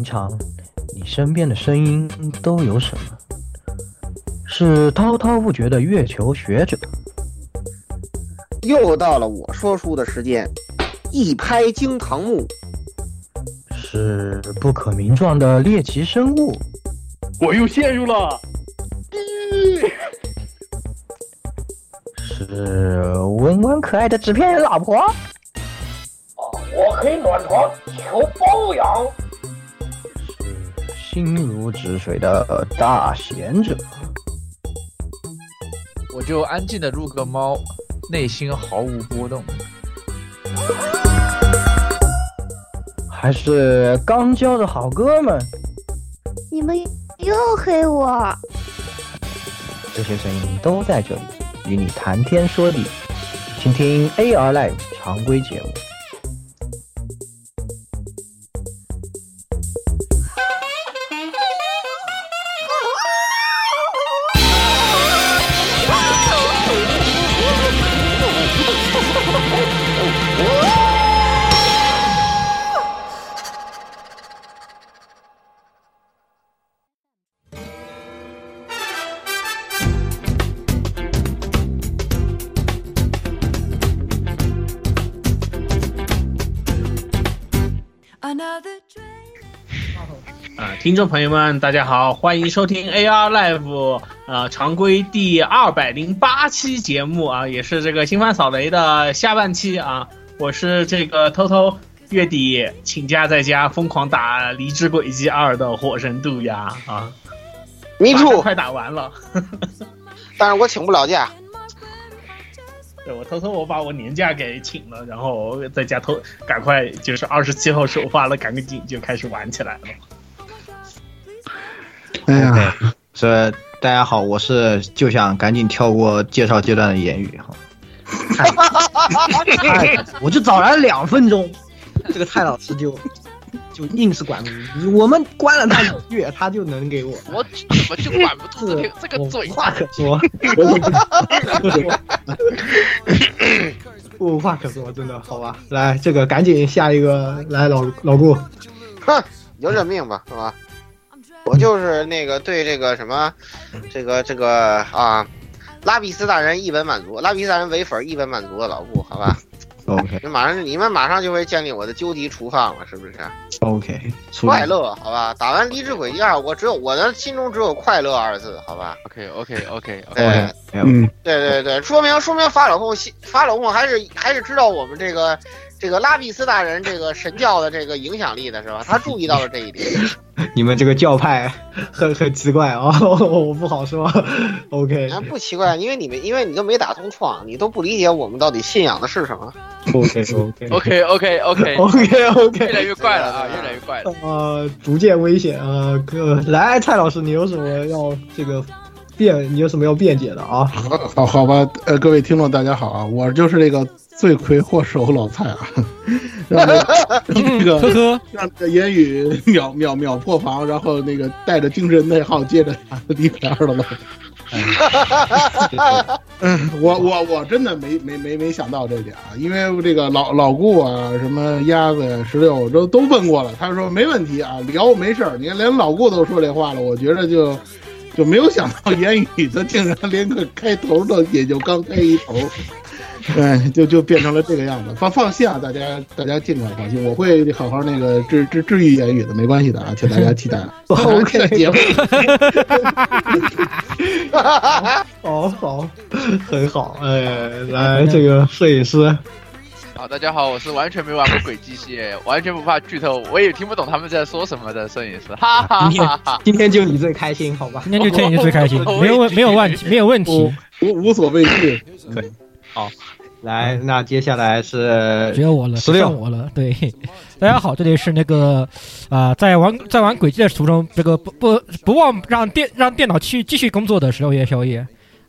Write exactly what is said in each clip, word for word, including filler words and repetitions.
常，你身边的声音都有什么？是滔滔不绝的月球学者， 又到了我说书的时间，一拍惊堂木， 是不可名状的猎奇生物， 我又陷入了， 是温温可爱的纸片人老婆， 我可以暖床求包养， 是心如止水的大贤者， 我就安静的入个猫，内心毫无波动。 还是刚交的好哥们， 你们又黑我。 这些声音都在这里与你谈天说地，请听 A R Live 常规节目。 啊，听众朋友们，大家好，欢迎收听 A R Live 呃常规第二百零八期节目啊，也是这个新番扫雷的下半期啊。我是这个偷偷月底请假在家疯狂打《离之轨迹二》的火神渡鸦啊， 迷住快打完了， 但是我请不了假。 对，我偷偷我把我年假给请了，然后在家偷赶快就是二十七号首发了，赶个紧就开始玩起来了。 哎呀，是大家好，我是就想赶紧跳过介绍阶段的言语哈。哎，我就早来两分钟，这个蔡老师就就硬是管不，我们关了他一个月，他就能给我。 我怎么就管不住这个这个嘴？ 无话可说，无话可说，真的好吧？来，这个赶紧下一个，来老老顾， 哼，你就认命吧，是吧？我就是那个对这个什么，这个这个啊，拉比斯大人一本满足，拉比斯大人唯粉一本满足的老顾，好吧 ？OK， 马上你们马上就会建立我的究极厨房了，是不是 ？OK， 快乐，好吧？打完离之轨迹二，我只有我的心中只有快乐二字，好吧 ？OK OK OK OK， 对， 嗯， 对对对，说明说明法老控法老控还是还是知道我们这个这个拉比斯大人这个神教的这个影响力的是吧？他注意到了这一点。 你们这个教派很很奇怪啊、哦，我不好说。OK， 不奇怪，因为你们因为你都没打通创，你都不理解我们到底信仰的是什么。 OK OK OK OK OK OK OK， 越来越怪了啊，越来越怪了。 呃，逐渐危险啊！呃，来，蔡老师，你有什么要这个辩？你有什么要辩解的啊？ 好好吧，呃，各位听众大家好啊，我就是这个罪魁祸首老蔡啊，让这个呵呵，让这个言语秒秒秒破防，然后那个带着精神内耗接着打第二了吧。嗯，我我我真的没没没没想到这点啊，因为这个老老顾啊，什么鸭子呀、石榴都都问过了，他说没问题啊，聊没事儿。你看连老顾都说这话了，我觉得就就没有想到言语他竟然连个开头都也就刚开一头。对，就就变成了这个样子。放放心啊，大家大家尽管放心，我会好好那个治治治愈言语的，没关系的啊，请大家期待。OK， 节目。 好好，很好。哎，来这个摄影师。 好，大家好，我是完全没玩过轨迹系列，完全不怕剧透，我也听不懂他们在说什么的摄影师。哈哈哈哈！ 今天就你最开心，好吧？ 今天就见你最开心，没有没有问题，没有问题， 无无所畏惧。 可以，好。来，那接下来是只有我了， 十六我了。对，大家好，这里是那个啊、呃，在玩在玩轨迹的途中，这个不不不忘让电让电脑去继续工作的十六夜宵夜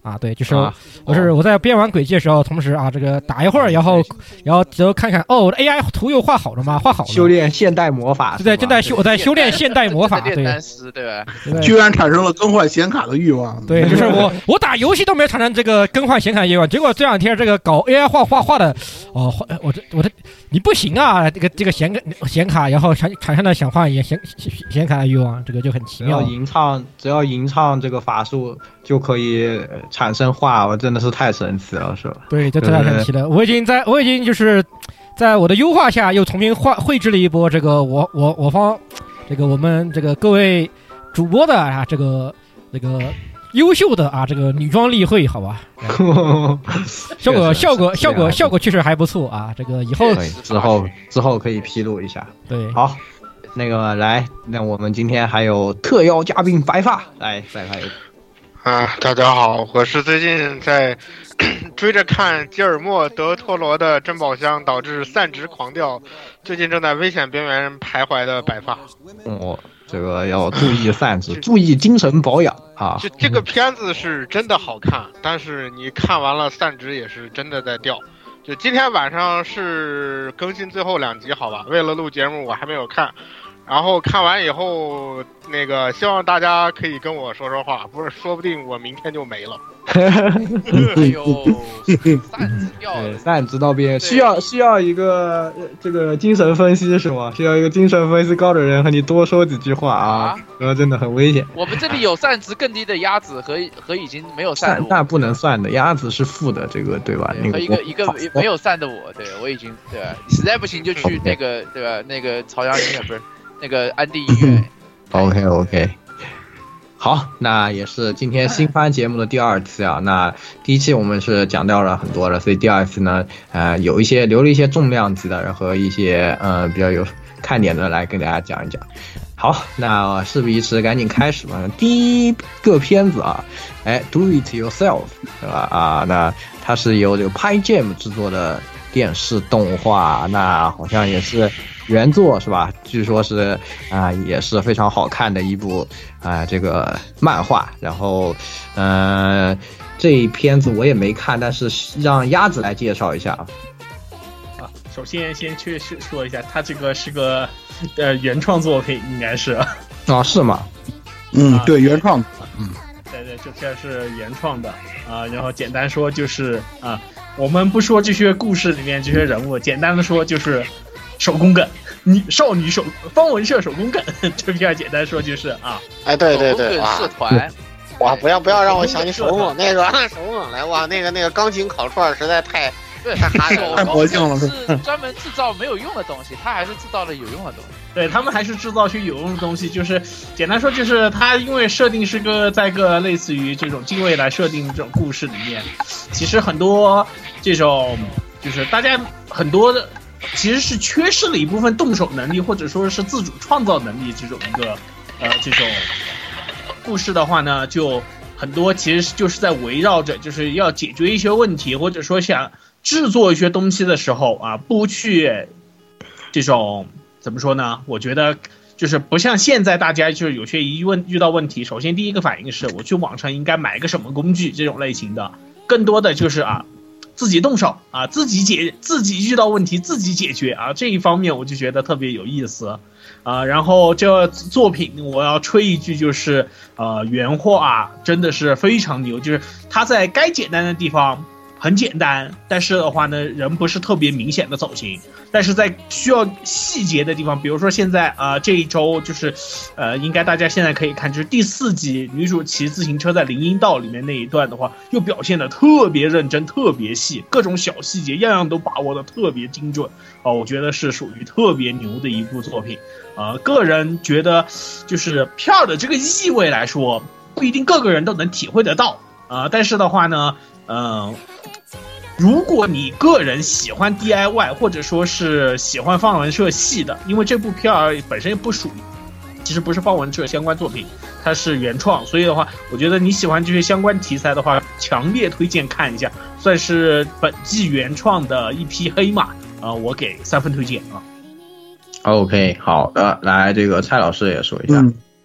啊，对，就是我是我在编完轨迹的时候，同时啊，这个打一会儿，然后然后之后看看，哦，我的 A I 图又画好了吗？画好了。 修炼现代魔法， 对，正在修，我在修炼现代魔法，对， 对吧？ 居然产生了更换显卡的欲望。 对，就是我我打游戏都没有产生这个更换显卡的欲望，结果这两天这个搞 A I 画画画的，哦，我这我这你不行啊，这个这个显显卡，然后产产生了想换也显显卡的欲望，这个就很奇妙。 只要吟唱，只要吟唱这个法术就可以产生画，我真的是太神奇了，是吧？ 对，这太神奇了。我已经在，我已经就是在我的优化下又重新画绘制了一波这个我我我方这个我们这个各位主播的啊这个这个优秀的啊这个女装例会，好吧？效果效果效果效果确实还不错啊！这个以后之后之后可以披露一下。 对， 好。那个来，那我们今天还有特邀嘉宾白发来，白发有啊，大家好，我是最近在追着看吉尔莫·德托罗的珍宝箱，导致散值狂掉，最近正在危险边缘徘徊的白发。 哦，这个要注意散值，注意精神保养啊。 这这个片子是真的好看，但是你看完了散值也是真的在掉。就今天晚上是更新最后两集，好吧？为了录节目，我还没有看。然后看完以后，那个希望大家可以跟我说说话，不是，说不定我明天就没了。 哎呦，散值掉了， 散值到边，需要需要一个这个精神分析是吗？需要一个精神分析高的人和你多说几句话啊，然后真的很危险。 我们这里有散值更低的鸭子和和已经没有散的我， 那不能算的，鸭子是负的，这个对吧？ 对， 那个和一个一个没有散的我，对我已经对吧？实在不行就去那个对吧？那个朝阳医院不是。那个安迪医院。 OK OK， 好，那也是今天新番节目的第二次啊。那第一期我们是讲掉了很多了，所以第二次呢，呃，有一些留了一些重量级的和一些呃比较有看点的来跟大家讲一讲。好，那事不宜迟，赶紧开始吧。第一个片子啊，哎 ，Do It Yourself， 对吧？啊，那它是由这个 Pygem 制作的电视动画，那好像也是。原作是吧？据说是啊、呃，也是非常好看的一部啊、呃，这个漫画。然后，呃，这一片子我也没看，但是让鸭子来介绍一下啊。 啊，首先先去说一下，它这个是个呃原创作品，应该是。 哦，是吗？ 嗯，对，原创。 嗯，对对，这片是原创的啊。然后简单说就是啊，我们不说这些故事里面这些人物，简单的说就是。手工梗，女少女手方文社手工梗，这片简单说就是啊， 哎，对对对， 社团， 哇，不要不要让我想起手梗那个手梗来，哇，那个那个钢琴烤串实在太对太哈人太魔性了， 是专门制造没有用的东西，他还是制造了有用的东西。 对他们还是制造出有用的东西，就是简单说就是他因为设定是个在个类似于这种近未来设定这种故事里面，其实很多这种就是大家很多的。其实是缺失了一部分动手能力，或者说是自主创造能力这种一个呃这种故事的话呢，就很多其实就是在围绕着就是要解决一些问题，或者说想制作一些东西的时候啊，不去这种怎么说呢？我觉得就是不像现在大家就是有些一问遇到问题，首先第一个反应是我去网上应该买个什么工具这种类型的，更多的就是啊。自己动手啊，自己解，自己遇到问题自己解决啊，这一方面我就觉得特别有意思啊。然后这作品我要吹一句，就是呃原画、啊、真的是非常牛，就是它在该简单的地方很简单，但是的话呢，人不是特别明显的走形，但是在需要细节的地方，比如说现在啊、呃、这一周就是，呃，应该大家现在可以看，就是第四集女主骑自行车在林荫道里面那一段的话，又表现的特别认真，特别细，各种小细节样样都把握的特别精准啊、呃，我觉得是属于特别牛的一部作品啊、呃。个人觉得就是片儿的这个意味来说，不一定各个人都能体会得到啊、呃，但是的话呢，嗯、呃。如果你个人喜欢 D I Y 或者说是喜欢方文社系的，因为这部片儿本身不属于，其实不是方文社相关作品，它是原创，所以的话，我觉得你喜欢这些相关题材的话，强烈推荐看一下，算是本季原创的一匹黑马啊、呃，我给三分推荐啊。 OK， 好的，来这个蔡老师也说一下。 嗯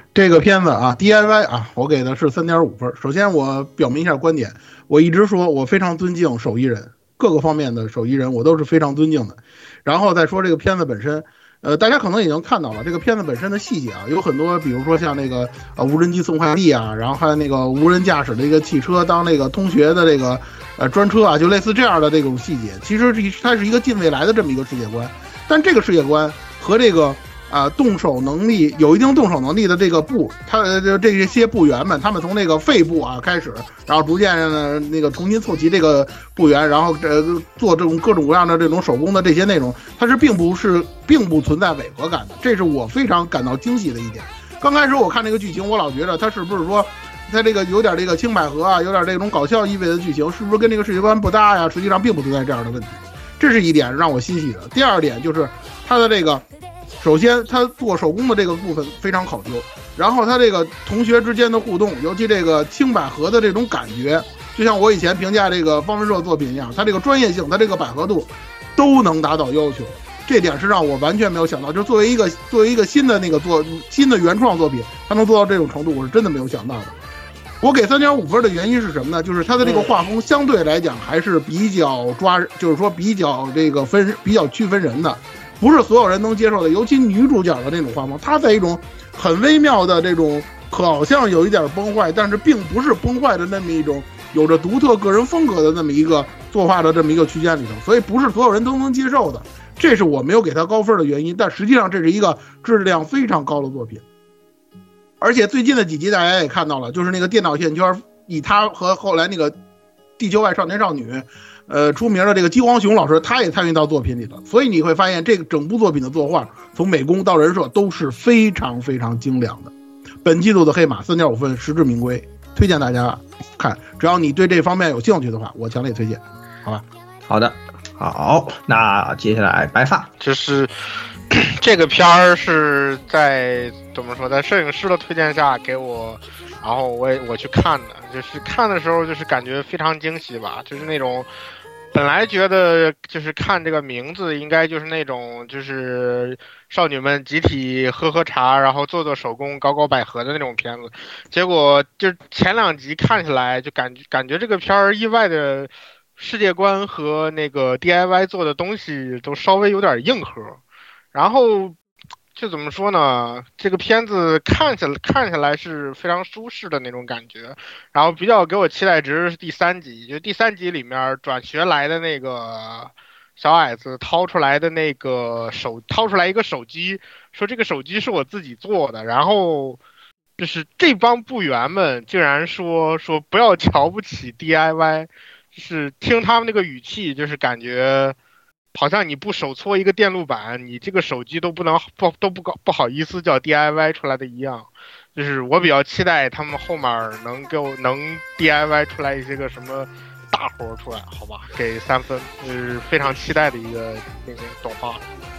这个片子啊 D I Y 啊，我给的是 三点五 分。首先我表明一下观点，我一直说我非常尊敬手艺人，各个方面的手艺人我都是非常尊敬的。然后再说这个片子本身，呃，大家可能已经看到了这个片子本身的细节啊，有很多，比如说像那个呃无人机送快递啊，然后还有那个无人驾驶的一个汽车当那个通学的这个呃专车啊，就类似这样的这种细节。其实它是一个近未来的这么一个世界观，但这个世界观和这个啊、呃，动手能力有一定动手能力的这个部，他呃这些部员们，他们从那个废部啊开始，然后逐渐呢那个重新凑齐这个部员，然后呃做这种各种各样的这种手工的这些内容，它是并不是并不存在违和感的，这是我非常感到惊喜的一点。刚开始我看这个剧情，我老觉得它是不是说它这个有点这个青百合啊，有点这种搞笑意味的剧情，是不是跟这个世界观不搭呀？实际上并不存在这样的问题，这是一点让我欣喜的。第二点就是它的这个。首先，他做手工的这个部分非常考究，然后他这个同学之间的互动，尤其这个青百合的这种感觉，就像我以前评价这个方文社作品一样，他这个专业性，他这个百合度都能达到要求，这点是让我完全没有想到。就作为一个作为一个新的那个做新的原创作品，他能做到这种程度，我是真的没有想到的。我给 三点五 分的原因是什么呢？就是他的这个画风相对来讲还是比较抓，就是说比较这个分比较区分人的。不是所有人能接受的，尤其女主角的那种画风，她在一种很微妙的这种，好像有一点崩坏，但是并不是崩坏的那么一种，有着独特个人风格的那么一个作画的这么一个区间里头，所以不是所有人都能接受的，这是我没有给她高分的原因。但实际上这是一个质量非常高的作品，而且最近的几集大家也看到了，就是那个电脑线圈，以他和后来那个地球外少年少女。呃，出名的这个姬黄雄老师，他也参与到作品里了，所以你会发现这个整部作品的作画，从美工到人设都是非常非常精良的。本季度的黑马 三点五 分，实至名归，推荐大家看。只要你对这方面有兴趣的话，我强烈推荐，好吧？ 好的，好，那接下来白发， 就是这个片儿是在怎么说，在摄影师的推荐下给我。然后我也我去看的，就是看的时候就是感觉非常惊喜吧，就是那种本来觉得就是看这个名字应该就是那种就是少女们集体喝喝茶，然后做做手工搞搞百合的那种片子，结果就前两集看起来就感觉感觉这个片儿意外的世界观和那个 D I Y 做的东西都稍微有点硬核，然后就怎么说呢？这个片子看起来看起来是非常舒适的那种感觉，然后比较给我期待值是第三集，就第三集里面转学来的那个小矮子掏出来的那个手，掏出来一个手机，说这个手机是我自己做的，然后就是这帮部员们竟然说说不要瞧不起 D I Y， 就是听他们那个语气，就是感觉。好像你不手搓一个电路板，你这个手机都不能不都不搞不好意思叫 D I Y 出来的一样，就是我比较期待他们后面能给我能 D I Y 出来一些个什么大活出来，好吧？给三分，就是非常期待的一个那个动画。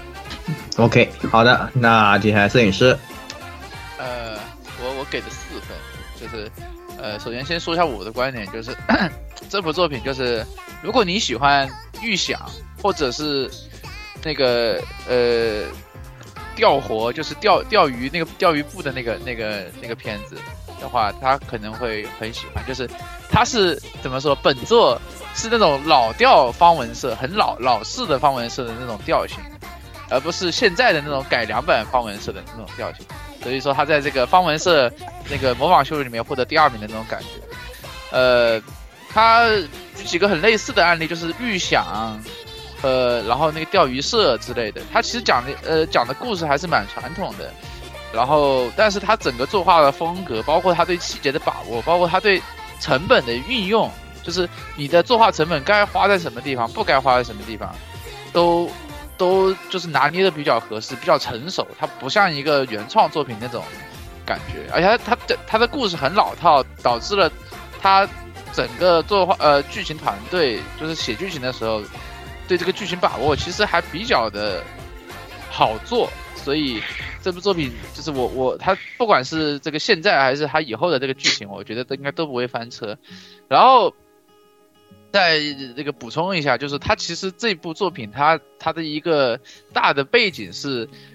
OK， 好的，那接下来摄影师， 呃，我我给的四分，就是呃，首先先说一下我的观点，就是这部作品就是如果你喜欢预想。或者是那个呃钓活，就是钓钓鱼那个钓鱼部的那个那个那个片子的话，他可能会很喜欢。就是他是怎么说，本作是那种老调方文社，很老老式的方文社的那种调性，而不是现在的那种改良版方文社的那种调性。所以说他在这个方文社那个模仿秀里面获得第二名的那种感觉。呃，他举几个很类似的案例，就是预想。呃，然后那个钓鱼社之类的，他其实讲的呃讲的故事还是蛮传统的，然后但是他整个作画的风格，包括他对细节的把握，包括他对成本的运用，就是你的作画成本该花在什么地方，不该花在什么地方，都都就是拿捏的比较合适，比较成熟。它不像一个原创作品那种感觉，而且他他的他的故事很老套，导致了他整个作画呃剧情团队就是写剧情的时候。对这个剧情把握其实还比较的好做，所以这部作品就是我我他不管是这个现在还是他以后的这个剧情，我觉得都应该都不会翻车。然后再这个补充一下，就是他其实这部作品他他的一个大的背景是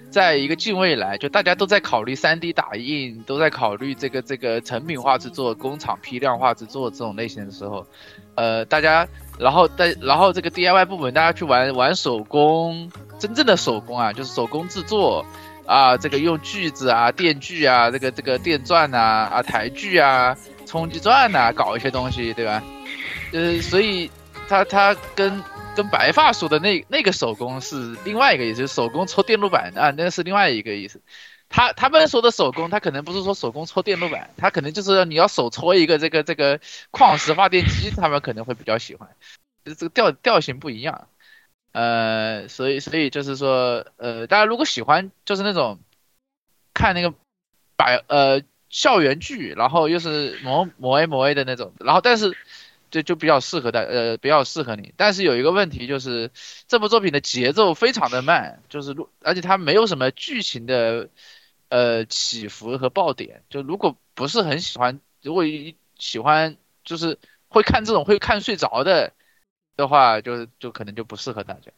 在一个近未来，就大家都在考虑 三 D 打印，都在考虑这个这个成品化制作、工厂批量化制作这种类型的时候，呃，大家然后在然后这个 D I Y 部门大家去玩玩手工，真正的手工啊，就是手工制作。啊，这个用锯子啊、电锯啊、这个这个电钻呐、啊、台锯啊、冲击钻呐、啊，搞一些东西，对吧？呃，所以他他跟跟白发说的那那个手工是另外一个意思，就是手工抽电路板啊，那是另外一个意思。他他们说的手工，他可能不是说手工抽电路板，他可能就是你要手抽一个这个这个矿石发电机，他们可能会比较喜欢，这个调调性不一样。呃，所以所以就是说，呃，大家如果喜欢就是那种看那个百呃校园剧，然后又是磨磨 A 磨 A 的那种，然后但是就就比较适合的，呃，比较适合你。但是有一个问题就是这部作品的节奏非常的慢，就是而且它没有什么剧情的呃起伏和爆点。就如果不是很喜欢，如果喜欢就是会看这种会看睡着的。的话就就可能就不适合大家。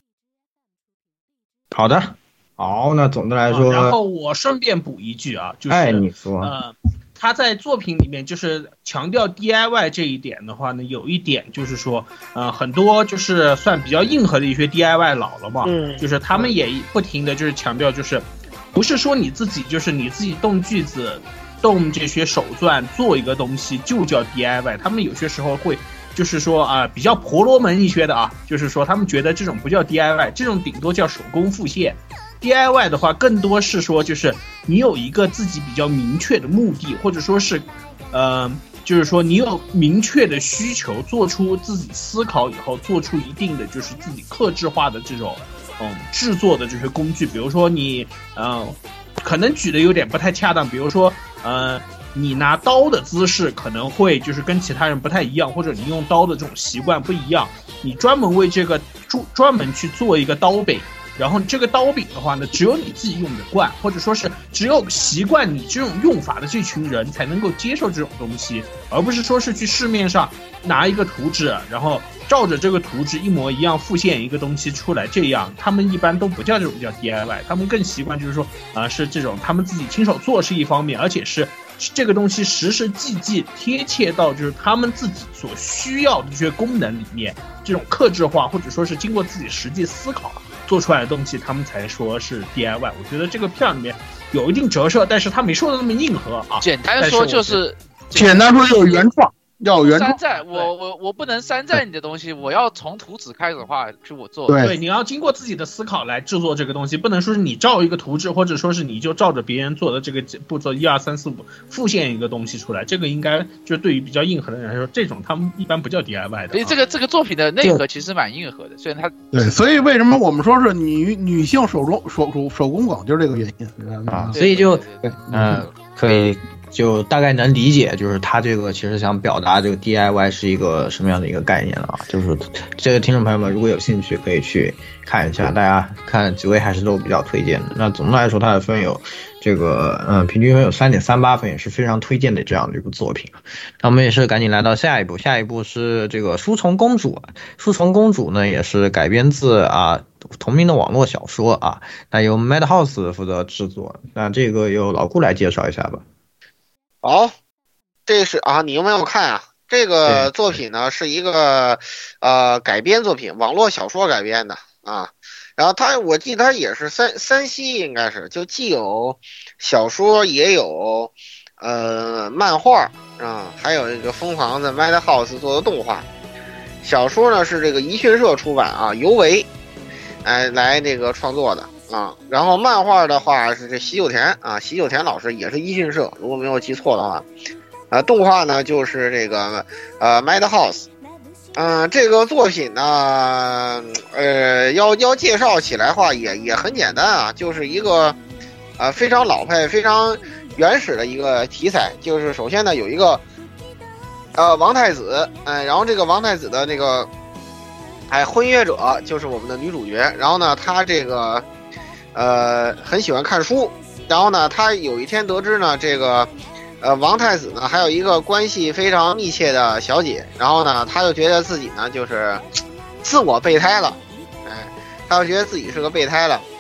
好的，好，那总的来说， 然后我顺便补一句啊，就是， 哎，你说， 呃，他在作品里面就是强调 D I Y 这一点的话呢，有一点就是说，呃，很多就是算比较硬核的一些 D I Y 佬了嘛，嗯，就是他们也不停的就是强调，就是不是说你自己就是你自己动锯子、动这些手钻做一个东西就叫 D I Y， 他们有些时候会。就是说啊、呃，比较婆罗门一些的啊，就是说他们觉得这种不叫 D I Y， 这种顶多叫手工复现。D I Y 的话，更多是说就是你有一个自己比较明确的目的，或者说是，呃，就是说你有明确的需求，做出自己思考以后，做出一定的就是自己客制化的这种嗯制作的这些工具。比如说你呃，可能举的有点不太恰当，比如说呃。你拿刀的姿势可能会就是跟其他人不太一样，或者你用刀的这种习惯不一样，你专门为这个专门去做一个刀柄，然后这个刀柄的话呢，只有你自己用得惯，或者说是只有习惯你这种用法的这群人才能够接受这种东西，而不是说是去市面上拿一个图纸，然后照着这个图纸一模一样复现一个东西出来，这样他们一般都不叫这种叫 D I Y， 他们更习惯就是说啊、呃、是这种他们自己亲手做是一方面，而且是这个东西实实际际贴切到就是他们自己所需要的这些功能里面，这种客制化或者说是经过自己实际思考做出来的东西，他们才说是 D I Y。 我觉得这个片里面有一定折射，但是他没说的那么硬核啊。 简单说就是简单说就是原创，要原创。 山寨，我我我不能山寨你的东西，我要从图纸开始画去我做。 对，你要经过自己的思考来制作这个东西，不能说是你照一个图纸，或者说是你就照着别人做的这个步骤一二三四五复现一个东西出来。这个应该就对于比较硬核的人来说，这种他们一般不叫 D I Y 的。 所以这个这个作品的内核其实蛮硬核的，虽然它对，所以为什么我们说是女女性手中手手手工梗，就是这个原因啊。所以就嗯，可以。就大概能理解，就是他这个其实想表达这个 D I Y 是一个什么样的一个概念了啊？就是这个听众朋友们如果有兴趣可以去看一下，大家看几位还是都比较推荐的。那总的来说，它的分有这个嗯，平均分有 三点三八分，也是非常推荐的这样的一部作品。那我们也是赶紧来到下一步，下一步是这个书虫公主。书虫公主呢也是改编自啊同名的网络小说啊，那由 Madhouse 负责制作。那这个由老顾来介绍一下吧。 好，这是啊，你有没有看啊？这个作品呢是一个呃改编作品，网络小说改编的啊。然后它，我记得它也是三三栖，应该是就既有小说，也有呃漫画啊，还有这个疯狂的 Madhouse 做的动画。小说呢是这个一讯社出版啊，由为哎来这个创作的。啊，然后漫画的话是这喜久田啊，喜久田老师也是一讯社，如果没有记错的话，啊，动画呢就是这个呃 Madhouse， 嗯、呃，这个作品呢，呃，要要介绍起来的话也也很简单啊，就是一个呃非常老派、非常原始的一个题材，就是首先呢有一个呃王太子，哎、呃，然后这个王太子的那个哎婚约者就是我们的女主角，然后呢她这个。呃，很喜欢看书，然后呢，他有一天得知呢，这个，呃，王太子呢还有一个关系非常密切的小姐，然后呢，他就觉得自己呢就是自我备胎了，哎，他就觉得自己是个备胎了，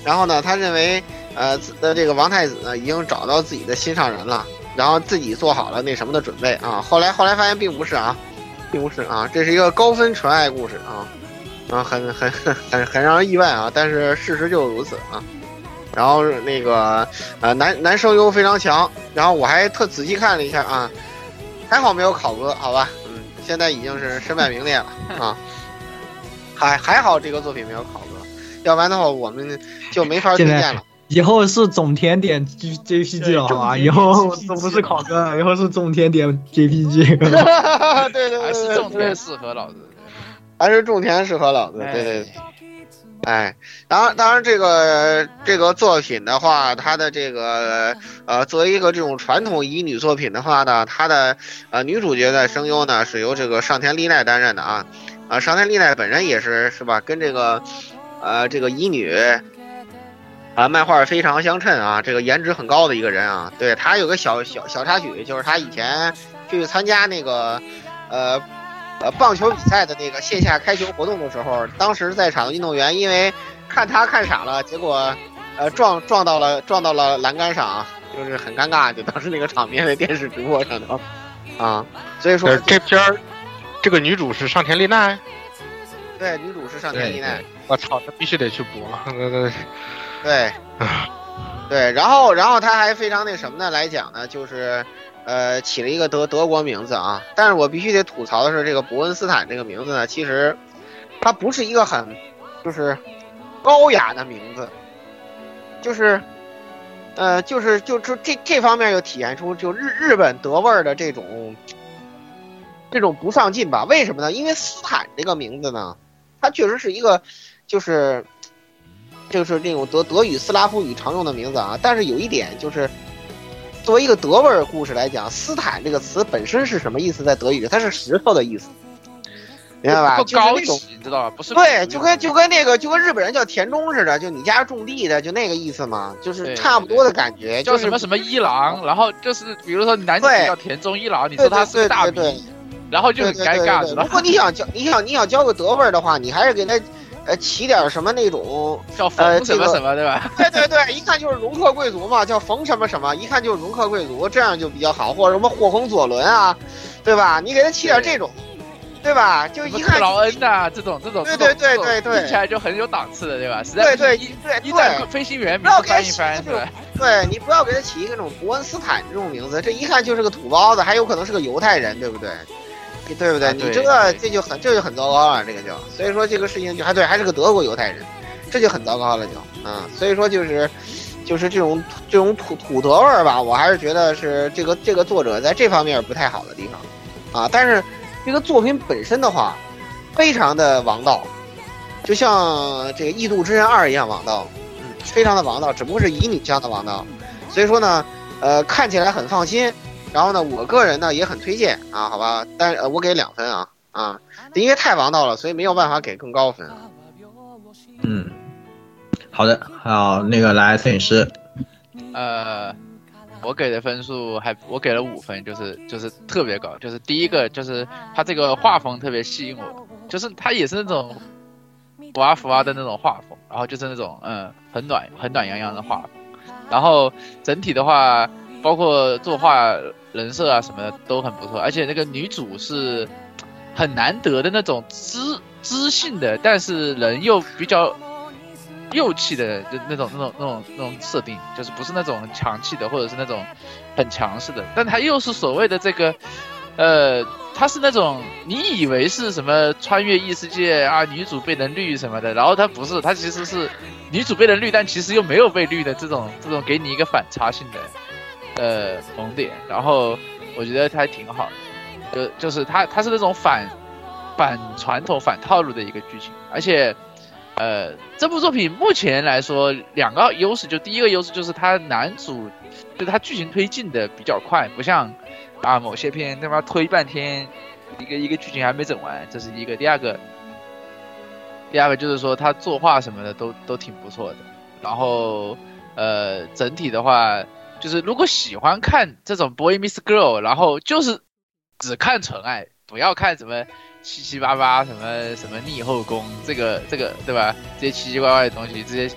然后呢，他认为呃的这个王太子呢已经找到自己的心上人了，然后自己做好了那什么的准备啊。后来后来发现并不是啊，并不是啊，这是一个高分纯爱故事啊，啊很很很很让人意外啊，但是事实就是如此啊。然后那个呃男男声优非常强，然后我还特仔细看了一下啊，还好没有考哥，好吧，嗯，现在已经是身败名裂了啊，还还好这个作品没有考哥，要不然的话我们就没法推荐了。 以后是总甜点 J J P G 了好吧？以后都不是考哥，以后是总甜点 J P G。 对对对对， 还是种田适合老子， 还是种田适合老子，对对对。哎，当然，当然，这个这个作品的话，它的这个呃，作为一个这种传统乙女作品的话呢，它的呃女主角的声优呢是由这个上田丽奈担任的啊，啊，上田丽奈本人也是是吧，跟这个呃这个乙女啊漫画非常相称啊，这个颜值很高的一个人啊，对，她有个小小小插曲，就是她以前去参加那个呃。呃，棒球比赛的那个线下开球活动的时候，当时在场的运动员因为看他看傻了，结果呃撞撞到了撞到了栏杆上，就是很尴尬，就当时那个场面在电视直播上头啊，所以说、 呃、这片儿这个女主是上田丽奈， 对，女主是上田丽奈， 我操，那必须得去播， 对，对，然后然后他还非常那什么的来讲呢，就是。呃，起了一个德德国名字啊，但是我必须得吐槽的是，这个伯恩斯坦这个名字呢，其实它不是一个很就是高雅的名字，就是呃，就是就就这这方面又体现出就日日本德味儿的这种这种不上进吧？为什么呢？因为斯坦这个名字呢，它确实是一个就是就是那种德德语斯拉夫语常用的名字啊，但是有一点就是。作为一个德味儿故事来讲，斯坦这个词本身是什么意思？在德语，它是石头的意思，明白吧？就是那种， 你知道吧？不是对，就跟就跟那个就跟日本人叫田中似的，就你家种地的，就那个意思嘛，就是差不多的感觉。 叫什么什么一郎，然后就是比如说你男主叫田中一郎，你说他是个大名，然后就很尴尬，知道吗？ 如果你想教，你想你想教个德味儿的话，你还是给他。呃，起点什么那种叫冯什么什么，对吧？ 对对对，一看就是容克贵族嘛，叫冯什么什么，一看就是容克贵族，这样就比较好，或者什么霍亨佐伦啊，对吧？你给他起点这种，对吧？就一看劳恩呐，这种这种， 对对对对对， 听起来就很有档次的，对吧？ 对对对一战飞行员名字翻一翻，对， 对你不要给他起一个这种伯恩斯坦这种名字，这一看就是个土包子，还有可能是个犹太人，对不对？对不对？你这个这就很这就很糟糕了，这个就所以说这个事情就还对，还是个德国犹太人，这就很糟糕了就啊、嗯。所以说就是就是这种这种土土德味儿吧，我还是觉得是这个这个作者在这方面不太好的地方啊。但是这个作品本身的话，非常的王道，就像这个《异度之刃二》一样王道，嗯，非常的王道，只不过是乙女向的王道。所以说呢，呃，看起来很放心。然后呢，我个人呢也很推荐啊，好吧，但是、呃、我给两分啊啊，因为太王道了，所以没有办法给更高分。 嗯，好的，好，那个来摄影师， 呃，我给的分数还我给了五分，就是就是特别高，就是第一个就是他这个画风特别吸引我，就是他也是那种浮啊浮啊的那种画风，然后就是那种嗯很暖很暖洋洋的画风，然后整体的话。包括作画、人设啊什么的都很不错，而且那个女主是很难得的那种知知性的，但是人又比较幼气的，就那种那种那种那种设定，就是不是那种强气的，或者是那种很强势的，但她又是所谓的这个，呃，她是那种你以为是什么穿越异世界啊，女主被人绿什么的，然后她不是，她其实是女主被人绿，但其实又没有被绿的这种这种给你一个反差性的。呃，萌点，然后我觉得它还挺好的，就就是它它是那种反反传统、反套路的一个剧情，而且，呃，这部作品目前来说两个优势，就第一个优势就是它男主，就它剧情推进的比较快，不像啊某些片他妈推半天，一个一个剧情还没整完，这是一个。第二个，第二个就是说他作画什么的都都挺不错的，然后呃整体的话。就是如果喜欢看这种 boy meets girl， 然后就是只看纯爱，不要看什么七七八八什么什么逆后宫，这个这个对吧？这些奇奇怪怪的东西，这些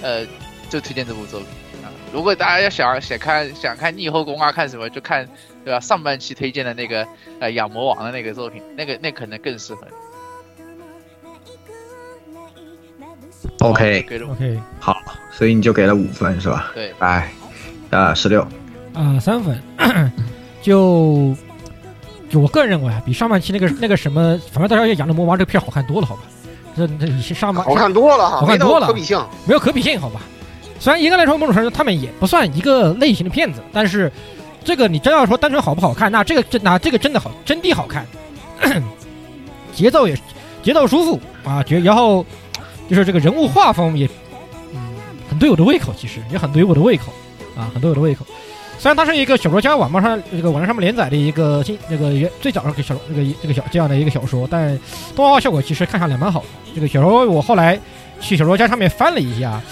呃，就推荐这部作品啊。如果大家要想想看想看逆后宫啊，看什么就看对吧？上半期推荐的那个呃养魔王的那个作品，那个那可能更适合。 OK OK， 好，所以你就给了五分是吧？ 对， 哎，啊，十六啊，三分，就就我个人认为啊，比上半期那个那个什么《反派大少爷养的魔王》这个片好看多了，好吧？这这以前上半好看多了哈， 好看多了， 可比性没有可比性，好吧？虽然严格来说，某种程度他们也不算一个类型的片子，但是这个你真要说单纯好不好看，那这个真那这个真的好，真的好看，节奏也节奏舒服啊，觉然后就是这个人物画风也嗯很对我的胃口，其实也很对我的胃口啊，很对我的胃口。虽然它是一个小说家网上这个网站上面连载的一个新那个最早的小这个这个小这样的一个小说，但动画化效果其实看上来蛮好的。这个小说我后来去小说家上面翻了一下，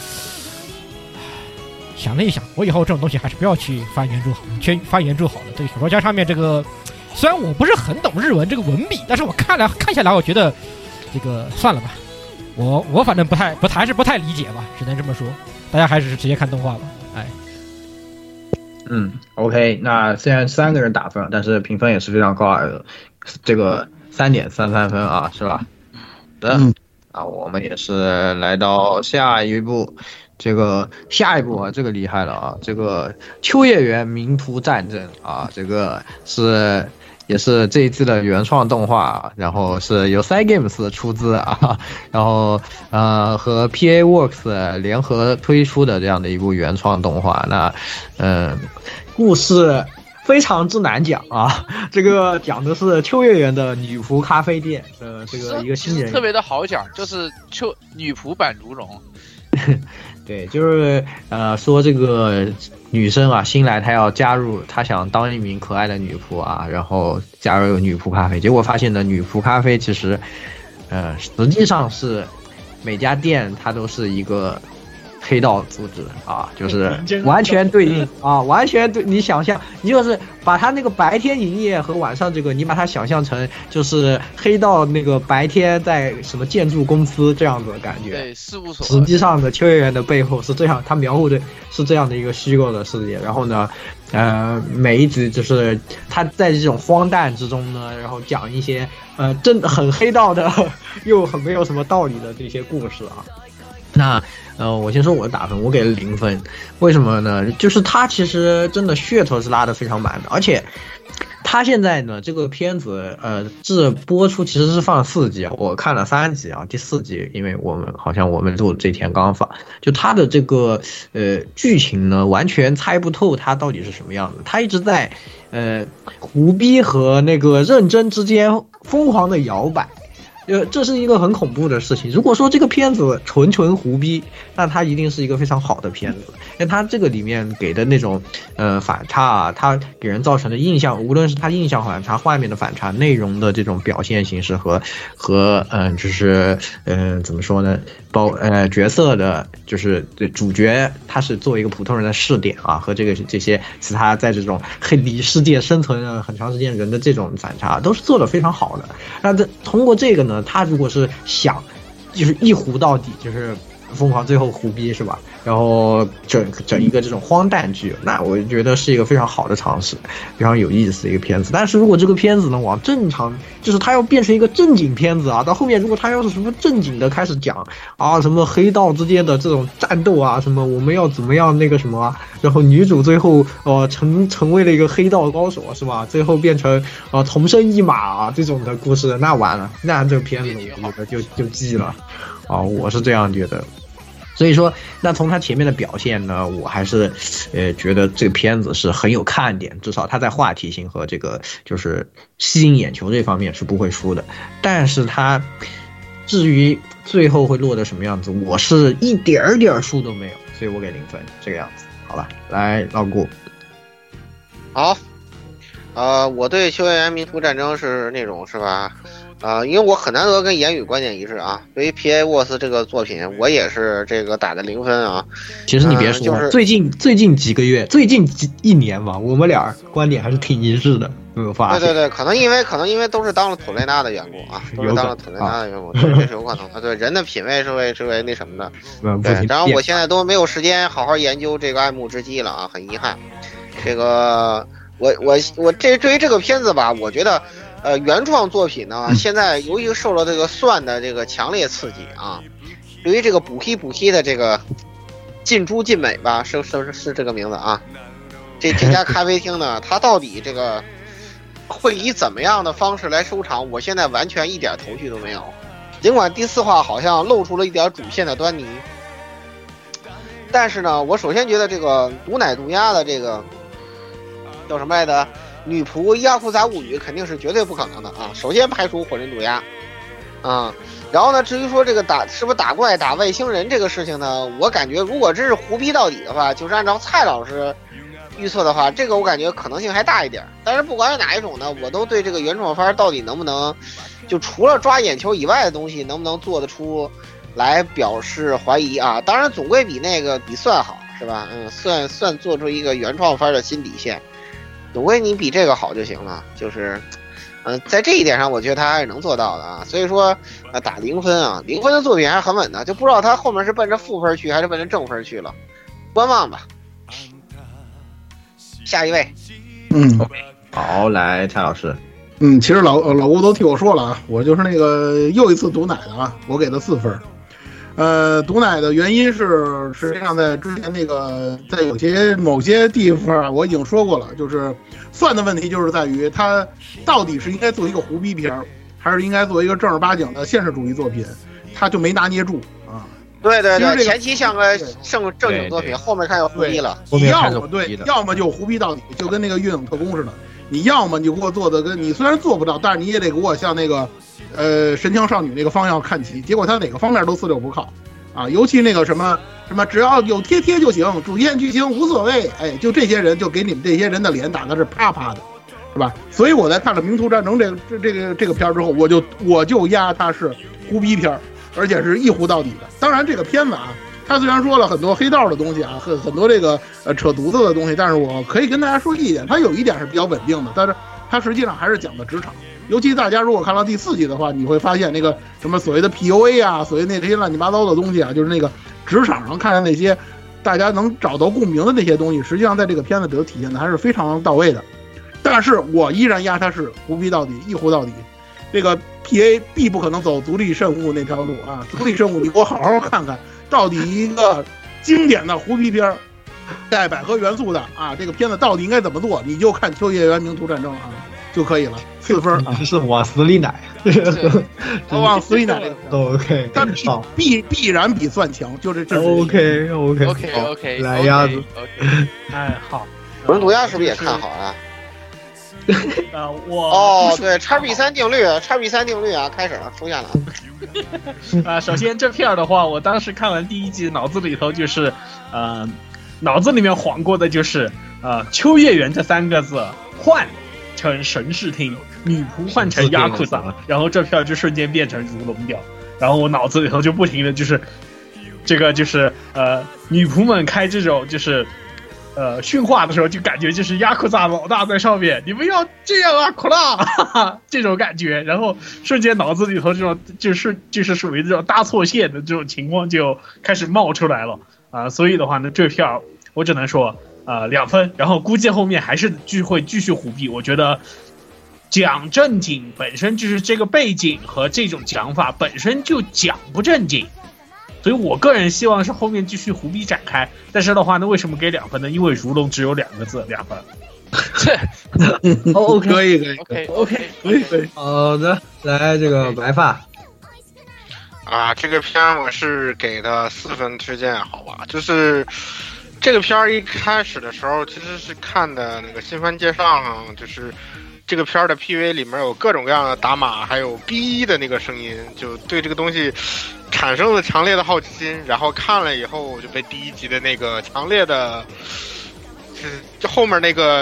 想了一想，我以后这种东西还是不要去翻原著好，去翻原著好了。这个小说家上面这个，虽然我不是很懂日文这个文笔，但是我看来看下来，我觉得这个算了吧，我我反正不太不还是不太理解吧，只能这么说。大家还是直接看动画吧，哎。 嗯 ，OK， 那虽然三个人打分，但是评分也是非常高的，这个三点三三分啊，是吧？嗯，啊，我们也是来到下一步，这个下一步啊，这个厉害了啊，这个秋叶原名图战争啊，这个是。也是这一次的原创动画，然后是由 Cygames 出资啊，然后呃和 P A Works 联合推出的这样的一部原创动画。那嗯、呃，故事非常之难讲啊，这个讲的是秋叶原的女仆咖啡店的这个一个新人， 特别的好讲，就是秋女仆版如龙。 对，就是呃说这个女生啊，新来她要加入，她想当一名可爱的女仆啊，然后加入女仆咖啡，结果发现呢，女仆咖啡其实，呃，实际上是每家店它都是一个黑道组织啊，就是完全对应啊，完全对你想象，你就是把它那个白天营业和晚上这个，你把它想象成就是黑道那个白天在什么建筑公司这样子的感觉。 对，事务所。 实际上的秋叶原的背后是这样，他描绘的是这样的一个虚构的世界。然后呢，呃，每一集就是他在这种荒诞之中呢，然后讲一些呃真的很黑道的，又很没有什么道理的这些故事啊。那呃，我先说我的打分，我给了零分。为什么呢？就是它其实真的噱头是拉得非常满的，而且它现在呢这个片子呃自播出其实是放了四集，我看了三集啊，第四集因为我们好像我们录这天刚放，就它的这个呃剧情呢完全猜不透它到底是什么样子，它一直在呃胡逼和那个认真之间疯狂的摇摆。呃，这是一个很恐怖的事情。如果说这个片子纯纯胡逼，那它一定是一个非常好的片子。因为它这个里面给的那种呃反差啊，它给人造成的印象，无论是它印象反差、画面的反差、内容的这种表现形式和和嗯、呃，就是嗯、呃、怎么说呢，包呃角色的，就是对主角他是作为一个普通人的视点啊，和这个这些其他在这种黑里世界生存了很长时间人的这种反差，都是做得非常好的。那这通过这个呢？他如果是想，就是一胡到底，就是疯狂最后胡逼是吧？然后整整一个这种荒诞剧，那我觉得是一个非常好的尝试，非常有意思的一个片子。但是如果这个片子呢往正常，就是他要变成一个正经片子啊，到后面如果他要是什么正经的开始讲啊，什么黑道之间的这种战斗啊，什么我们要怎么样那个什么、啊，然后女主最后呃成成为了一个黑道高手是吧？最后变成呃同生一马啊这种的故事，那完了，那这个片子我觉得就就记了啊，我是这样觉得。所以说，那从他前面的表现呢，我还是，呃，觉得这个片子是很有看点，至少他在话题性和这个就是吸引眼球这方面是不会输的。但是他至于最后会落得什么样子，我是一点点数都没有，所以我给零分，这个样子。好了，来老顾。 好，呃，我对秋叶原民族战争是那种是吧？ 啊、呃，因为我很难得跟言语观点一致啊。对于 P A Wars 这个作品，我也是这个打的零分啊。 其实你别说，呃、就是最近最近几个月，最近几一年吧，我们俩观点还是挺一致的，没有发现？ 对对对，可能因为可能因为都是当了土雷纳的缘故啊，都是当了土雷纳的缘故，这、啊、是有可能的。对，人的品味是会是会那什么的。对，然后我现在都没有时间好好研究这个爱慕之姬了啊，很遗憾。这个我我我这对于这个片子吧，我觉得。呃，原创作品呢，现在由于受了这个蒜的这个强烈刺激啊，对于这个补黑补黑的这个进猪进美吧，是是是是这个名字啊。这这家咖啡厅呢，它到底这个会以怎么样的方式来收场？我现在完全一点头绪都没有。尽管第四话好像露出了一点主线的端倪，但是呢，我首先觉得这个毒奶毒鸭的这个叫什么来着？女仆亚库扎物语肯定是绝对不可能的啊！首先排除火人毒鸦，啊，然后呢，至于说这个打是不是打怪打外星人这个事情呢，我感觉如果真是胡逼到底的话，就是按照蔡老师预测的话，这个我感觉可能性还大一点。但是不管是哪一种呢，我都对这个原创番到底能不能，就除了抓眼球以外的东西，能不能做得出来表示怀疑啊！当然，总归比那个比算好是吧？嗯，算算做出一个原创番的新底线。总归你比这个好就行了，就是，嗯、呃，在这一点上，我觉得他还是能做到的啊。所以说，呃，打零分啊，零分的作品还是很稳的，就不知道他后面是奔着负分去，还是奔着正分去了，观望吧。下一位， 嗯， 好，来蔡老师， 嗯，其实老老吴都替我说了啊，我就是那个又一次毒奶的啊，我给他四分。呃，毒奶的原因是，实际上在之前那个，在有些某些地方我已经说过了，就是算的问题，就是在于它到底是应该做一个胡逼片儿，还是应该做一个正儿八经的现实主义作品，他就没拿捏住啊。 对对对，前期像个正正经作品，后面开始胡逼了。 你要么对，要么就胡逼到底，就跟那个月影特工似的。你要么你给我做的跟你虽然做不到，但是你也得给我像那个，呃，神枪少女那个方向看齐。结果他哪个方面都四六不靠，啊，尤其那个什么什么，只要有贴贴就行，主线剧情无所谓。哎，就这些人就给你们这些人的脸打的是啪啪的，是吧？所以我在看了《名图战争》这个这这个这个片之后，我就我就压它是胡逼片，而且是一胡到底的。当然这个片子啊。他虽然说了很多黑道的东西啊，很很多这个呃扯犊子的东西，但是我可以跟大家说一点，他有一点是比较稳定的，但是他实际上还是讲的职场。尤其大家如果看到第四集的话，你会发现那个什么所谓的 P U A 啊，所谓那些乱七八糟的东西啊，就是那个职场上看见那些大家能找到共鸣的那些东西，实际上在这个片子里头体现的还是非常到位的。但是我依然压他是胡逼到底，一胡到底。这个 P A 必不可能走独立圣物那条路啊！独立圣物，你给我好好看看。到底一个经典的胡逼片带百合元素的啊，这个片子到底应该怎么做？你就看《秋叶原名图战争》啊就可以了，四分啊， 是往死里奶， 往死里奶。 OK， 它必必必然比算强，就是这。 OK OK OK OK， 来鸭子。 哎，好， 火人毒鸦是不是也看好了？ 呃，我哦，对，叉 B 三定律，叉 B 三定律啊，开始了，出现了。 啊、呃，首先这片儿的话，我当时看完第一集，脑子里头就是，呃，脑子里面晃过的就是，呃，秋叶原这三个字换成神视厅，女仆换成亚库萨，然后这片儿就瞬间变成如龙调，然后我脑子里头就不停的就是，这个就是呃，女仆们开这种就是。呃，训话的时候就感觉就是亚库萨老大在上面，你们要这样啊，苦辣，哈哈，这种感觉，然后瞬间脑子里头这种就是就是属于这种搭错线的这种情况就开始冒出来了啊、呃，所以的话呢，这票我只能说呃两分，然后估计后面还是继会继续虎逼，我觉得讲正经本身就是这个背景和这种讲法本身就讲不正经。所以我个人希望是后面继续胡逼展开，但是的话呢，为什么给两分呢？因为如龙只有两个字，两分。 哦，可以可以 ，OK OK 可以可以。 好的，来这个白发。 啊，这个片我是给的四分推荐，好吧？就是这个片一开始的时候，其实是看的那个新番介绍上，就是这个片的 P V 里面有各种各样的打码，还有 B 的那个声音，就对这个东西产生了强烈的好奇心，然后看了以后就被第一集的那个强烈的，是就后面那个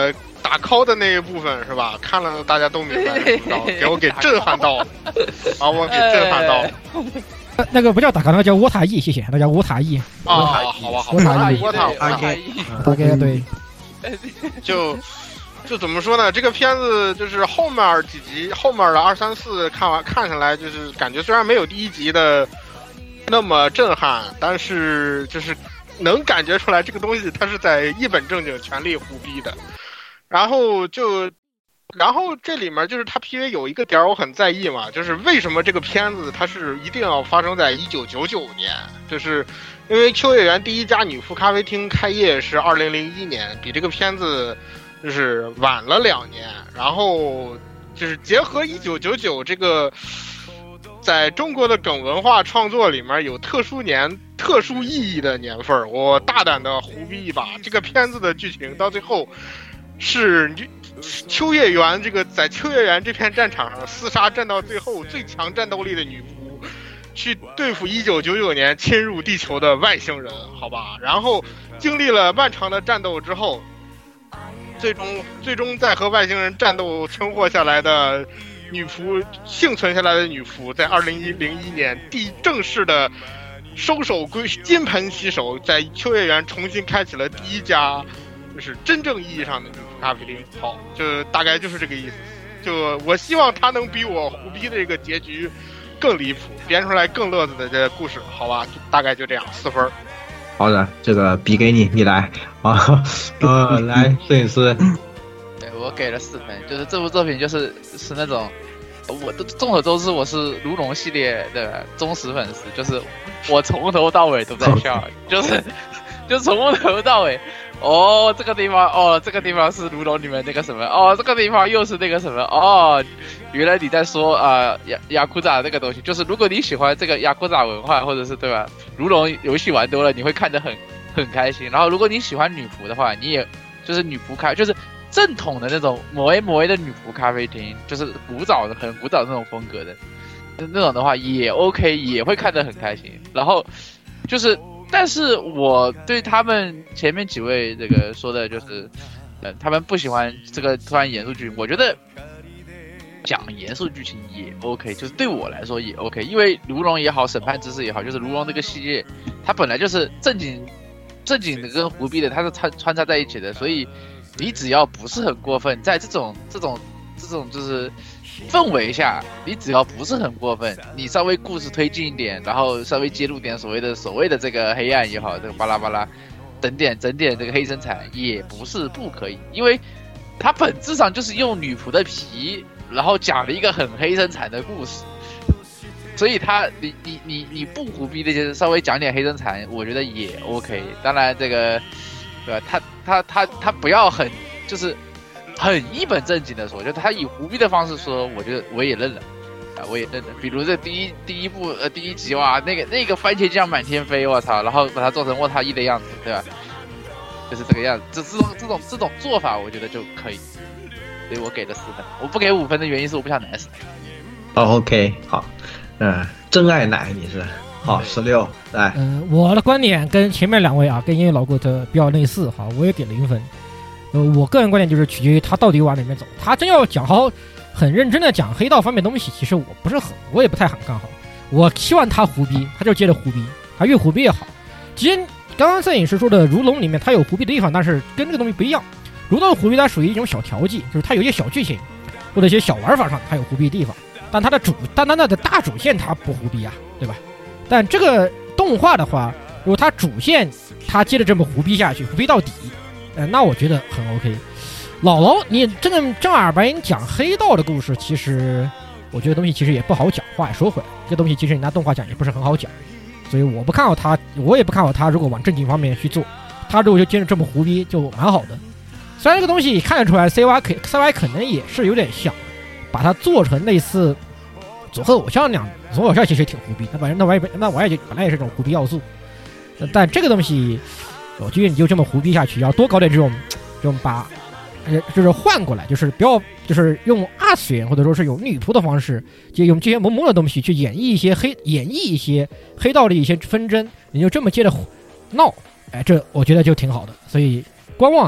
打 call 的那一部分是吧？看了大家都明白，给我给震撼到了，把我给震撼到了。 那个不叫打 call， 那个叫沃塔 E， 谢谢，那叫沃塔 E。 啊，好吧，好吧， 沃塔 E， 沃塔 E， 大概对。 就就怎么说呢？这个片子就是后面几集，后面的二三四看完看下来，就是感觉虽然没有第一集的那么震撼，但是就是能感觉出来这个东西它是在一本正经全力胡逼的。然后就，然后这里面就是它 P V 有一个点我很在意嘛，就是为什么这个片子它是一定要发生在一九九九年，就是因为秋叶原第一家女仆咖啡厅开业是二零零一年，比这个片子就是晚了两年，然后就是结合一九九九这个在中国的梗文化创作里面有特殊年特殊意义的年份，我大胆的胡逼一把，这个片子的剧情到最后是秋叶原这个在秋叶原这片战场上厮杀战到最后最强战斗力的女仆去对付一九九九年侵入地球的外星人，好吧，然后经历了漫长的战斗之后，最终最终在和外星人战斗存活下来的女仆幸存下来的女仆，在二零零一年第正式的收手归金盆洗手，在秋叶原重新开启了第一家就是真正意义上的女仆咖啡厅。好，就大概就是这个意思。就我希望他能比我胡逼的这个结局更离谱，编出来更乐子的这个故事，好吧？就大概就这样，四分。 好的，这个笔给你，你来啊，呃，来，摄影师。 对，我给了四分，就是这部作品就是是那种，我都众所周知我是如龙系列的忠实粉丝，就是我从头到尾都在笑，就是就从头到尾，哦，这个地方，哦，这个地方是如龙里面那个什么，哦，这个地方又是那个什么，哦，原来你在说啊雅雅库扎这个东西，就是如果你喜欢这个雅库扎文化，或者是对吧，如龙游戏玩多了，你会看得很很开心。然后如果你喜欢女仆的话，你也就是女仆咖，就是正统的那种摩 A 摩 A 的女仆咖啡厅，就是古早的很古早的那种风格的那种的话也 OK， 也会看得很开心。然后就是。但是我对他们前面几位这个说的就是，呃，他们不喜欢这个突然严肃剧情，我觉得讲严肃剧情也 OK， 就是对我来说也 OK， 因为如龙也好，审判之士也好，就是如龙这个系列，它本来就是正经正经的跟胡逼的，它是穿穿插在一起的，所以你只要不是很过分，在这种这种这种就是氛围下，你只要不是很过分，你稍微故事推进一点，然后稍微揭露点所谓的所谓的这个黑暗也好，这个巴拉巴拉，整点整点这个黑生产也不是不可以，因为它本质上就是用女仆的皮，然后讲了一个很黑生产的故事，所以他你你你你不胡逼的，就是稍微讲点黑生产，我觉得也 OK。当然这个对吧？他他他他不要很就是。很一本正经的说，就他以胡逼的方式说，我觉得我也认了，啊，我也认了。比如这第一第一部呃第一集哇，那个那个番茄酱满天飞，我操，然后把它做成沃塔伊的样子，对吧？就是这个样子，这这种这种这种做法，我觉得就可以，所以我给了四分。我不给五分的原因是我不想奶死。 哦 ，OK， 好，嗯，真爱奶你是好十六，来， 嗯、呃，我的观点跟前面两位啊，跟烟雨老顾的比较类似，哈，我也给零分。呃，我个人观点就是取决于他到底往哪边走。他真要讲好，很认真的讲黑道方面东西，其实我不是很，我也不太很看好。我希望他胡逼，他就接着胡逼，他越胡逼越好。其实刚刚摄影师说的如龙里面，他有胡逼的地方，但是跟这个东西不一样。如龙的胡逼它属于一种小调剂，就是它有一些小剧情或者一些小玩法上，它有胡逼的地方，但它的主单单的大主线它不胡逼啊，对吧？但这个动画的话，如果它主线它接着这么胡逼下去，胡逼到底。呃，那我觉得很 OK。姥姥，你真的正儿八经讲黑道的故事，其实我觉得东西其实也不好讲。话也说回来，这个东西其实你拿动画讲也不是很好讲，所以我不看好他，我也不看好他。如果往正经方面去做，他如果就接着这么胡逼，就蛮好的。虽然这个东西看得出来 ，C Y 可 C Y 可能也是有点想把它做成类似佐贺偶像那样的。佐贺偶像其实也挺胡逼，那本来那玩意那玩意本来也是这种胡逼要素，但这个东西。我觉得你就这么胡逼下去，要多搞点这种，这种把，就是换过来，就是不要，就是用二次元或者说是用女仆的方式，就用这些萌萌的东西去演绎一些黑，演绎一些黑道的一些纷争，你就这么接着闹，哎，这我觉得就挺好的，所以观望点，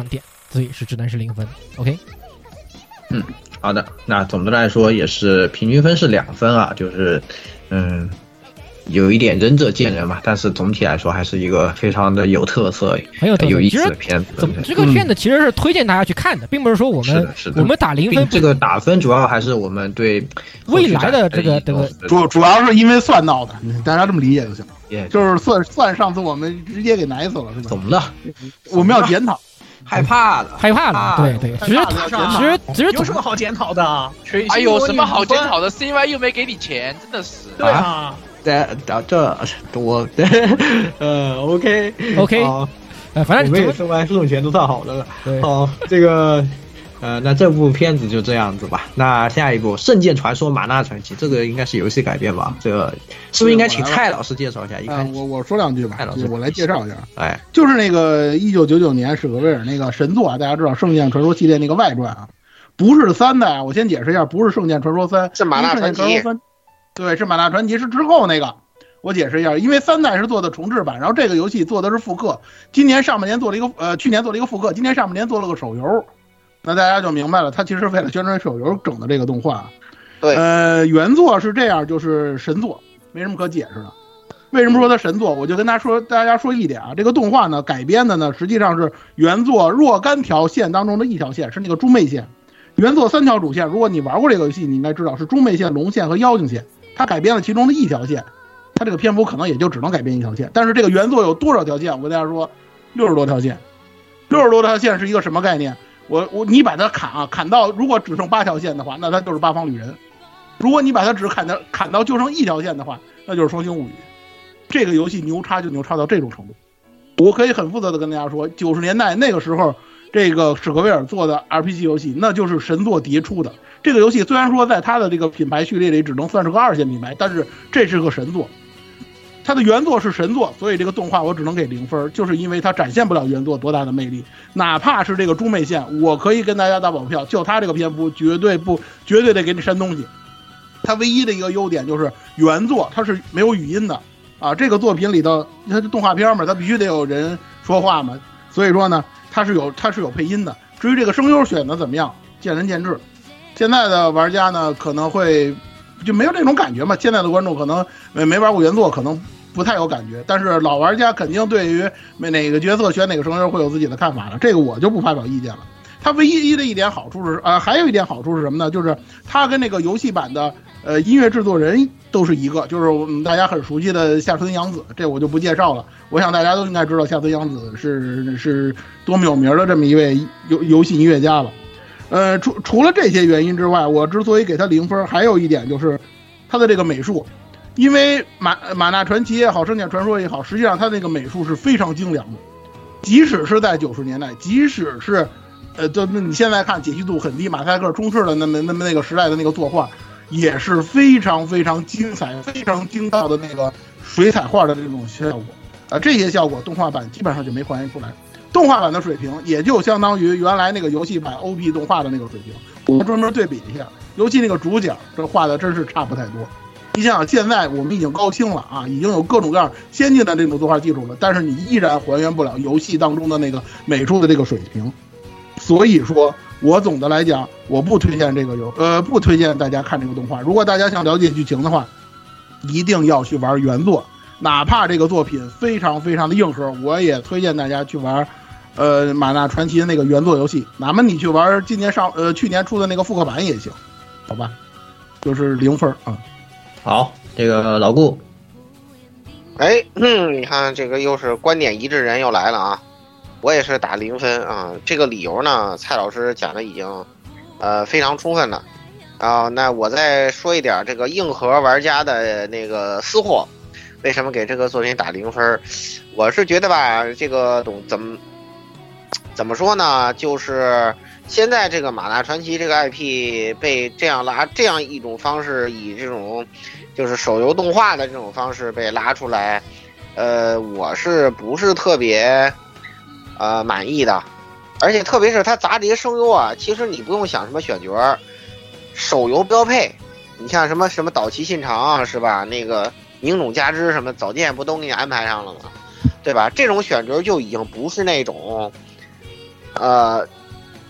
所以是只能是零分。OK， 嗯，好的，那总的来说也是平均分是两分啊，就是嗯。有一点仁者见仁嘛，但是总体来说还是一个非常的有特色、 很有特色有意思的片子。 怎么这个片子其实是推荐大家去看的，并不是说我们我们打零分。 这个打分主要还是我们对未来的这个这个主主要是因为算到的，大家这么理解就行。 Yeah, 就是算算上次我们直接给奶死了，是吧？ 怎么了？ 我们要检讨。 害怕了， 害怕了，对对，其实其实其实有什么好检讨的？ 哎呦，什么好检讨的 ？C Y 又没给你钱，真的是。 对啊。 这这我呃 OK OK， 呃，反正我们也收完这种钱都算好的了。对，好，这个呃，那这部片子就这样子吧。那下一部《圣剑传说：玛纳传奇》，这个应该是游戏改编吧？这个是不是应该请蔡老师介绍一下？一看、 呃、我我说两句吧， 蔡老师， 我来介绍一下。 哎， 就是那个一九九九年史克威尔那个神作啊，大家知道《圣剑传说》系列那个外传啊，不是三代，我先解释一下，不是《圣剑传说三》， 是《玛纳传奇》。 对，是《玛纳传奇》，是之后那个。我解释一下，因为三代是做的重制版，然后这个游戏做的是复刻。今年上半年做了一个，呃，去年做了一个复刻，今年上半年做了个手游。那大家就明白了，他其实为了宣传手游整的这个动画。 对， 呃，原作是这样，就是神作，没什么可解释的。为什么说它神作？我就跟大家说，大家说一点啊，这个动画呢改编的呢，实际上是原作若干条线当中的一条线，是那个猪妹线。原作三条主线，如果你玩过这个游戏，你应该知道是猪妹线、龙线和妖精线。它改编了其中的一条线，它这个篇幅可能也就只能改编一条线。但是这个原作有多少条线？我跟大家说，六十多条线。六十多条线是一个什么概念？我我你把它砍啊，砍到如果只剩八条线的话，那它就是八方旅人；如果你把它只砍到砍到就剩一条线的话，那就是双星物语。这个游戏牛叉就牛叉到这种程度。我可以很负责的跟大家说，九十年代那个时候，这个史克威尔做的 R P G 游戏，那就是神作迭出的。这个游戏虽然说在它的这个品牌序列里只能算是个二线品牌，但是这是个神作。它的原作是神作，所以这个动画我只能给零分，就是因为它展现不了原作多大的魅力。哪怕是这个猪妹线，我可以跟大家打保票，就它这个篇幅绝对不绝对得给你删东西。它唯一的一个优点就是原作它是没有语音的啊，这个作品里头它是动画片嘛，它必须得有人说话嘛，所以说呢，它是有它是有配音的。至于这个声优选的怎么样，见仁见智。现在的玩家呢可能会就没有这种感觉嘛，现在的观众可能没没玩过原作，可能不太有感觉，但是老玩家肯定对于哪个角色选哪个声优会有自己的看法了，这个我就不发表意见了。它唯一的一点好处是，呃，还有一点好处是什么呢？就是它跟那个游戏版的呃音乐制作人都是一个，就是我们大家很熟悉的下村洋子，这我就不介绍了。我想大家都应该知道下村洋子是是多么有名的这么一位游游戏音乐家了。呃，除除了这些原因之外，我之所以给他零分，还有一点就是他的这个美术，因为马马纳传奇也好，圣剑传说也好，实际上他那个美术是非常精良的，即使是在九十年代，即使是呃，就你现在看解析度很低，马赛克充斥的那么那么那个时代的那个作画，也是非常非常精彩、非常精到的那个水彩画的这种效果啊、呃，这些效果动画版基本上就没还原出来。动画版的水平也就相当于原来那个游戏版 O P 动画的那个水平，我专门对比一下，尤其那个主角这画的真是差不太多。你想想，现在我们已经高清了啊，已经有各种各样先进的这种作画技术了，但是你依然还原不了游戏当中的那个美术的这个水平。所以说，我总的来讲，我不推荐这个游，呃，不推荐大家看这个动画。如果大家想了解剧情的话，一定要去玩原作，哪怕这个作品非常非常的硬核，我也推荐大家去玩。呃，马纳传奇的那个原作游戏，哪怕你去玩今年上呃去年出的那个复刻版也行，好吧？就是零分啊。 好，这个老顾， 哎，嗯，你看这个又是观点一致人又来了啊！我也是打零分啊。这个理由呢，蔡老师讲的已经呃非常充分了啊。那我再说一点这个硬核玩家的那个私货，为什么给这个作品打零分？我是觉得吧，这个懂怎么。怎么说呢？就是现在这个马纳传奇这个 I P 被这样拉，这样一种方式，以这种就是手游动画的这种方式被拉出来，呃，我是不是特别呃满意的？而且特别是他砸这些声优啊，其实你不用想什么选角，手游标配。你像什么什么岛崎信长啊，是吧？那个明冢佳织什么早见不都给你安排上了吗？对吧？这种选角就已经不是那种。呃，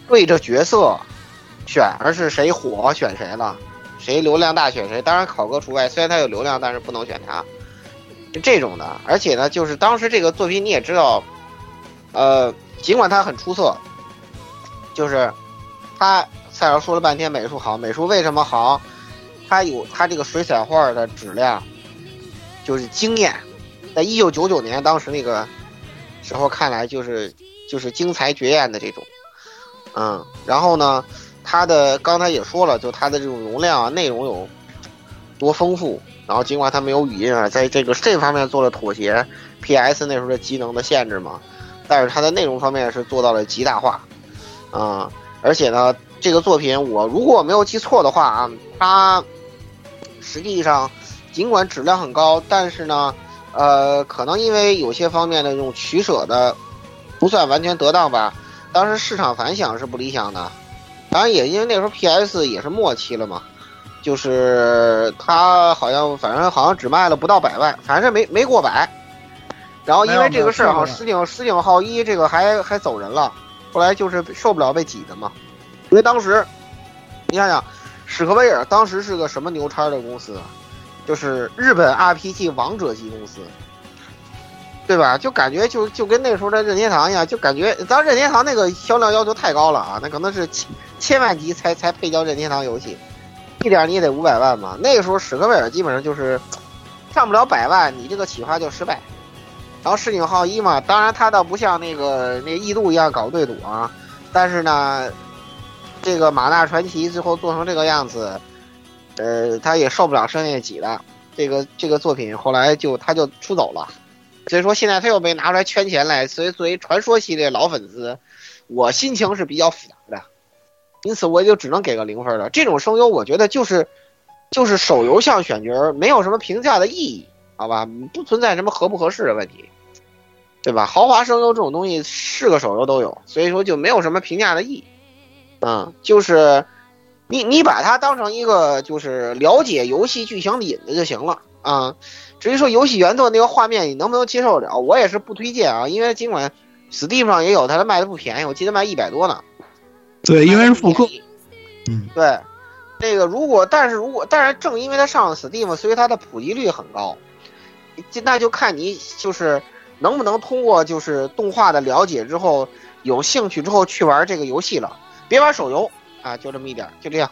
对着角色选，而是谁火选谁了，谁流量大选谁。当然考哥除外，虽然他有流量，但是不能选他。就这种的，而且呢，就是当时这个作品你也知道，呃，尽管它很出色，就是他赛老说了半天美术好，美术为什么好？它有它这个水彩画的质量，就是惊艳，在一九九九年当时那个时候看来就是就是精彩绝艳的这种，嗯，然后呢，它的刚才也说了，就它的这种容量啊，内容有多丰富。然后尽管它没有语音啊，在这个这方面做了妥协 ，P S 那时候的机能的限制嘛，但是它的内容方面是做到了极大化，啊、嗯，而且呢，这个作品我如果我没有记错的话啊，它实际上尽管质量很高，但是呢，呃，可能因为有些方面的这种取舍的不算完全得当吧，当时市场反响是不理想的，当然也因为那时候 P S 也是末期了嘛。就是他好像反正好像只卖了不到百万，反正没没过百。然后因为这个事儿哈，石井石井浩一这个还还走人了，后来就是受不了被挤的嘛。因为当时你想想，史克威尔当时是个什么牛叉的公司，就是日本 R P G 王者级公司，对吧？就感觉就就跟那时候的任天堂一样，就感觉当任天堂那个销量要求太高了啊，那可能是千千万级才才配叫任天堂游戏。一点你也得五百万嘛，那个时候史克威尔基本上就是上不了百万，你这个企划就失败。然后石井浩一嘛，当然他倒不像那个那异度一样搞对赌啊，但是呢，这个马纳传奇最后做成这个样子，呃，他也受不了商业挤的，这个这个作品后来就他就出走了，所以说现在他又被拿出来圈钱来，所以作为传说系列老粉丝，我心情是比较复杂的。因此我也就只能给个零分了。这种声优我觉得就是就是手游向选角，没有什么评价的意义，好吧，不存在什么合不合适的问题，对吧？豪华声优这种东西是个手游都有，所以说就没有什么评价的意义。嗯，就是你你把它当成一个就是了解游戏剧情的引子就行了啊。至于说游戏原作那个画面你能不能接受了，我也是不推荐啊，因为尽管 Steam 上也有，它卖的不便宜，我记得卖一百多呢。 对，因为是复刻。嗯， 对，那个如果，但是如果，但是正因为它上了 Steam， 所以它的普及率很高。那就看你就是能不能通过就是动画的了解之后，有兴趣之后去玩这个游戏了，别玩手游啊，就这么一点，就这样。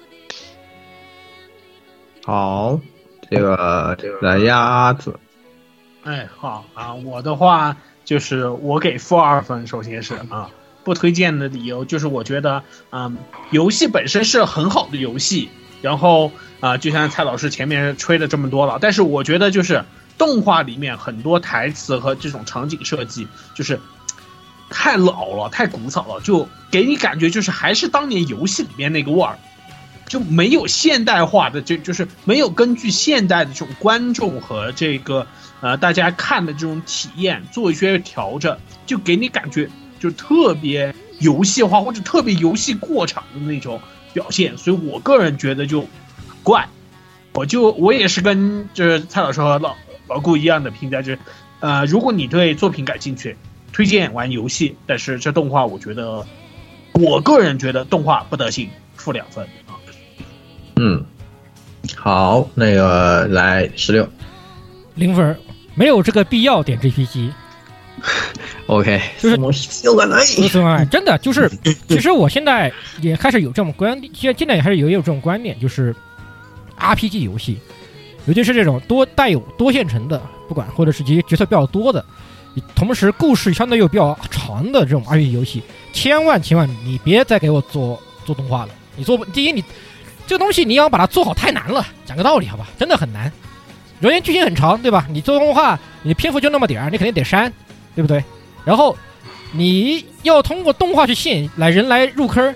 好，这个这个来鸭子。 哎，好啊，我的话就是我给负二分，首先是啊。不推荐的理由就是我觉得，嗯，游戏本身是很好的游戏，然后啊、呃，就像蔡老师前面吹了这么多了，但是我觉得就是动画里面很多台词和这种场景设计就是太老了，太古早了，就给你感觉就是还是当年游戏里面那个味儿，就没有现代化的，就就是没有根据现代的这种观众和这个呃大家看的这种体验做一些调整，就给你感觉。就特别游戏化或者特别游戏过场的那种表现，所以我个人觉得就怪。我就我也是跟就是蔡老师和老老顾一样的评价，就是呃，如果你对作品感兴趣，推荐玩游戏，但是这动画我觉得，我个人觉得动画不得行，负两分啊。 嗯，好，那个来十六， 零分，没有这个必要点 G P G。OK， 就是真的就是，其实我现在也开始有这种观，现现在也还是有有这种观念，就是 R P G 游戏，尤其是这种多带有多线程的，不管或者是角角色比较多的，同时故事相对又比较长的这种 R P G 游戏，千万千万你别再给我做做动画了。你做第一，你这个东西你要把它做好太难了，讲个道理好吧，真的很难。首先剧情很长，对吧？你做动画，你篇幅就那么点儿，你肯定得删。对不对？然后你要通过动画去吸引来人来入坑，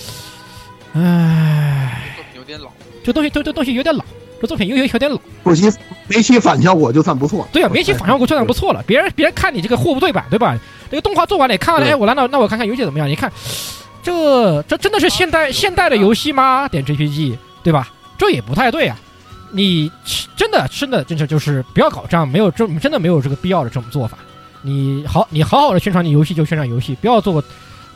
唉， 有点老。 这东西，这这东西有点老，这作品有有有点老。 不起，没起反效果就算不错。 对啊，没起反效果就算不错了。别人别人看你这个货不对版，对吧？这个动画做完了，看完了，哎，我难道那我看看游戏怎么样？你看，这这真的是现代现代的游戏吗？点 G P G， 对吧？这也不太对啊。你真的真的真的就是不要搞这样，没有这真的没有这个必要的这种做法。你好，你好好的宣传你游戏就宣传游戏，不要做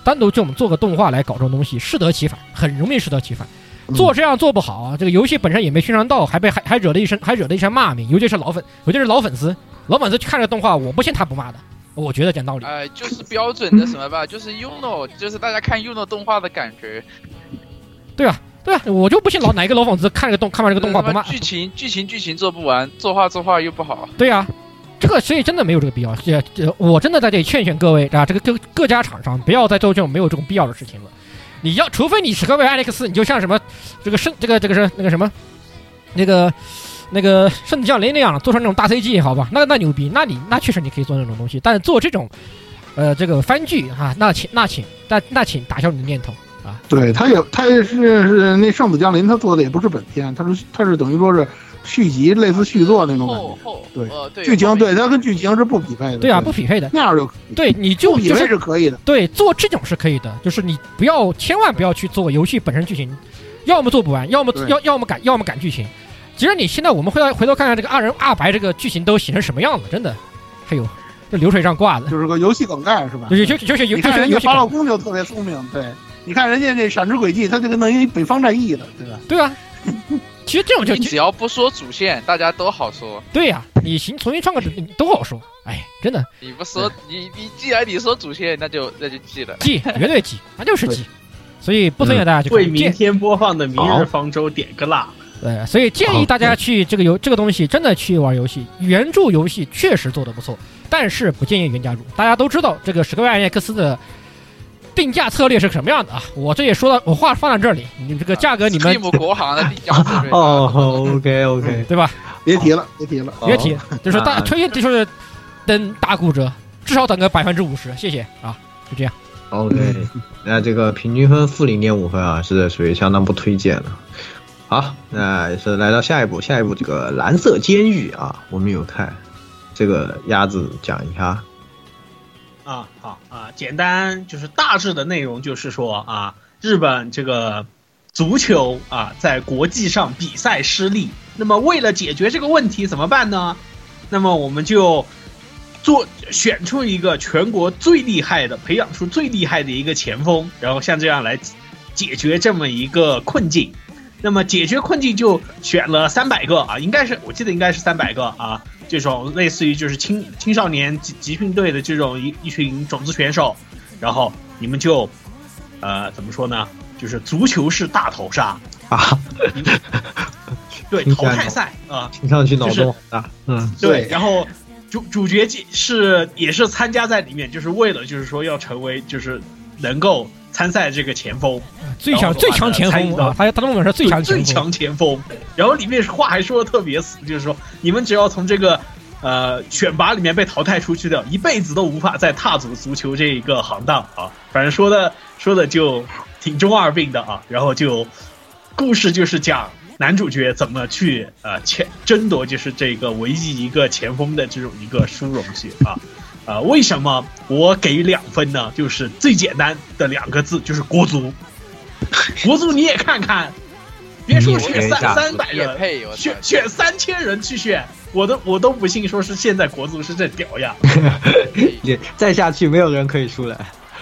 单独就我们做个动画来搞这种东西，适得其反，很容易适得其反。做这样做不好，这个游戏本身也没宣传到，还被还还惹了一身还惹了一身骂名，尤其是老粉，尤其是老粉丝，老粉丝看这个动画，我不信他不骂的，我觉得讲道理。 呃，就是标准的什么吧，就是 Uno， 就是大家看 Uno 动画的感觉。 对啊，对啊，我就不信老哪一个老粉丝看这个动看完这个动画不骂。 剧情剧情剧情做不完，作画作画又不好。 对啊。这个所以真的没有这个必要，这这我真的在这里劝劝各位啊，这个各各家厂商不要再做这种没有这种必要的事情了。你要除非你史克威尔艾利克斯，你就像什么这个圣这个这个是那个什么那个那个圣子降临那样做成那种大 C G 好吧，那那牛逼，那你那确实你可以做那种东西，但是做这种呃这个番剧啊，那请那请那那请打消你的念头啊。 对，他也他也是是那圣子降临，他做的也不是本片，他是他是等于说是。续集类似续作那种感觉，对， 呃、对剧情对它跟剧情是不匹配的， 对啊，不匹配的， 那样就对，你就匹配是可以的， 对，做这种是可以的，就是你不要千万不要去做游戏本身剧情，要么做不完，要么要要么改，要么改剧情。其实你现在我们回头回头看看这个二人二白这个剧情都写成什么样子，真的，还有这流水上挂的， 就是个游戏梗概是吧？ 就就就是你看人家法老公就特别聪明，对，你看人家这闪之轨迹，他就跟弄一北方战役的，对吧？ 对啊。其实这种就你只要不说主线，大家都好说。 对呀、啊，你行重新创个都好说。哎，真的。 你不说，你你既然你说主线，那就那就记了。 记，绝对记，那就是记。所以不推荐大家去看。 为明天播放的《明日方舟》点个蜡。 对，所以建议大家去这个游这个东西真的去玩游戏。原著游戏确实做得不错，但是不建议原价入。大家都知道这个史克威尔艾尼克斯的。定价策略是什么样的啊？我这也说到，我话放在这里，你这个价格你们。 蒂姆国行的定价策略。 哦 ，OK OK， 对吧？ 别提了，别提了， 别提，就是大推荐就是等打骨折，至少等个百分之五十，谢谢啊，就这样。 OK， 那这个平均分负零点五分啊，是属于相当不推荐了。好，那是来到下一步，下一步这个蓝色监狱啊，我们有看，这个鸭子讲一下。 啊，好啊，简单就是大致的内容就是说啊，日本这个足球啊在国际上比赛失利，那么为了解决这个问题怎么办呢？那么我们就做选出一个全国最厉害的，培养出最厉害的一个前锋，然后像这样来解决这么一个困境。那么解决困境就选了三百个啊，应该是我记得应该是三百个啊。这种类似于就是青青少年集集训队的这种一一群种子选手，然后你们就，呃，怎么说呢？就是足球式大屠杀啊， 对，淘汰赛啊， 听上去脑洞大，嗯， 对，然后主主角是也是参加在里面，就是为了就是说要成为就是能够参赛这个前锋， 最强最强前锋啊，他他的梦想是最强最强前锋。然后里面话还说的特别死，就是说你们只要从这个呃选拔里面被淘汰出去的，一辈子都无法再踏足足球这一个行当啊。反正说的说的就挺中二病的啊。然后就故事就是讲男主角怎么去呃前争夺就是这个唯一一个前锋的这种一个殊荣去啊。呃，为什么我给两分呢？就是最简单的两个字，就是国足。国足你也看看，别说选三三百人，选选三千人去选，我都我都不信说是现在国足是这屌呀。 再下去没有人可以出来。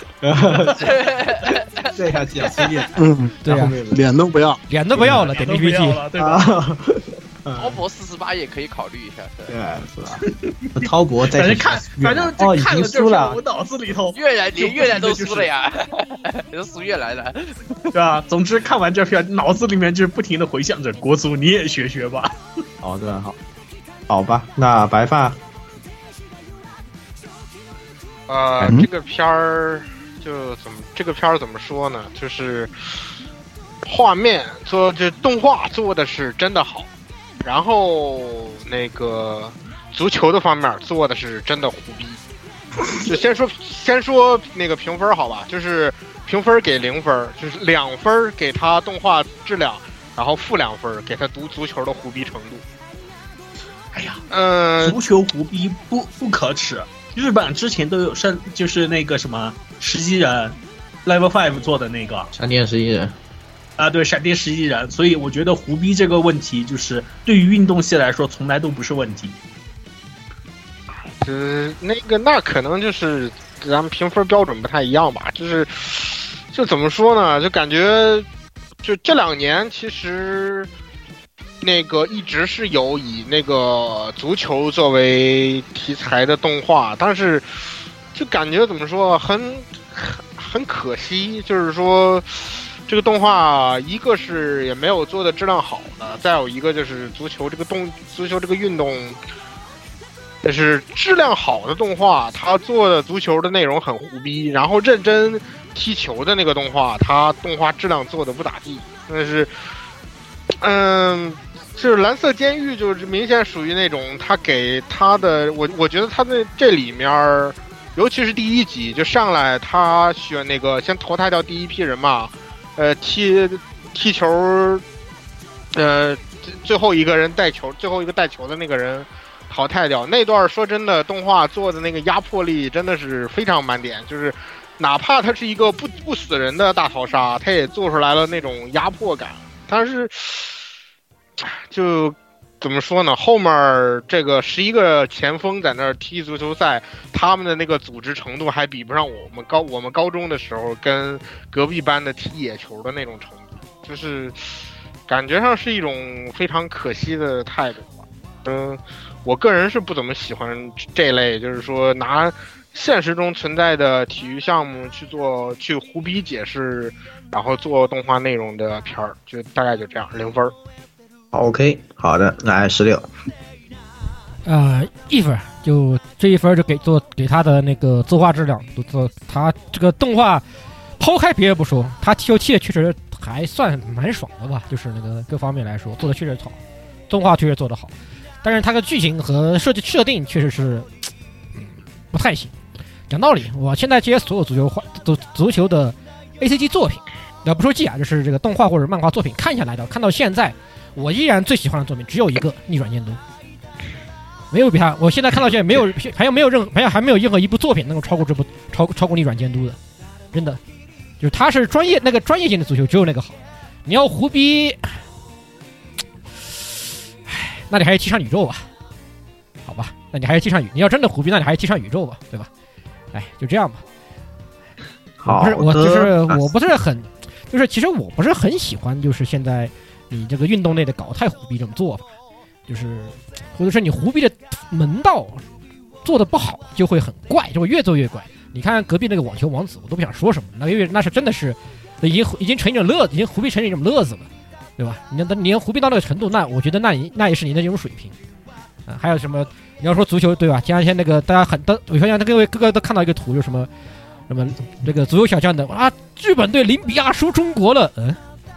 再下去啊，随便。 嗯，对呀，脸都不要， 脸都不要了，点 P P T 了，对吧？ 滔博四十八也可以考虑一下， 对，是吧？滔博在反正看，反正哦已经输了， 我脑子里头越南连越南都输了呀，都输越南了， 对吧？总之看完这片，脑子里面就是不停的回想着国足，你也学学吧。 好的，好，好吧，那白发， 呃，这个片儿就怎么这个片儿怎么说呢？就是画面做这动画做的是真的好。然后那个足球的方面做的是真的胡逼，就先说先说那个评分好吧，就是评分给零分，就是两分给他动画质量，然后负两分给他读足球的胡逼程度。 哎呀， 嗯， 足球胡逼不不可耻，日本之前都有上就是那个什么十一人 Level Five 做的那个闪电十一人。 啊，对，闪电十一人，所以我觉得胡逼这个问题，就是对于运动系来说，从来都不是问题。 就是那个那可能就是咱们评分标准不太一样吧，就是就怎么说呢，就感觉就这两年其实那个一直是有以那个足球作为题材的动画，但是就感觉怎么说很很很可惜，就是说这个动画一个是也没有做的质量好的，再有一个就是足球这个动足球这个运动，就是质量好的动画，它做的足球的内容很胡逼，然后认真踢球的那个动画，它动画质量做的不咋地，但是嗯。就是蓝色监狱，就是明显属于那种他给他的，我我觉得他的这里面，尤其是第一集就上来，他选那个先淘汰掉第一批人嘛，呃，踢踢球，呃，最后一个人带球，最后一个带球的那个人淘汰掉那段，说真的，动画做的那个压迫力真的是非常满点，就是哪怕他是一个不不死人的大逃杀，他也做出来了那种压迫感，但是。就怎么说呢？后面这个十一个前锋在那儿踢足球赛，他们的那个组织程度还比不上我们高我们高中的时候跟隔壁班的踢野球的那种程度，就是感觉上是一种非常可惜的态度吧。嗯，我个人是不怎么喜欢这类，就是说拿现实中存在的体育项目去做去胡逼解释，然后做动画内容的片儿，就大概就这样，零分。 OK， 好的，来十六。 呃，一分，就这一分就给做给他的那个作画质量，做他这个动画，抛开别的不说，他踢球踢的确实还算蛮爽的吧，就是那个各方面来说做的确实好，动画确实做得好，但是他的剧情和设计设定确实是，嗯，不太行。讲道理，我现在这些所有足球画足足球的 A C G 作品，要不说 G 啊，就是这个动画或者漫画作品看下来的，看到现在。我依然最喜欢的作品只有一个《逆转监督》，没有比他。我现在看到现在没有，还有没有任何，还有还没有任何一部作品能够超过这部超超过《逆转监督》的，真的，就是他是专业那个专业性的足球，只有那个好。你要胡逼，唉，那你还是踢上宇宙吧，好吧？那你还是踢上宇，你要真的胡逼，那你还是踢上宇宙吧，对吧？哎，就这样吧。 好， 不是我就是我不是很，就是其实我不是很喜欢，就是现在。你这个运动类的搞太胡逼这种做法，就是或者是你胡逼的门道做的不好，就会很怪，就会越做越怪。你看隔壁那个网球王子，我都不想说什么，那个那是真的是已经已经成一种乐子，已经胡逼成一种乐子了，对吧？你你连胡逼到那个程度，那我觉得那你那也是你的这种水平啊。还有什么？你要说足球对吧？前两天那个大家很的，我发现各位各个都看到一个图，就什么什么这个足球小将的啊，日本队零比二输中国了，嗯。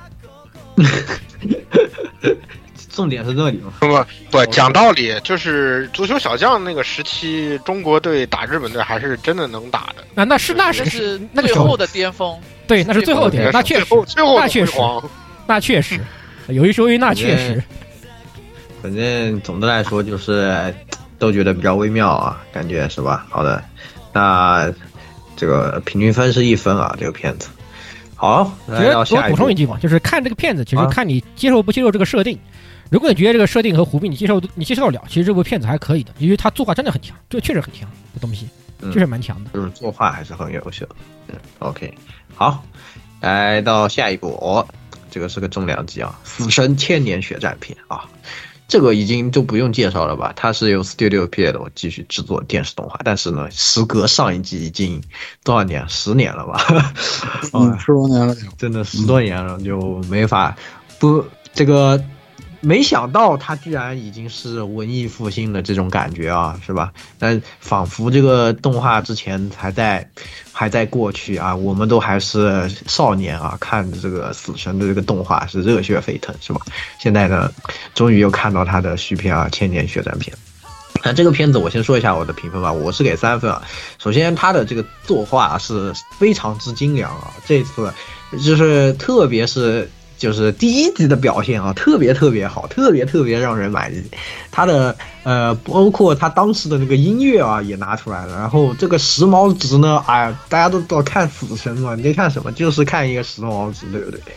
重点是这里吗？ 不不，讲道理，就是足球小将那个时期，中国队打日本队还是真的能打的。 啊，那是那是是那个最后的巅峰， 对，那是最后的巅峰，那确实，那确实，那确实，有一说一，那确实。 反正总的来说就是都觉得比较微妙啊，感觉是吧？好的，那这个平均分是一分啊，这个片子。好，来到下一步。 我补充一句嘛，就是看这个片子，其实看你接受不接受这个设定。如果你觉得这个设定和胡逼你接受你接受得了，其实这部片子还可以的，因为它作画真的很强，这确实很强的东西，确实蛮强的。 就是作画还是很优秀。嗯 ，OK， 好，来到下一步，哦，这个是个重量级啊，《死神千年血战篇》啊。这个已经就不用介绍了吧？它是由 Studio Pierrot 继续制作电视动画，但是呢，时隔上一季已经多少年？十年了吧？ 嗯，十多年了， 真的十多年了，就没法不这个。没想到他居然已经是文艺复兴的这种感觉啊，是吧？但仿佛这个动画之前还在还在过去啊，我们都还是少年啊，看这个死神的这个动画是热血沸腾，是吧？现在呢，终于又看到他的续篇啊，千年血战篇。那这个片子我先说一下我的评分吧，我是给三分啊。首先他的这个作画是非常之精良啊，这次就是特别是。就是第一集的表现啊，特别特别好，特别特别让人满意。他的呃，包括他当时的那个音乐啊，也拿出来了。然后这个时髦值呢，哎呀，大家都知道看死神嘛，你在看什么？就是看一个时髦值，对不对？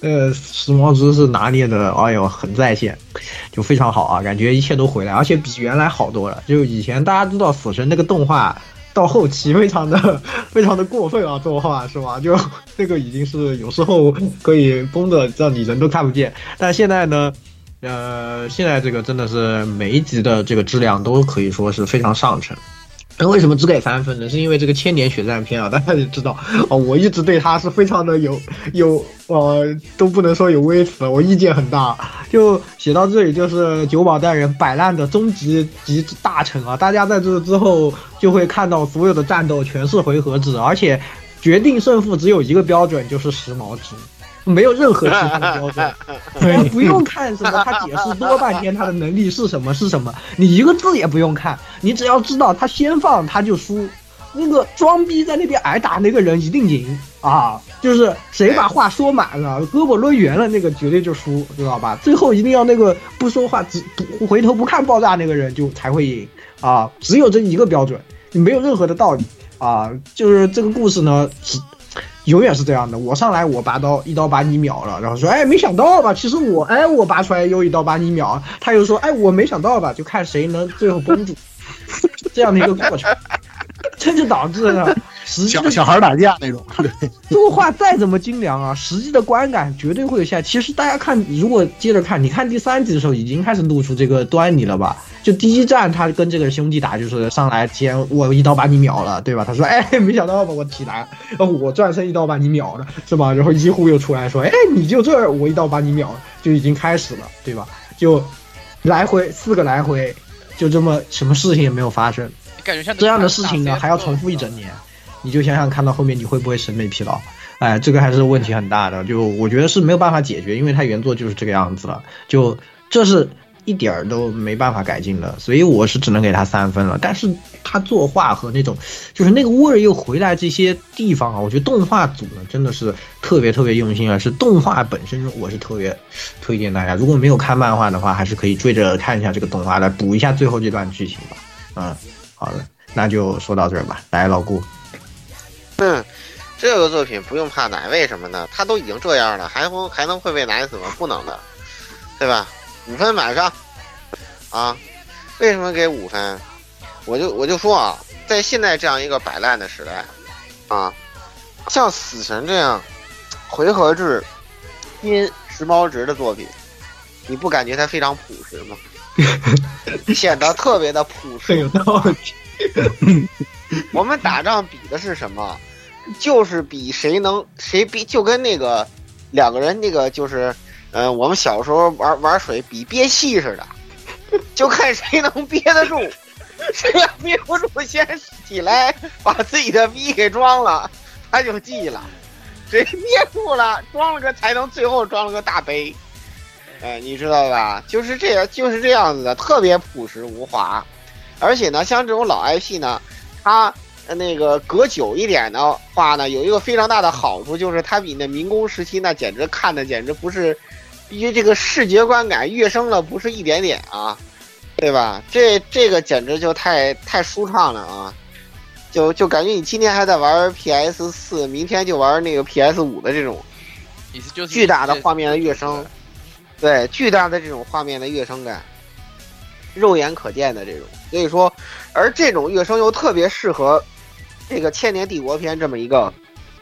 呃，时髦值是拿捏的，哎呦，很在线，就非常好啊，感觉一切都回来，而且比原来好多了。就以前大家知道死神那个动画到后期非常的非常的过分啊，动画是吧？就那个已经是有时候可以崩的让你人都看不见，但现在呢，呃，现在这个真的是每一集的这个质量都可以说是非常上乘。那为什么只给三分呢？是因为这个千年血战篇啊，大家也知道哦，我一直对他是非常的有有呃，都不能说有微词，我意见很大。就写到这里，就是九保带人摆烂的终极极大成啊！大家在这之后就会看到所有的战斗全是回合制，而且决定胜负只有一个标准，就是时髦值。没有任何其他的标准，对，不用看什么他解释多半天他的能力是什么是什么，你一个字也不用看，你只要知道他先放他就输，那个装逼在那边挨打那个人一定赢啊，就是谁把话说满了，胳膊抡圆了那个绝对就输，知道吧？最后一定要那个不说话只不回头不看爆炸那个人就才会赢啊，只有这一个标准，你没有任何的道理啊，就是这个故事呢只。永远是这样的，我上来我拔刀一刀把你秒了，然后说哎没想到吧，其实我哎我拔出来又一刀把你秒，他又说哎我没想到吧，就看谁能最后绷住，这样的一个过程，这就导致呢实际的小孩打架那种，对， 作画再怎么精良啊，实际的观感绝对会有下。其实大家看，如果接着看，你看第三集的时候已经开始露出这个端倪了吧？就第一战他跟这个兄弟打，就是上来先我一刀把你秒了，对吧？他说哎没想到吧，我起来，然后我转身一刀把你秒了，是吧？然后一护又出来说哎你就这儿，我一刀把你秒了，就已经开始了，对吧？就来回四个来回，就这么什么事情也没有发生。 感觉像这样的事情呢还要重复一整年，你就想想看到后面你会不会审美疲劳？哎，这个还是问题很大的，就我觉得是没有办法解决，因为它原作就是这个样子了，就这是一点儿都没办法改进的，所以我是只能给他三分了。但是他作画和那种就是那个味儿又回来这些地方啊，我觉得动画组呢真的是特别特别用心啊，是动画本身我是特别推荐大家，如果没有看漫画的话，还是可以追着看一下这个动画来补一下最后这段剧情吧。嗯，好的，那就说到这儿吧。来，老顾。 嗯，这个作品不用怕奶，为什么呢？他都已经这样了，还会还能会被奶死吗？不能的，对吧？五分满上啊！为什么给五分？我就我就说啊，在现在这样一个摆烂的时代啊，像死神这样回合制拼时髦值的作品，你不感觉它非常朴实吗？显得特别的朴实， 有道理。 我们打仗比的是什么？就是比谁能谁比，就跟那个两个人那个就是，嗯、呃，我们小时候玩玩水比憋气似的，就看谁能憋得住，谁要憋不住，先起来把自己的逼给装了，他就记了；谁憋住了，装了个才能最后装了个大杯。哎，你知道吧？就是这样，就是这样子的，特别朴实无华。而且呢，像这种老 I P 呢，它那个隔久一点的话呢，有一个非常大的好处，就是它比那民工时期那简直看的简直不是，因为这个视觉观感跃升了不是一点点啊，对吧？这这个简直就太太舒畅了啊！就就感觉你今天还在玩 P S 四，明天就玩那个 P S 五的这种巨大的画面的跃升。对，巨大的这种画面的跃升感，肉眼可见的这种，所以说，而这种跃升又特别适合这个千年帝国篇这么一个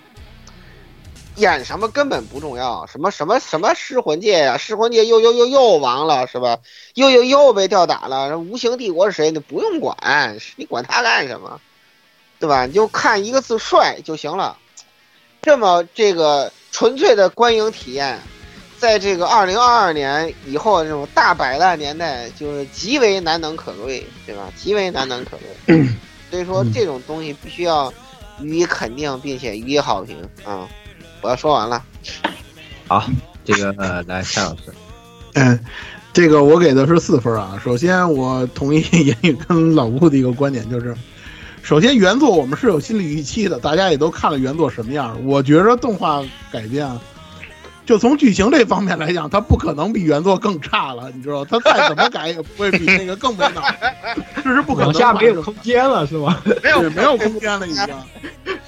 演什么根本不重要，什么什么什么噬魂界呀、啊，噬魂界又又又又亡了是吧？又又又被吊打了，无形帝国是谁？你不用管，你管他干什么？对吧？你就看一个字帅就行了。这么这个纯粹的观影体验。在这个二零二二年以后这种大摆烂年代，就是极为难能可贵，对吧？极为难能可贵。所以说这种东西必须要予以肯定，并且予以好评啊！我要说完了。 好，这个呃，来夏老师。 嗯，这个我给的是四分啊。首先，我同意言语跟老顾的一个观点，就是首先原作我们是有心理预期的，大家也都看了原作什么样。我觉得动画改编啊。就从剧情这方面来讲，它不可能比原作更差了，你知道，它再怎么改也不会比那个更没脑，这是不可能。 往下没有空间了，是吧？ 没有没有空间了，已经。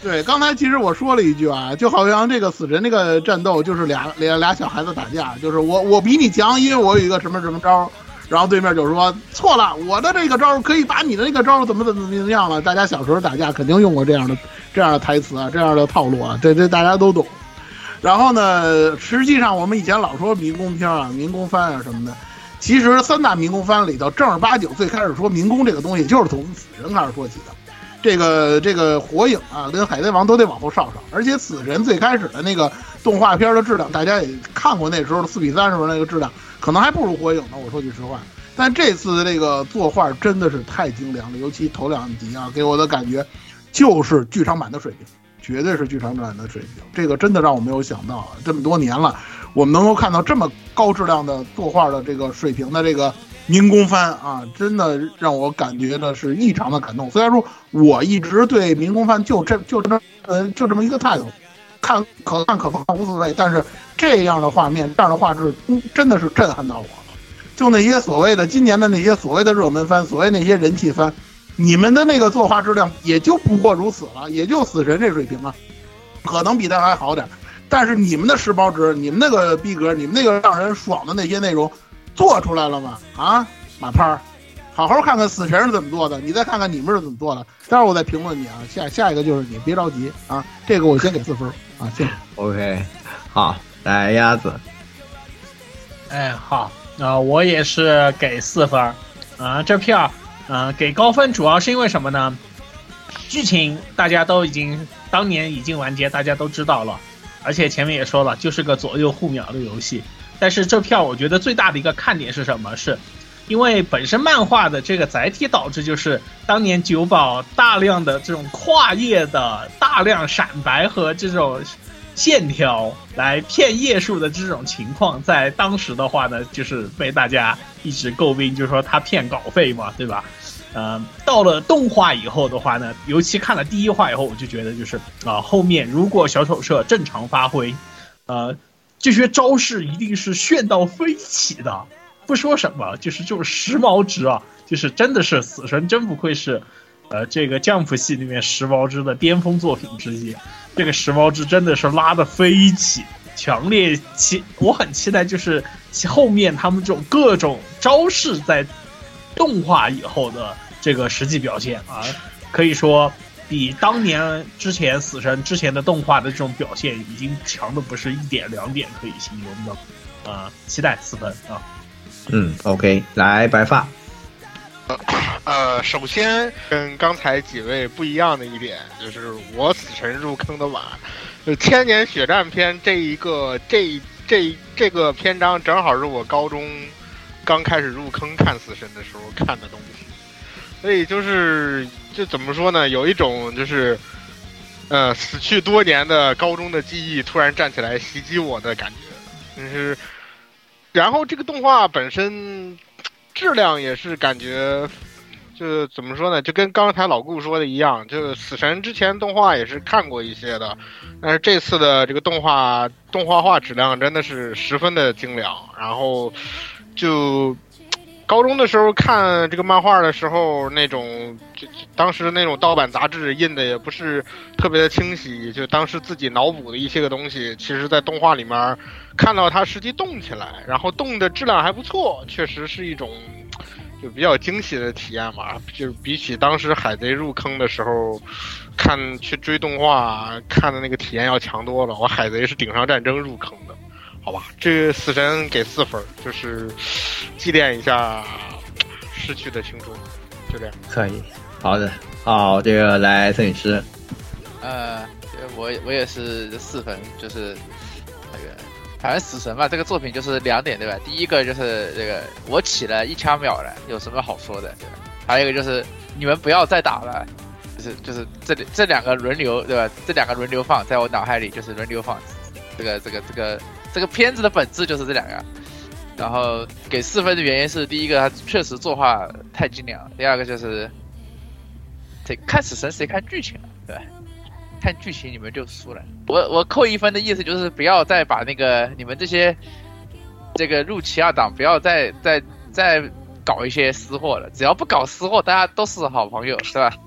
对，刚才其实我说了一句啊，就好像这个死神这个战斗就是俩俩俩小孩子打架，就是我我比你强，因为我有一个什么什么招，然后对面就说错了，我的这个招可以把你的那个招怎么怎么怎么样了。大家小时候打架肯定用过这样的这样的台词啊，这样的套路啊，这这大家都懂。然后呢，实际上我们以前老说民工片啊、民工番啊什么的，其实三大民工番里头正儿八经最开始说民工这个东西，就是从死神开始说起的。这个这个火影啊，跟海贼王都得往后稍稍，而且死神最开始的那个动画片的质量，大家也看过那时候的四比三时候那个质量，可能还不如火影呢。我说句实话，但这次的这个作画真的是太精良了，尤其头两集啊，给我的感觉就是剧场版的水平，绝对是剧场版的水平。这个真的让我没有想到啊，这么多年了，我们能够看到这么高质量的作画的这个水平的这个民工番啊，真的让我感觉的是异常的感动。虽然说我一直对民工番就这就这么呃就这么一个态度，看可看可不看无所谓，但是这样的画面，这样的画质，嗯，真的是震撼到我了。就那些所谓的今年的那些所谓的热门番，所谓那些人气番，你们的那个作画质量也就不过如此了，也就死神这水平啊，可能比他还好点。但是你们的时髦值，你们那个逼格，你们那个让人爽的那些内容。做出来了吗？啊，马潘，好好看看死神是怎么做的，你再看看你们是怎么做的。待会儿我再评论你啊。下下一个就是你，别着急啊。这个我先给四分啊，谢谢。 OK， 好，来鸭子。 哎，好，啊、呃，我也是给四分。啊、呃，这片儿，呃，给高分主要是因为什么呢？剧情大家都已经当年已经完结，大家都知道了，而且前面也说了，就是个左右互秒的游戏。但是这票我觉得最大的一个看点是什么？是因为本身漫画的这个载体导致，就是当年九保大量的这种跨页的大量闪白和这种线条来骗页数的这种情况，在当时的话呢，就是被大家一直诟病，就是说他骗稿费嘛，对吧？呃，到了动画以后的话呢，尤其看了第一话以后，我就觉得就是啊、呃，后面如果小丑社正常发挥，呃。这些招式一定是炫到飞起的，不说什么，就是这种时髦值啊，就是真的是死神真不愧是，呃，这个 Jump 系里面时髦值的巅峰作品之一。这个时髦值真的是拉得飞起，强烈期，我很期待就是后面他们这种各种招式在动画以后的这个实际表现啊，可以说。比当年之前死神之前的动画的这种表现已经强的不是一点两点可以形容的，呃，期待四分啊。 嗯 ，OK， 来白发。 呃，首先跟刚才几位不一样的一点就是我死神入坑的晚，就千年血战篇这一个这这这个篇章正好是我高中刚开始入坑看死神的时候看的东西，所以就是就怎么说呢，有一种就是呃死去多年的高中的记忆突然站起来袭击我的感觉，就是然后这个动画本身质量也是感觉就怎么说呢，就跟刚才老顾说的一样，就死神之前动画也是看过一些的，但是这次的这个动画动画化质量真的是十分的精良。然后就高中的时候看这个漫画的时候，那种就当时那种盗版杂志印的也不是特别的清晰，就当时自己脑补的一些个东西，其实在动画里面看到它实际动起来，然后动的质量还不错，确实是一种就比较惊喜的体验嘛。就是比起当时海贼入坑的时候看去追动画看的那个体验要强多了。我海贼是顶上战争入坑的，好吧，这个死神给四分，就是祭奠一下逝去的青春，就这样。 可以，好的，好，这个来摄影师。 呃，我我也是四分，就是那个，反正死神吧，这个作品就是两点，对吧？第一个就是这个我起了一枪秒了，有什么好说的，对吧？还有一个就是你们不要再打了，就是就是这这两个轮流，对吧？这两个轮流放，在我脑海里就是轮流放，这个这个这个这个片子的本质就是这两个。然后给四分的原因是，第一个它确实作画太精良，第二个就是谁看死神谁看剧情啊，对吧？看剧情你们就输了。我我扣一分的意思就是不要再把那个你们这些这个入奇二党不要再再再搞一些私货了，只要不搞私货，大家都是好朋友，是吧？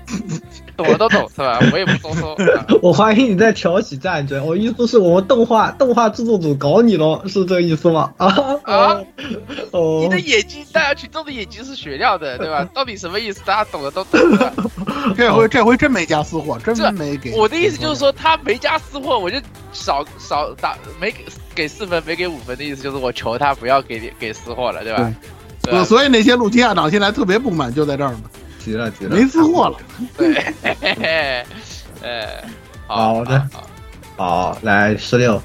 懂的都懂是吧？我也不多说。 我怀疑你在挑起战争，我意思是我们动画动画制作组搞你了，是这个意思吗？啊啊！ 哦， 你的眼睛，大家群众的眼睛是雪亮的，对吧？到底什么意思？大家懂的都懂的。 这回这回真没加私货，真没给。 我的意思就是说，他没加私货，我就少少打没给给四分，没给五分的意思就是我求他不要给给私货了，对吧？ 对对所以那些陆基亚党现在特别不满，就在这儿嘛。 急了急了， 没私货了。 对，嘿嘿嘿，呃， 好的，好，来十六，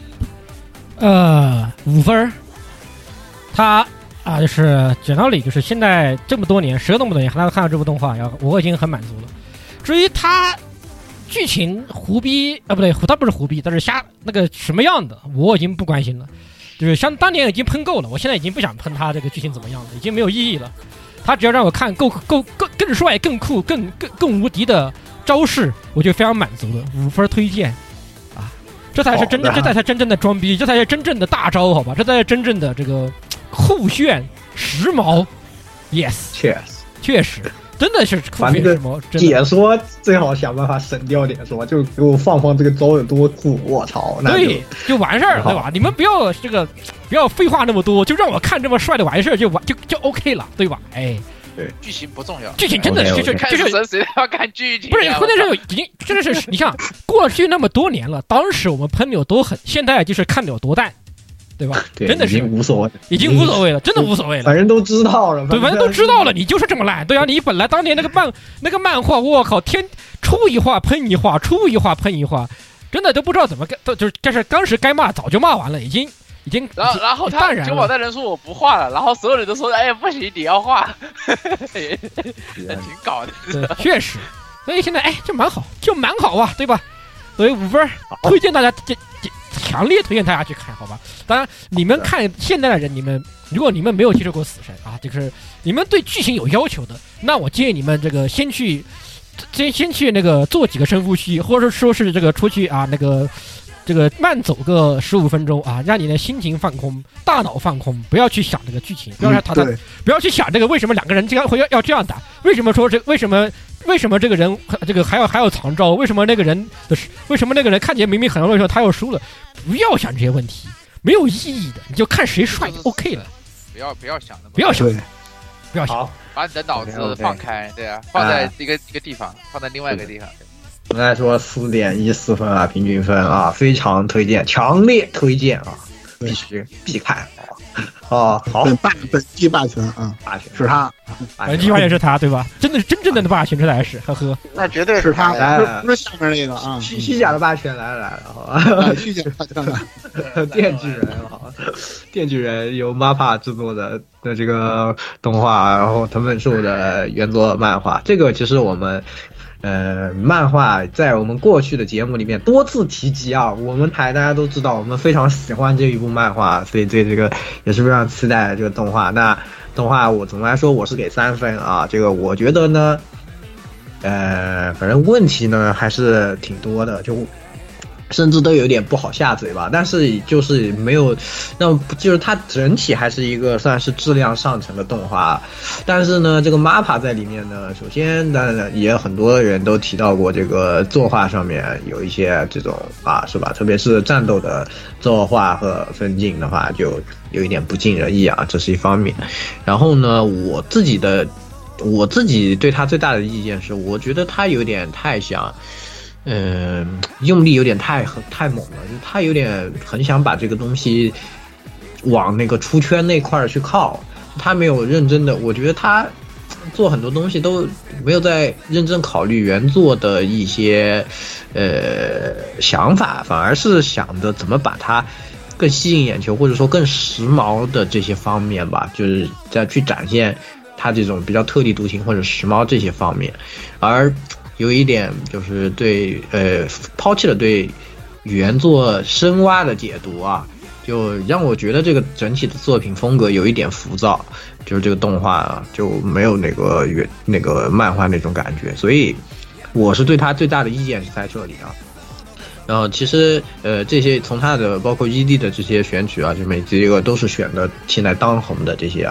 呃，五分。他啊，就是讲道理，就是现在这么多年，十那么多年还能看到这部动画，然后我已经很满足了。至于他剧情胡逼啊，不对，他不是胡逼，但是瞎那个什么样的，我已经不关心了。就是像当年已经喷够了，我现在已经不想喷他这个剧情怎么样了，已经没有意义了。他只要让我看够够更更帅、更酷、更更更无敌的招式，我就非常满足了。五分推荐啊，这才是真的，这才是真正的装逼，这才是真正的大招，好吧？这才是真正的这个酷炫、时髦。Yes， 确实， 确实，真的是酷炫时髦。 解说最好想办法省掉点，是吧？就给我放放这个招有多酷，我操！ 对，就完事儿了，对吧？你们不要这个。不要废话那么多，就让我看这么帅的完事儿就完就就 OK 了，对吧？哎， 对， 剧情不重要， 剧情真的就是就是谁要看剧情？ 不是，关键是已经真的是你像过去那么多年了，当时我们喷的有多狠，现在就是看的有多淡，对吧？ 对， 真的是已经无所谓， 已经无所谓了，真的无所谓了， 反正都知道了， 对，反正都知道了，你就是这么烂，对啊，你本来当年那个漫那个漫画，我靠，天出一话喷一话，出一话喷一话，真的都不知道怎么该，都就是但是当时该骂早就骂完了，已经。已经， 然后然后他九保带人说我不画了，然后所有人都说哎不行你要画，挺搞的， 对，确实，所以现在哎就蛮好，就蛮好啊，对吧？所以五分，推荐大家这这强烈推荐大家去看，好吧？当然你们看现在的人，你们如果你们没有接触过死神啊，就是你们对剧情有要求的，那我建议你们这个先去先先去那个做几个深呼吸，或者说是这个出去啊那个。这个慢走个十五分钟啊，让你的心情放空，大脑放空，不要去想这个剧情，不要让他、嗯、不要去想这个为什么两个人这样会要要这样打，为什么说这为什么为什么这个人这个还要还要藏招，为什么那个人为什么那个人看起来明明很弱的时候他又输了，不要想这些问题，没有意义的，你就看谁帅就 OK 了， 不要不要想那么不要想，不要想， 把你的脑子放开，对啊，放在一个、啊、一个地方，放在另外一个地方。 应该说四点一四分啊，平均分啊，非常推荐，强烈推荐啊，必须必看啊！啊，好， 本霸本季霸权啊， 霸权是他， 本季霸权是他，对吧？真的是真正的霸权，这才是，呵呵， 那绝对是他， 来， 不是下面那个啊， 虚虚假的霸权来了来了，好吧？ 虚假霸权来，电锯人啊，电锯人由 M A P A 制作的的这个动画，然后藤本树的原作漫画，这个其实我们。呃，漫画在我们过去的节目里面多次提及啊，我们台大家都知道，我们非常喜欢这一部漫画，所以对这个也是非常期待这个动画。那动画我总的来说我是给三分啊，这个我觉得呢，呃，反正问题呢还是挺多的，就甚至都有点不好下嘴吧，但是就是没有，那就是它整体还是一个算是质量上乘的动画，但是呢，这个 M A P A 在里面呢，首先当然也很多人都提到过，这个作画上面有一些这种啊，是吧？特别是战斗的作画和分镜的话，就有一点不尽人意啊，这是一方面。然后呢，我自己的我自己对他最大的意见是，我觉得他有点太想。嗯、呃，用力有点太太猛了，就他有点很想把这个东西往那个出圈那块去靠，他没有认真的，我觉得他做很多东西都没有在认真考虑原作的一些呃想法，反而是想着怎么把它更吸引眼球，或者说更时髦的这些方面吧，就是再去展现他这种比较特立独行或者时髦这些方面，而。有一点就是对呃抛弃了对原作深挖的解读啊，就让我觉得这个整体的作品风格有一点浮躁，就是这个动画啊就没有那个原那个漫画那种感觉，所以我是对他最大的意见是在这里啊。然后其实呃这些从他的包括 E D 的这些选曲啊，就每几个都是选的现在当红的这些啊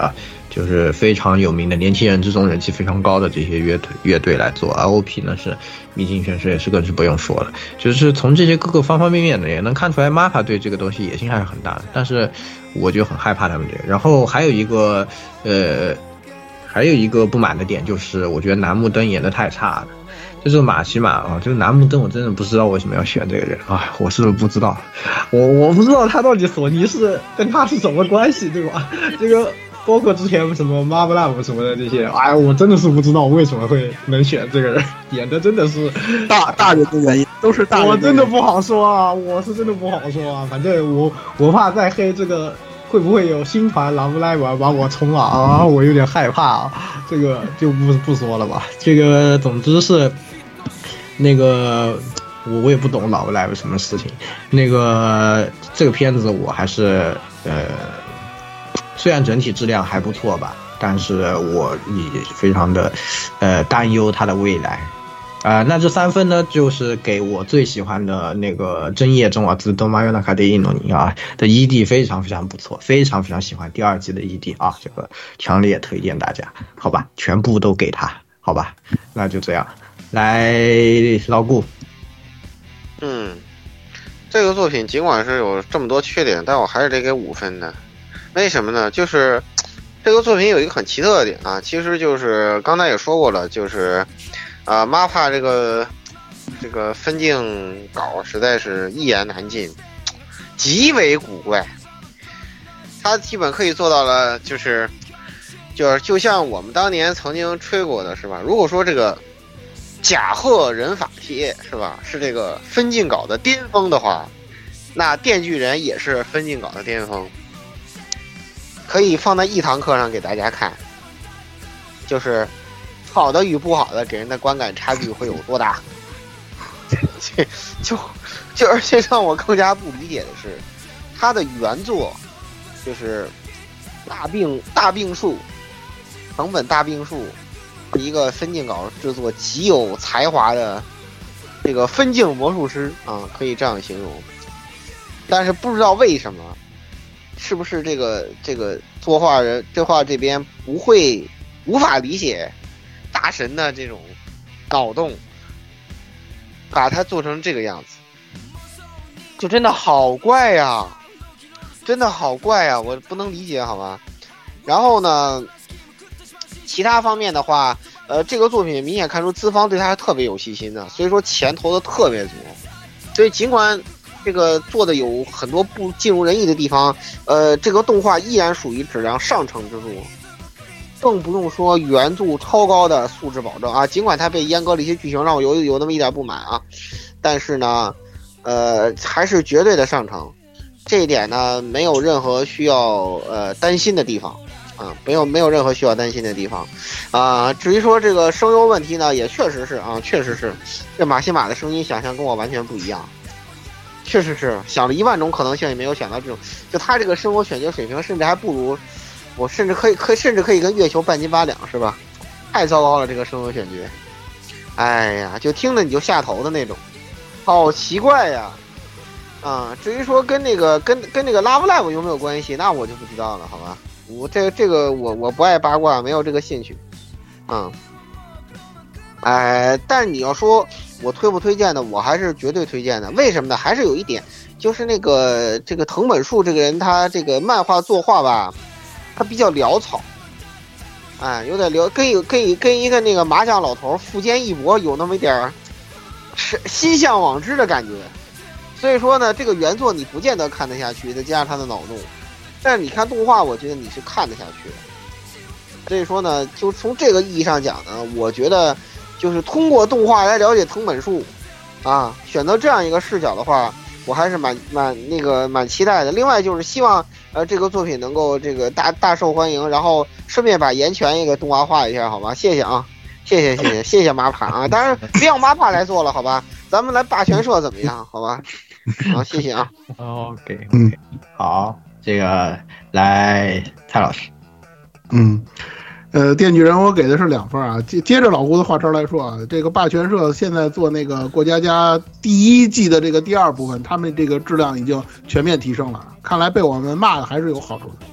就是非常有名的年轻人之中人气非常高的这些乐队乐队来做，而 O P 呢是秘境选手，也是更是不用说了。就是从这些各个方方面面的也能看出来 M A P A 对这个东西野心还是很大的，但是我就很害怕他们这个。然后还有一个呃，还有一个不满的点就是，我觉得楠木灯演的太差了。就这个马奇马啊，这个楠木灯我真的不知道为什么要选这个人啊，我是不是不知道？我我不知道他到底索尼是跟他是什么关系，对吧？这个包括之前什么 Marvel Lab 什么的这些，哎，我真的是不知道为什么会能选这个人，演的真的是大大人的原因，都是大人的原因。 我真的不好说啊，我是真的不好说啊，反正我我怕再黑这个。会不会有新团 Love Live 把我冲了啊？我有点害怕啊，这个就不不说了吧。这个总之是那个我我也不懂 Love Live 什么事情。那个这个片子我还是呃，虽然整体质量还不错吧，但是我也非常的呃担忧它的未来。啊、呃，那这三分呢，就是给我最喜欢的那个真叶中瓦兹多马约纳卡德伊诺尼啊的 E D 非常非常不错，非常非常喜欢第二季的 E D 啊，这个强烈推荐大家，好吧，全部都给他，好吧，那就这样，来老顾， 嗯，这个作品尽管是有这么多缺点，但我还是得给五分的，为什么呢？就是这个作品有一个很奇特的点啊，其实就是刚才也说过了，就是。啊 ，M A P A 这个这个分镜稿实在是一言难尽，极为古怪。他基本可以做到了，就是就是就像我们当年曾经吹过的是吧？如果说这个甲贺忍法帖是吧，是这个分镜稿的巅峰的话，那电锯人也是分镜稿的巅峰，可以放在一堂课上给大家看，就是。好的与不好的给人的观感差距会有多大？这就就而且让我更加不理解的是，他的原作就是大病大病术，藤本大病术，一个分镜稿制作极有才华的这个分镜魔术师啊，可以这样形容。但是不知道为什么，是不是这个这个作画人这画这边不会无法理解。大神的这种脑洞，把它做成这个样子，就真的好怪呀、啊，真的好怪呀、啊，我不能理解，好吧？然后呢，其他方面的话，呃，这个作品明显看出资方对他是特别有细心的，所以说钱投的特别足，所以尽管这个做的有很多不尽如人意的地方，呃，这个动画依然属于质量上乘之作。更不用说原著超高的素质保证啊，尽管它被阉割了一些剧情，让我有有那么一点不满啊，但是呢，呃，还是绝对的上乘，这一点呢没有任何需要呃担心的地方啊，没有没有任何需要担心的地方啊。至于说这个声优问题呢，也确实是啊，确实是这马西马的声音想象跟我完全不一样，确实是想了一万种可能性，也没有想到这种，就他这个声优选角水平，甚至还不如。我甚至可以，可甚至可以跟月球半斤八两，是吧？太糟糕了，这个声优选角，哎呀，就听着你就下头的那种，好奇怪呀！啊，至于说跟那个跟跟那个 Love Live 有没有关系，那我就不知道了，好吧？我这这个我我不爱八卦，没有这个兴趣，嗯，哎，但是你要说我推不推荐的，我还是绝对推荐的。为什么呢？还是有一点，就是那个这个藤本树这个人，他这个漫画作画吧。他比较潦草，哎，有点潦，跟跟跟一个那个麻将老头富坚义博有那么一点儿是心向往之的感觉。所以说呢，这个原作你不见得看得下去，再加上他的脑洞，但是你看动画，我觉得你是看得下去的。所以说呢，就从这个意义上讲呢，我觉得就是通过动画来了解藤本树，啊，选择这样一个视角的话，我还是蛮蛮那个蛮期待的。另外就是希望。呃，这个作品能够这个大大受欢迎，然后顺便把岩泉也给动画化一下，好吧？谢谢啊，谢谢谢谢谢谢马帕啊！当然别让马帕来做了，好吧？咱们来霸权社怎么样？好吧？好，谢谢啊。 OK， 嗯，好，这个来蔡老师， 嗯。呃，电锯人我给的是两分啊。接接着老胡的话茬来说啊，这个霸权社现在做那个过家家第一季的这个第二部分，他们这个质量已经全面提升了，看来被我们骂的还是有好处的。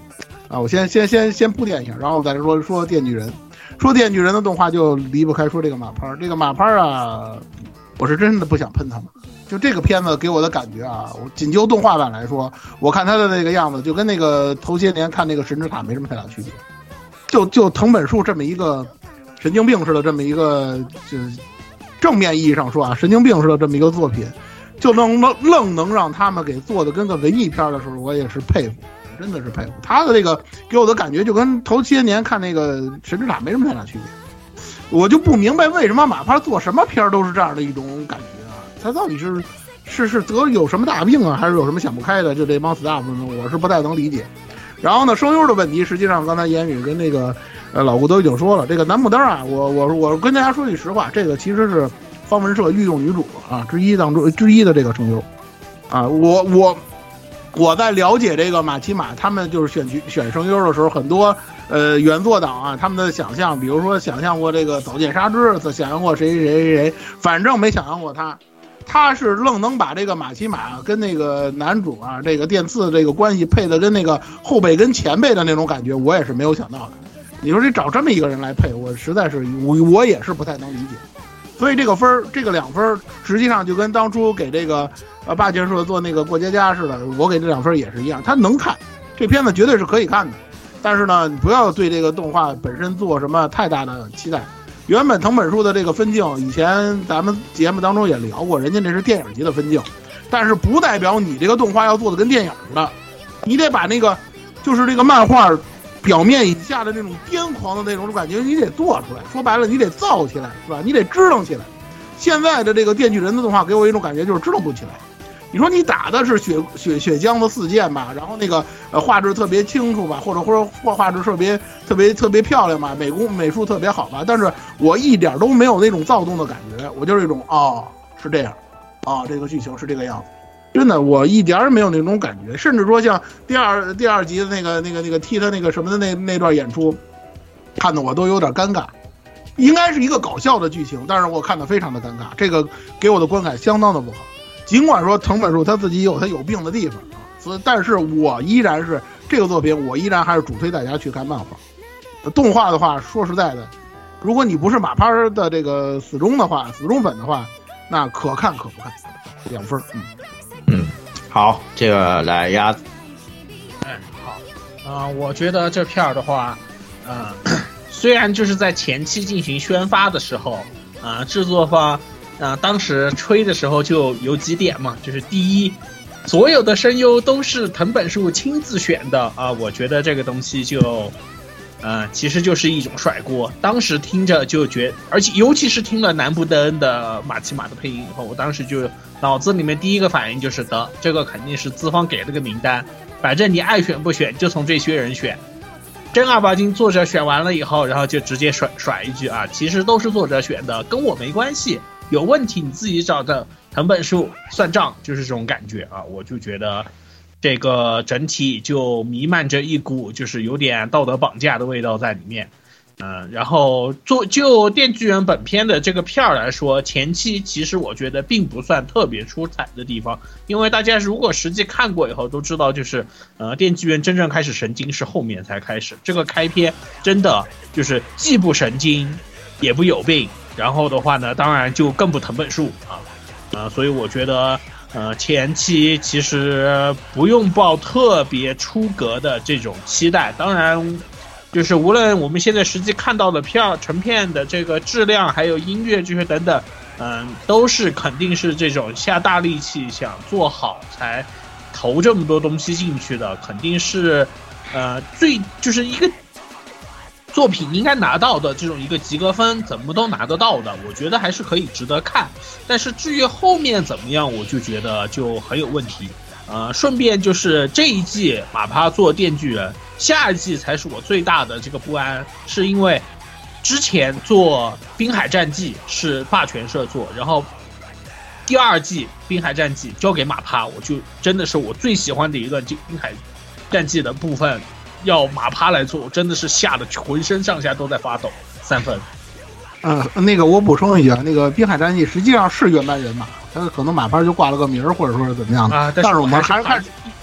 啊，我先先先先铺垫一下，然后再说说电锯人。说电锯人的动画就离不开说这个马拍，这个马拍啊，我是真的不想喷他们。就这个片子给我的感觉啊，我仅就动画版来说，我看他的那个样子，就跟那个头些年看那个神之塔没什么太大区别。就就藤本树这么一个神经病似的这么一个，就是正面意义上说啊，神经病似的这么一个作品，就能愣愣能让他们给做的跟个文艺片的时候，我也是佩服。真的是佩服他的这个给我的感觉，就跟头些年看那个神之塔没什么太大区别。我就不明白为什么马趴做什么片都是这样的一种感觉啊？他到底是是是得有什么大病啊，还是有什么想不开的？就这帮 staff 呢，我是不太能理解。然后呢，声优的问题，实际上刚才言语跟那个呃老顾都已经说了，这个楠木灯啊，我我我跟大家说句实话，这个其实是方文社御用女主啊之一当中之一的这个声优啊，我我。我在了解这个马奇马他们就是选选声优的时候，很多呃原作党啊，他们的想象，比如说想象过这个早见沙织，想象过谁谁谁谁，反正没想象过他。他是愣能把这个马奇马跟那个男主啊，这个电次这个关系配的跟那个后辈跟前辈的那种感觉，我也是没有想到的。你说你找这么一个人来配，我实在是我我也是不太能理解。所以这个分儿，这个两分实际上就跟当初给这个呃霸权社做那个过家家似的，我给这两分也是一样。他能看，这片子绝对是可以看的，但是呢，你不要对这个动画本身做什么太大的期待。原本藤本树的这个分镜，以前咱们节目当中也聊过，人家那是电影级的分镜，但是不代表你这个动画要做的跟电影似的，你得把那个就是这个漫画表面以下的那种癫狂的那种感觉，你得做出来。说白了，你得造起来，是吧？你得支棱起来。现在的这个电锯人的动画给我一种感觉，就是支棱不起来。你说你打的是血血血浆的四剑吧，然后那个呃画质特别清楚吧，或者或者画画质特别特别特别漂亮吧，美工美术特别好吧，但是我一点都没有那种躁动的感觉，我就是一种哦是这样，啊、哦、这个剧情是这个样子。真的，我一点儿没有那种感觉，甚至说像第二第二集的那个那个那个踢他那个什么的那那段演出，看得我都有点尴尬。应该是一个搞笑的剧情，但是我看得非常的尴尬，这个给我的观感相当的不好。尽管说藤本树他自己有他有病的地方啊，所以但是我依然是这个作品，我依然还是主推大家去看漫画。动画的话，说实在的，如果你不是马趴的这个死忠的话，死忠粉的话，那可看可不看，两分。嗯。 嗯，好，这个来鸭子。 哎，好，啊、呃，我觉得这片儿的话，呃，虽然就是在前期进行宣发的时候，啊、呃，制作方啊、呃、当时吹的时候就有几点嘛，就是第一，所有的声优都是藤本树亲自选的啊、呃，我觉得这个东西就。呃，其实就是一种甩锅。当时听着就觉，而且尤其是听了南部德恩的马奇马的配音以后，我当时就脑子里面第一个反应就是得，这个肯定是资方给了个名单，反正你爱选不选就从这些人选。正儿八经作者选完了以后，然后就直接甩甩一句啊，其实都是作者选的，跟我没关系，有问题你自己找着藤本树算账，就是这种感觉啊，我就觉得。这个整体就弥漫着一股就是有点道德绑架的味道在里面，嗯、呃，然后做就电锯人本片的这个片儿来说，前期其实我觉得并不算特别出彩的地方，因为大家如果实际看过以后都知道，就是呃电锯人真正开始神经是后面才开始，这个开篇真的就是既不神经也不有病，然后的话呢，当然就更不藤本树啊，呃，所以我觉得。呃，前期其实不用抱特别出格的这种期待，当然，就是无论我们现在实际看到的片成片的这个质量，还有音乐这些等等，嗯、呃，都是肯定是这种下大力气想做好才投这么多东西进去的，肯定是呃最就是一个。作品应该拿到的这种一个及格分怎么都拿得到的，我觉得还是可以值得看。但是至于后面怎么样，我就觉得就很有问题。呃，顺便就是这一季马趴做电锯人，下一季才是我最大的这个不安，是因为之前做滨海战记是霸权社做，然后第二季滨海战记交给马趴，我就真的是我最喜欢的一段滨海战记的部分。要马趴来做，真的是吓得浑身上下都在发抖。三分。 嗯，那个我补充一下，那个滨海战记实际上是原班人马，他可能马趴就挂了个名儿，或者说是怎么样的。 啊， 但是我们还是看，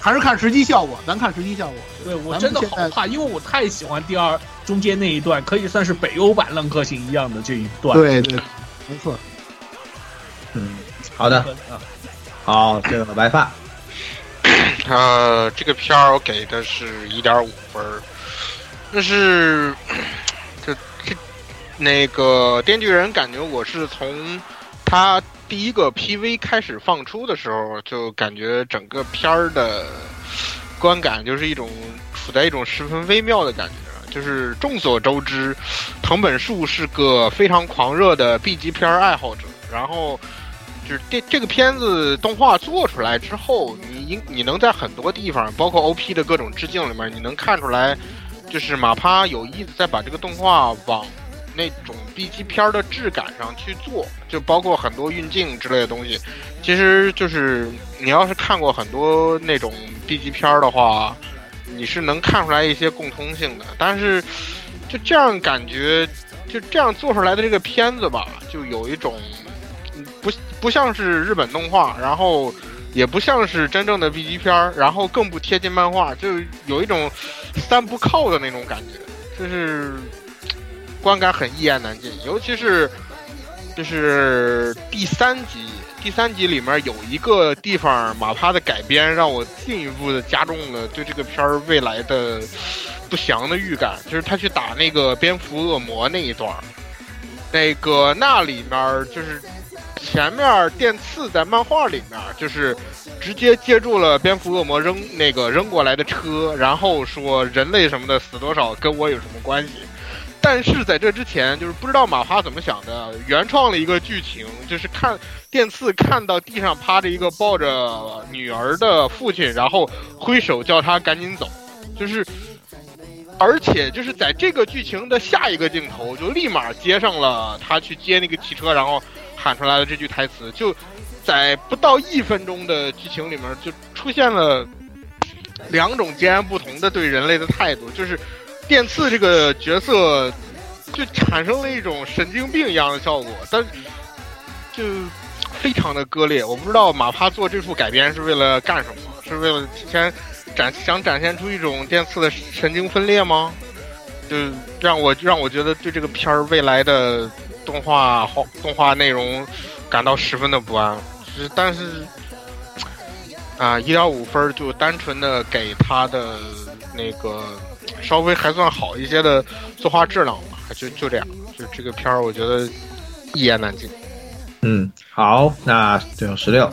还是看实际效果，咱看实际效果。 对我真的好怕，因为我太喜欢第二中间那一段，可以算是北欧版《浪客行》一样的这一段。 对对，没错。 嗯，好的，好，这个白发。 呃，这个片儿我给的是一点五分，但是这这那个电锯人感觉我是从他第一个 P V 开始放出的时候，就感觉整个片儿的观感就是一种处在一种十分微妙的感觉。就是众所周知，藤本树是个非常狂热的 B 级片爱好者，然后就是这这个片子动画做出来之后，你你能在很多地方，包括 O P 的各种致敬里面，你能看出来，就是马趴有意的在把这个动画往那种 B 级片的质感上去做，就包括很多运镜之类的东西。其实就是你要是看过很多那种 B 级片的话，你是能看出来一些共通性的。但是就这样感觉，就这样做出来的这个片子吧，就有一种不不像是日本动画，然后也不像是真正的 B 级片，然后更不贴近漫画，就有一种三不靠的那种感觉，就是观感很一言难尽。尤其是就是第三集，第三集里面有一个地方马趴的改编，让我进一步的加重了对这个片儿未来的不祥的预感，就是他去打那个蝙蝠恶魔那一段，那个那里面就是前面电次在漫画里面就是直接接住了蝙蝠恶魔扔那个扔过来的车，然后说人类什么的死多少跟我有什么关系。但是在这之前，就是不知道马趴怎么想的，原创了一个剧情，就是看电次看到地上趴着一个抱着女儿的父亲，然后挥手叫他赶紧走，就是而且就是在这个剧情的下一个镜头就立马接上了他去接那个汽车，然后喊出来的这句台词，就在不到一分钟的剧情里面就出现了两种截然不同的对人类的态度，就是电次这个角色就产生了一种神经病一样的效果，但就非常的割裂。我不知道马趴做这幅改编是为了干什么，是为了提前展想展现出一种电次的神经分裂吗？就让我让我觉得对这个片儿未来的动画动画内容感到十分的不安。就是但是啊，一点五分就单纯的给他的那个稍微还算好一些的作画质量吧，就就这样，就这个片儿我觉得一言难尽。 嗯，好，那最后十六，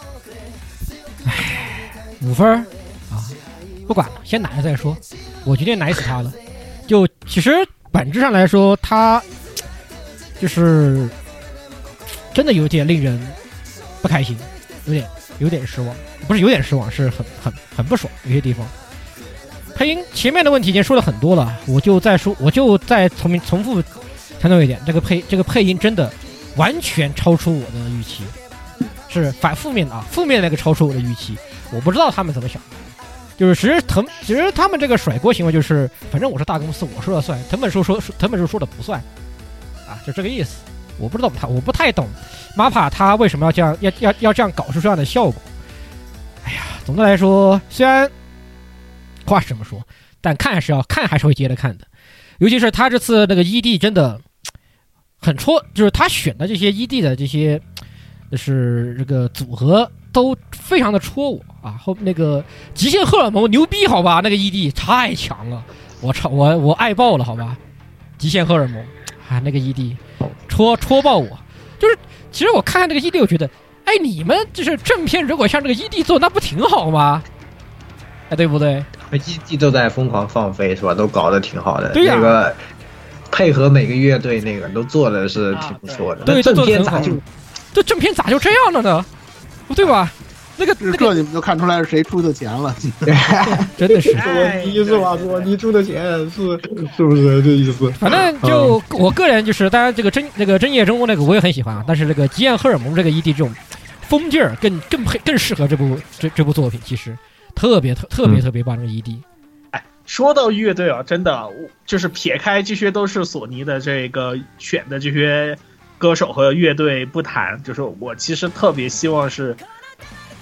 唉，五分啊，不管了，先奶了再说。我决定奶死他了。就其实本质上来说，他就是真的有点令人不开心，有点有点失望，不是有点失望，是很很很不爽，有些地方。配音前面的问题已经说了很多了，我就再说，我就再重重复强调一点，这个配这个配音真的完全超出我的预期，是反负面的啊，负面的那个超出我的预期，我不知道他们怎么想的。就是其实藤其实他们这个甩锅行为就是，反正我是大公司，我说了算，藤本树说藤本树说的不算，啊，就这个意思。我不知道他，我不太懂马帕他为什么要这样要要要这样搞出这样的效果。哎呀，总的来说，虽然话是这么说，但看还是要看，还是会接着看的。尤其是他这次那个 E D 真的很戳，就是他选的这些 E D 的这些，就是这个组合都非常的戳我啊。后那个极限荷尔蒙牛逼，好吧，那个 E D 太强了，我操，我我爱爆了，好吧，极限荷尔蒙啊，那个 E D 戳戳爆我。就是其实我看看这个 E D， 我觉得，哎，你们就是正片如果像这个 E D 做，那不挺好吗？哎，对不对 ？E D 都在疯狂放飞是吧？都搞得挺好的。 对呀、啊， 那个配合每个乐队那个都做的是挺不错的。 啊、对， 正片咋就这正片咋就这样了呢？对吧？那个那个你们就看出来是谁出的钱了。 真的是我你是吧？是吧？你出的钱是是不是这意思？ 反正就我个人就是，当然这个真那个真夜中那个我也很喜欢啊，但是这个极限荷尔蒙这个 E D 这种疯劲儿更更配更适合这部这这部作品，其实。特别特特别特别棒的 E D， 哎，说到乐队啊，真的就是撇开这些都是索尼的这个选的这些歌手和乐队不谈，就是我其实特别希望是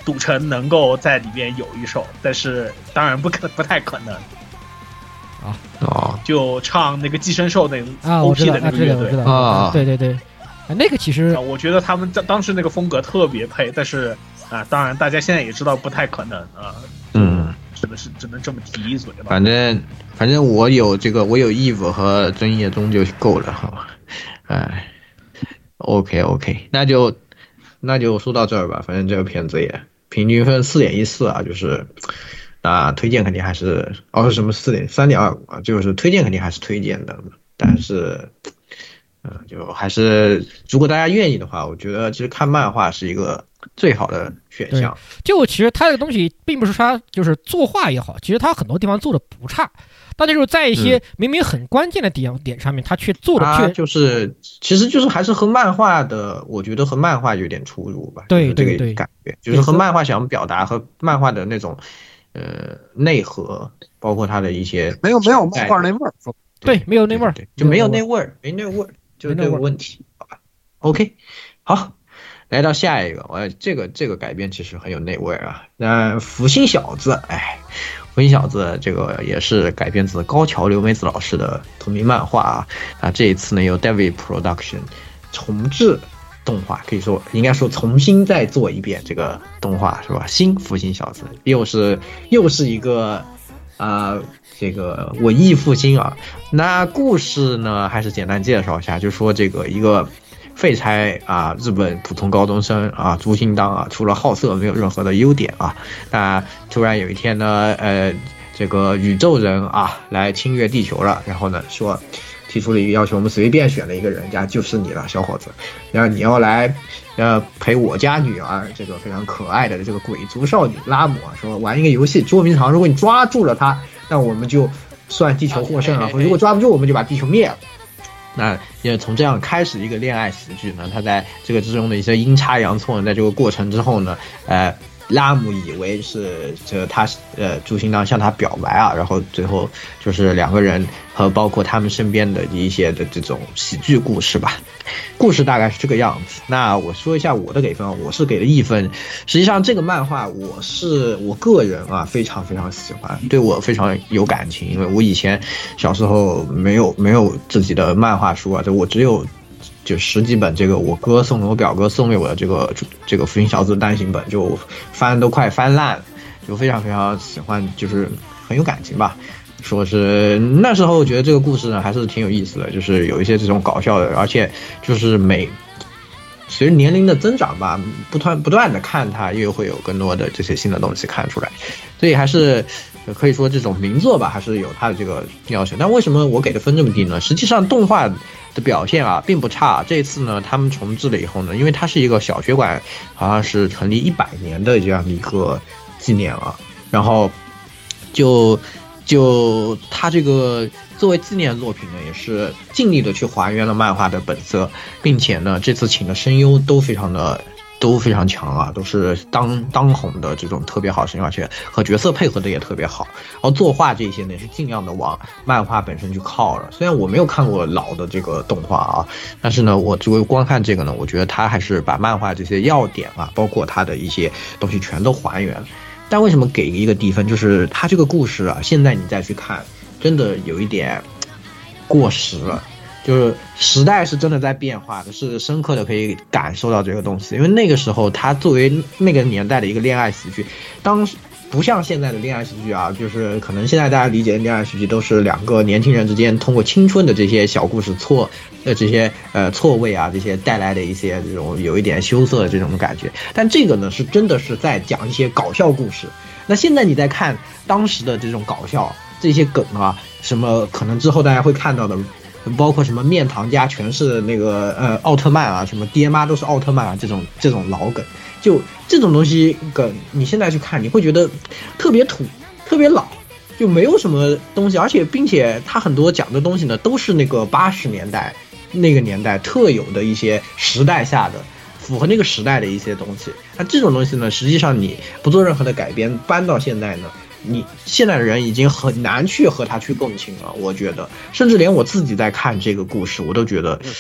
赌城能够在里面有一首，但是当然不可不太可能。 啊哦， 就唱那个寄生兽那个啊，我 O 知 P 道的那个乐队啊，对对对，啊，那个其实我觉得他们当时那个风格特别配，但是啊，当然大家现在也知道不太可能啊， 嗯， 只能是只能这么提一嘴吧。 反正反正我有这个，我有 Eve 和真夜中就够了哈。哎 ，OK OK， 那就那就说到这儿吧。反正这个片子也平均分四点一四啊，就是啊，推荐肯定还是哦什么四点三点二五啊，就是推荐肯定还是推荐的，但是嗯、呃，就还是如果大家愿意的话，我觉得其实看漫画是一个最好的选项。 就其实它这个东西并不是它就是作画也好，其实它很多地方做的不差。但就是在一些明明很关键的点点上面，他却做的却就是，其实就是还是和漫画的，我觉得和漫画有点出入吧。 对对对，感觉就是和漫画想表达和漫画的那种呃内核，包括它的一些没有没有漫画那味儿。 对，没有那味儿， 就没有那味儿，没那味儿，就是这个问题，好吧 ？OK， 好。来到下一个，我这个这个改编其实很有内味啊。那福星小子，哎，福星小子这个也是改编自高桥留美子老师的同名漫画啊。啊，这一次呢由 David Production 重制动画，可以说应该说重新再做一遍这个动画是吧？新福星小子又是又是一个啊、呃、这个文艺复兴啊。那故事呢还是简单介绍一下，就说这个一个。废柴啊，日本普通高中生啊，朱星当啊，除了好色没有任何的优点啊。那突然有一天呢，呃，这个宇宙人啊来侵略地球了，然后呢说提出了一个要求，我们随便选了一个人家就是你了，小伙子，然后你要来呃陪我家女儿这个非常可爱的这个鬼族少女拉姆啊，说玩一个游戏捉迷藏，如果你抓住了她，那我们就算地球获胜了，如果抓不住我们就把地球灭了。那也从这样开始一个恋爱喜剧呢，他在这个之中的一些阴差阳错，在这个过程之后呢，呃，拉姆以为是这他呃朱星当向他表白啊，然后最后就是两个人和包括他们身边的一些的这种喜剧故事吧。故事大概是这个样子。那我说一下我的给分，我是给了一分。实际上这个漫画我是我个人啊非常非常喜欢，对我非常有感情，因为我以前小时候没有没有自己的漫画书啊，就我只有就十几本这个我哥送给我表哥送给我的这个这个福音小子单行本，就翻都快翻烂了，就非常非常喜欢，就是很有感情吧。说是那时候觉得这个故事呢还是挺有意思的，就是有一些这种搞笑的，而且就是每随着年龄的增长吧，不断不断的看它，又会有更多的这些新的东西看出来，所以还是可以说这种名作吧，还是有它的这个要求。但为什么我给的分这么低呢？实际上动画的表现啊并不差。这次呢他们重置了以后呢，因为它是一个小学馆，好像是成立一百年的这样的一个纪念啊，然后就。就他这个作为纪念作品呢，也是尽力的去还原了漫画的本色，并且呢，这次请的声优都非常的都非常强啊，都是当当红的这种特别好声优，而且和角色配合的也特别好。然后作画这些呢，也是尽量的往漫画本身去靠了。虽然我没有看过老的这个动画啊，但是呢，我就光看这个呢，我觉得他还是把漫画这些要点啊，包括他的一些东西全都还原了。但为什么给一个低分？就是他这个故事啊，现在你再去看，真的有一点过时了。就是时代是真的在变化的，是深刻的可以感受到这个东西。因为那个时候，他作为那个年代的一个恋爱喜剧，当不像现在的恋爱喜剧啊，就是可能现在大家理解的恋爱喜剧都是两个年轻人之间通过青春的这些小故事错呃这些呃错位啊，这些带来的一些这种有一点羞涩的这种感觉。但这个呢是真的是在讲一些搞笑故事。那现在你在看当时的这种搞笑这些梗啊，什么可能之后大家会看到的，包括什么面堂家全是那个呃奥特曼啊，什么爹妈都是奥特曼啊，这种这种老梗，就这种东西梗，你现在去看你会觉得特别土，特别老，就没有什么东西，而且并且他很多讲的东西呢，都是那个八十年代那个年代特有的一些时代下的。符合那个时代的一些东西，那这种东西呢，实际上你不做任何的改编，搬到现在呢，你现在的人已经很难去和他去共情了。我觉得，甚至连我自己在看这个故事，我都觉得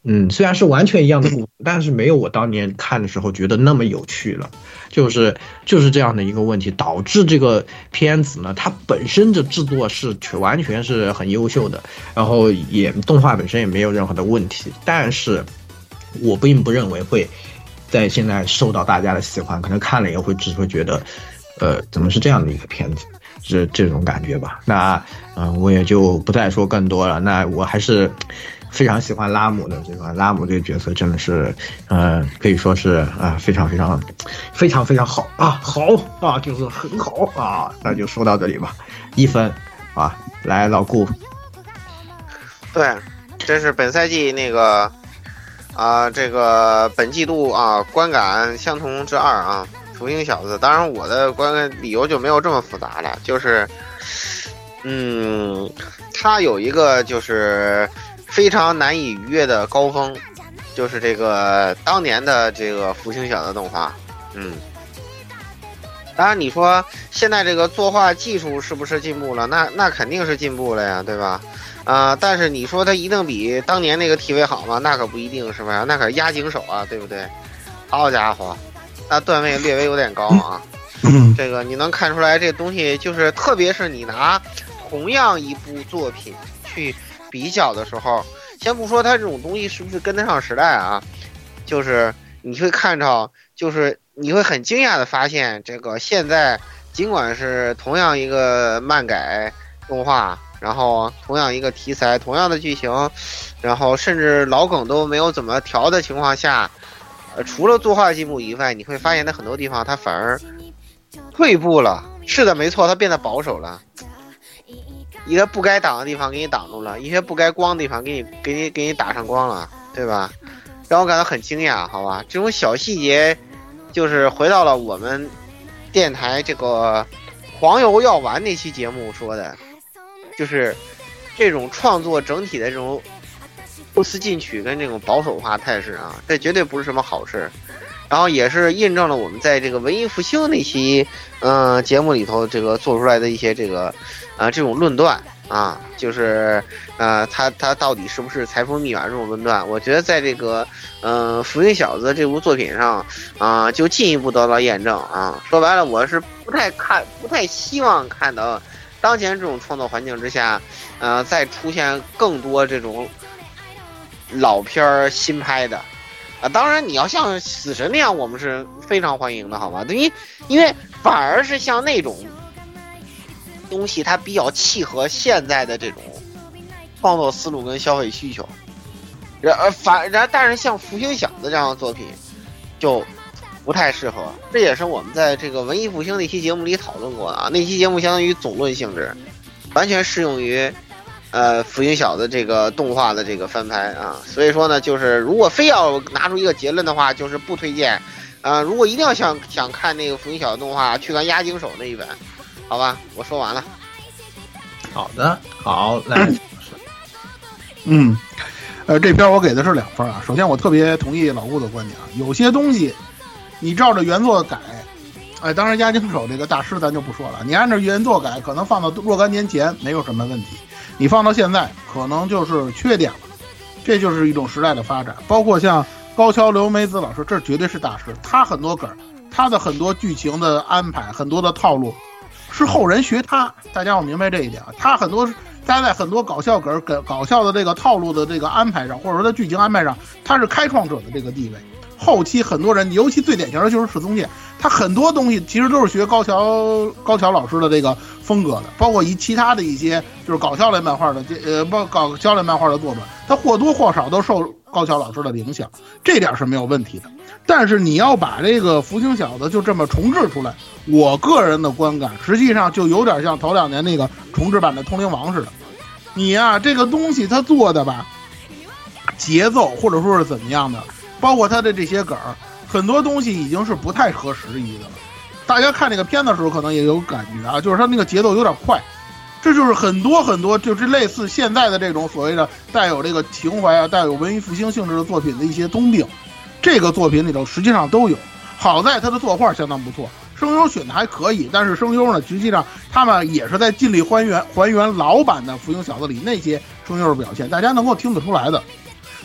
嗯，虽然是完全一样的故事，但是没有我当年看的时候觉得那么有趣了。就是就是这样的一个问题，导致这个片子呢，它本身的制作是全完全是很优秀的，然后也动画本身也没有任何的问题，但是我并不认为会在现在受到大家的喜欢，可能看了也会只会觉得，呃，怎么是这样的一个片子，是这种感觉吧。那嗯、呃，我也就不再说更多了。那我还是非常喜欢拉姆的这个拉姆这个角色，真的是，呃，可以说是啊、呃，非常非常非常非常好啊，好啊，就是很好啊。那就说到这里吧，一分啊，来老顾。 对，这是本赛季那个啊、呃，这个本季度啊观感相同之二啊，福星小子。当然，我的观感理由就没有这么复杂了，就是，嗯，他有一个就是非常难以逾越的高峰，就是这个当年的这个福星小子动画，嗯。当然，你说现在这个作画技术是不是进步了？那那肯定是进步了呀，对吧？啊、呃，但是你说它一定比当年那个 T V 好吗？那可不一定，是吧？那可是押井守啊，对不对？好家伙，那段位略微有点高啊。这个你能看出来，这东西就是，特别是你拿同样一部作品去比较的时候，先不说它这种东西是不是跟得上时代啊，就是你会看到，就是你会很惊讶的发现，这个现在尽管是同样一个漫改动画。然后同样一个题材，同样的剧情，然后甚至老梗都没有怎么调的情况下，呃，除了作画进步以外，你会发现在很多地方它反而退步了。是的，没错，它变得保守了。一个不该挡的地方给你挡住了，一些不该光的地方给你给你给你打上光了，对吧？让我感到很惊讶，好吧？这种小细节，就是回到了我们电台这个黄油药丸那期节目说的。就是这种创作整体的这种不思进取跟这种保守化态势啊，这绝对不是什么好事。然后也是印证了我们在这个文艺复兴那期嗯、呃、节目里头这个做出来的一些这个呃这种论断啊，就是呃他他到底是不是财富密码这种论断，我觉得在这个呃福音小子这部作品上啊、呃、就进一步得到验证啊。说白了，我是不太看不太希望看到当前这种创作环境之下，呃，再出现更多这种老片儿新拍的，啊、呃，当然你要像死神那样，我们是非常欢迎的，好吧？因为因为反而是像那种东西，它比较契合现在的这种创作思路跟消费需求，然而反然但是像福星小子这样的作品，就不太适合。这也是我们在这个文艺复兴那期节目里讨论过的啊，那期节目相当于总论性质，完全适用于呃福星小的这个动画的这个翻拍啊。所以说呢，就是如果非要拿出一个结论的话，就是不推荐。呃，如果一定要想想看那个福星小的动画，去看押井守那一本，好吧？我说完了。 好的，好，来， 嗯。呃，这篇我给的是两分啊。首先，我特别同意老顾的观点啊，有些东西你照着原作改，哎，当然押井守这个大师咱就不说了，你按照原作改，可能放到若干年前没有什么问题，你放到现在可能就是缺点了，这就是一种时代的发展。包括像高桥留美子老师，这绝对是大师，他很多梗，他的很多剧情的安排，很多的套路是后人学他，大家要明白这一点啊，他很多。他在很多搞笑梗、搞搞笑的这个套路的这个安排上，或者说在剧情安排上，他是开创者的这个地位。后期很多人，尤其最典型的就是赤松健，他很多东西其实都是学高桥高桥老师的这个风格的，包括以其他的一些就是搞笑类漫画的这呃包搞笑类漫画的作品，他或多或少都受高桥老师的影响，这点是没有问题的。但是你要把这个福星小子就这么重制出来，我个人的观感实际上就有点像头两年那个重制版的通灵王似的。你呀、啊，这个东西他做的吧，节奏或者说是怎么样的，包括他的这些梗儿，很多东西已经是不太合时宜的了。大家看这个片的时候可能也有感觉啊，就是他那个节奏有点快，这就是很多很多就是类似现在的这种所谓的带有这个情怀啊、带有文艺复兴性质的作品的一些通病。这个作品里头实际上都有，好在他的作画相当不错，声优选的还可以，但是声优呢，实际上他们也是在尽力还原还原老版的福星小子里那些声优的表现，大家能够听得出来的。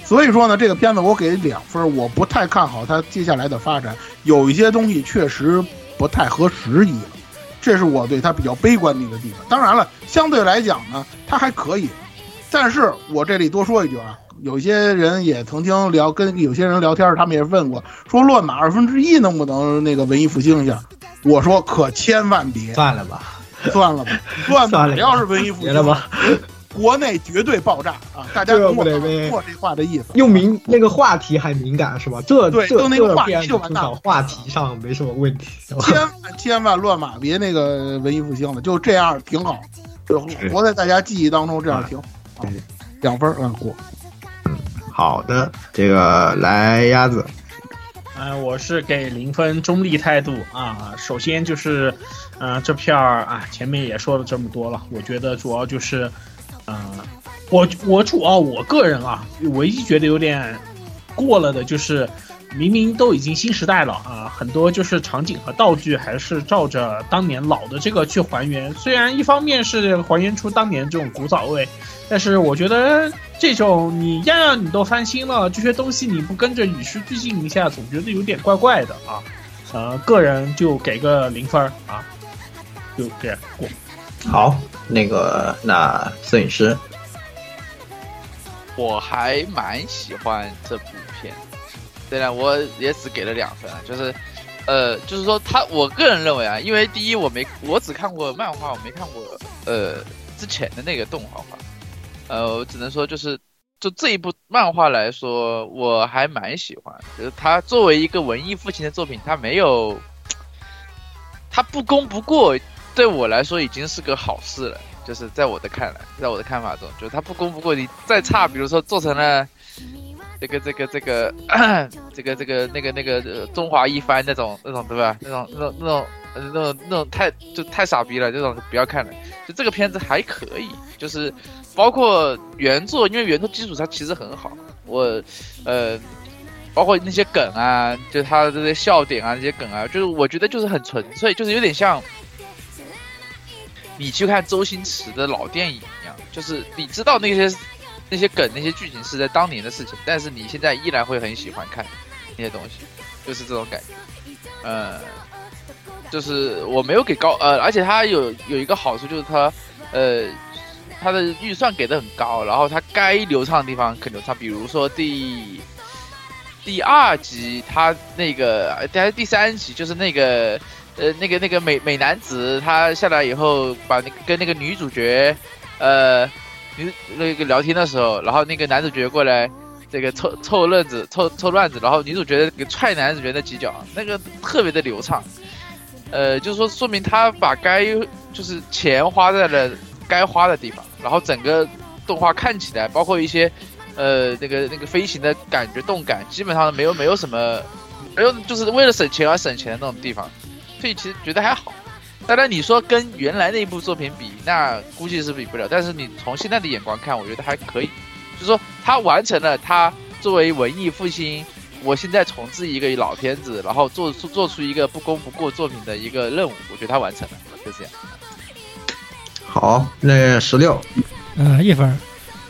所以说呢，这个片子我给两分，我不太看好它接下来的发展，有一些东西确实不太合时宜了，这是我对它比较悲观的一个地方。当然了，相对来讲呢，它还可以，但是我这里多说一句啊，有些人也曾经聊，跟有些人聊天，他们也问过，说乱马二分之一能不能那个文艺复兴一下？我说可千万别， 算了吧， 算了吧，乱马要是文艺复兴了吧。 国内绝对爆炸啊！大家懂我说这话的意思。 又敏那个话题还敏感是吧？这对，就那个话题就完蛋了。 话题上没什么问题。 千万千万乱码别那个文艺复兴了，就这样挺好，就活在大家记忆当中，这样挺好。两分嗯过。 嗯，好的，这个来鸭子。 呃，我是给零分，中立态度啊。首先就是，呃，这片儿啊，前面也说了这么多了，我觉得主要就是，呃，我我主要我个人啊，唯一觉得有点过了的就是，明明都已经新时代了啊，很多就是场景和道具还是照着当年老的这个去还原，虽然一方面是还原出当年这种古早味。但是我觉得这种你样样你都翻新了，这些东西你不跟着与时俱进一下，总觉得有点怪怪的啊。呃，个人就给个零分啊，就这样过。 好，那个那摄影师， 我还蛮喜欢这部片，虽然我也只给了两分，就是呃，就是说他，我个人认为啊，因为第一我没我只看过漫画，我没看过呃之前的那个动画化。呃，我只能说就是，就这一部漫画来说，我还蛮喜欢。就是它作为一个文艺复兴的作品，它没有，它不攻不过，对我来说已经是个好事了。就是在我的看来，在我的看法中，就是它不攻不过，你再差，比如说做成了这个这个这个这个这个那个那个、呃、中华一番那种那种对吧？那种那种那种那种那种太就太傻逼了，这种就不要看了。就这个片子还可以，就是包括原作，因为原作基础它其实很好。我呃，包括那些梗啊，就它的这些笑点啊，这些梗啊，就是我觉得就是很纯粹，就是有点像你去看周星驰的老电影一样，就是你知道那些那些梗、那些剧情是在当年的事情，但是你现在依然会很喜欢看那些东西，就是这种感觉。呃。就是我没有给高呃，而且它有有一个好处就是它，呃，它的预算给的很高，然后它该流畅的地方可流畅，比如说第第二集它那个还是第三集，就是那个呃那个那个美美男子他下来以后，把那个跟那个女主角呃女那个聊天的时候，然后那个男主角过来这个凑凑乱子凑凑乱子，然后女主角给踹男主角的几脚，那个特别的流畅。呃，就是说，说明他把该就是钱花在了该花的地方，然后整个动画看起来，包括一些呃那个那个飞行的感觉、动感，基本上没有没有什么，没有就是为了省钱而省钱的那种地方，所以其实觉得还好。当然，你说跟原来那一部作品比，那估计是比不了。但是你从现在的眼光看，我觉得还可以。就是说，他完成了他作为文艺复兴。我现在重置一个老片子，然后做出做出一个不攻不过作品的一个任务，我觉得他完成了，就这样。 好，那十六， 呃，一分。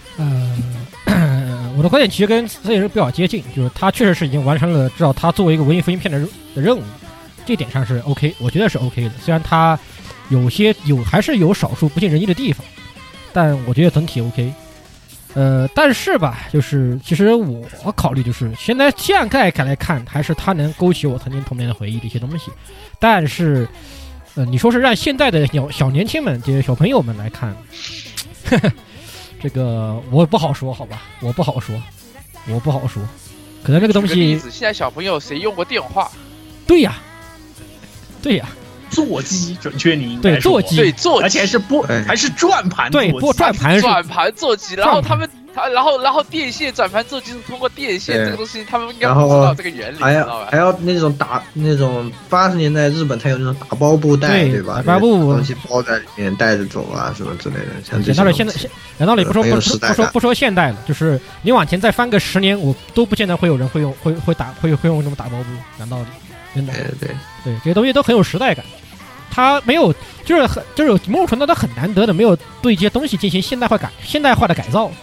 呃，我的观点其实跟摄影师比较接近，就是他确实是已经完成了至少他作为一个文艺复兴片的的任务，这点上是 OK， 我觉得是 OK 的。虽然他有些有还是有少数不尽人意的地方，但我觉得整体 OK。呃，但是吧，就是其实我考虑就是现在现在看来看，还是它能勾起我曾经童年的回忆的一些东西。但是，呃，你说是让现在的小小年轻们、这些小朋友们来看，呵呵，这个我不好说，好吧，我不好说，我不好说。可能这个东西， 现在小朋友谁用过电话？ 对呀，对呀。 座机，准确你应该对座机， 对座机， 而且是拨还是转盘座机， 对拨转盘转盘座机，然后他们他然后然后电线转盘座机是通过电线这个东西，他们应该不知道这个原理， 还要还要那种打那种八十年代日本才有那种打包布袋，对吧？ 打包布东西包在里面带着走啊什么之类的，像这些。 讲道理，现在讲道理不说不说不说不说现代了，就是你往前再翻个十年，我都不见得会有人会用会会打会会用这种打包布，讲道理，真的， 对对对，这些东西都很有时代感。他没有，就是很，就是某种程度他很难得的没有对一些东西进行现代化改、现代化的改造，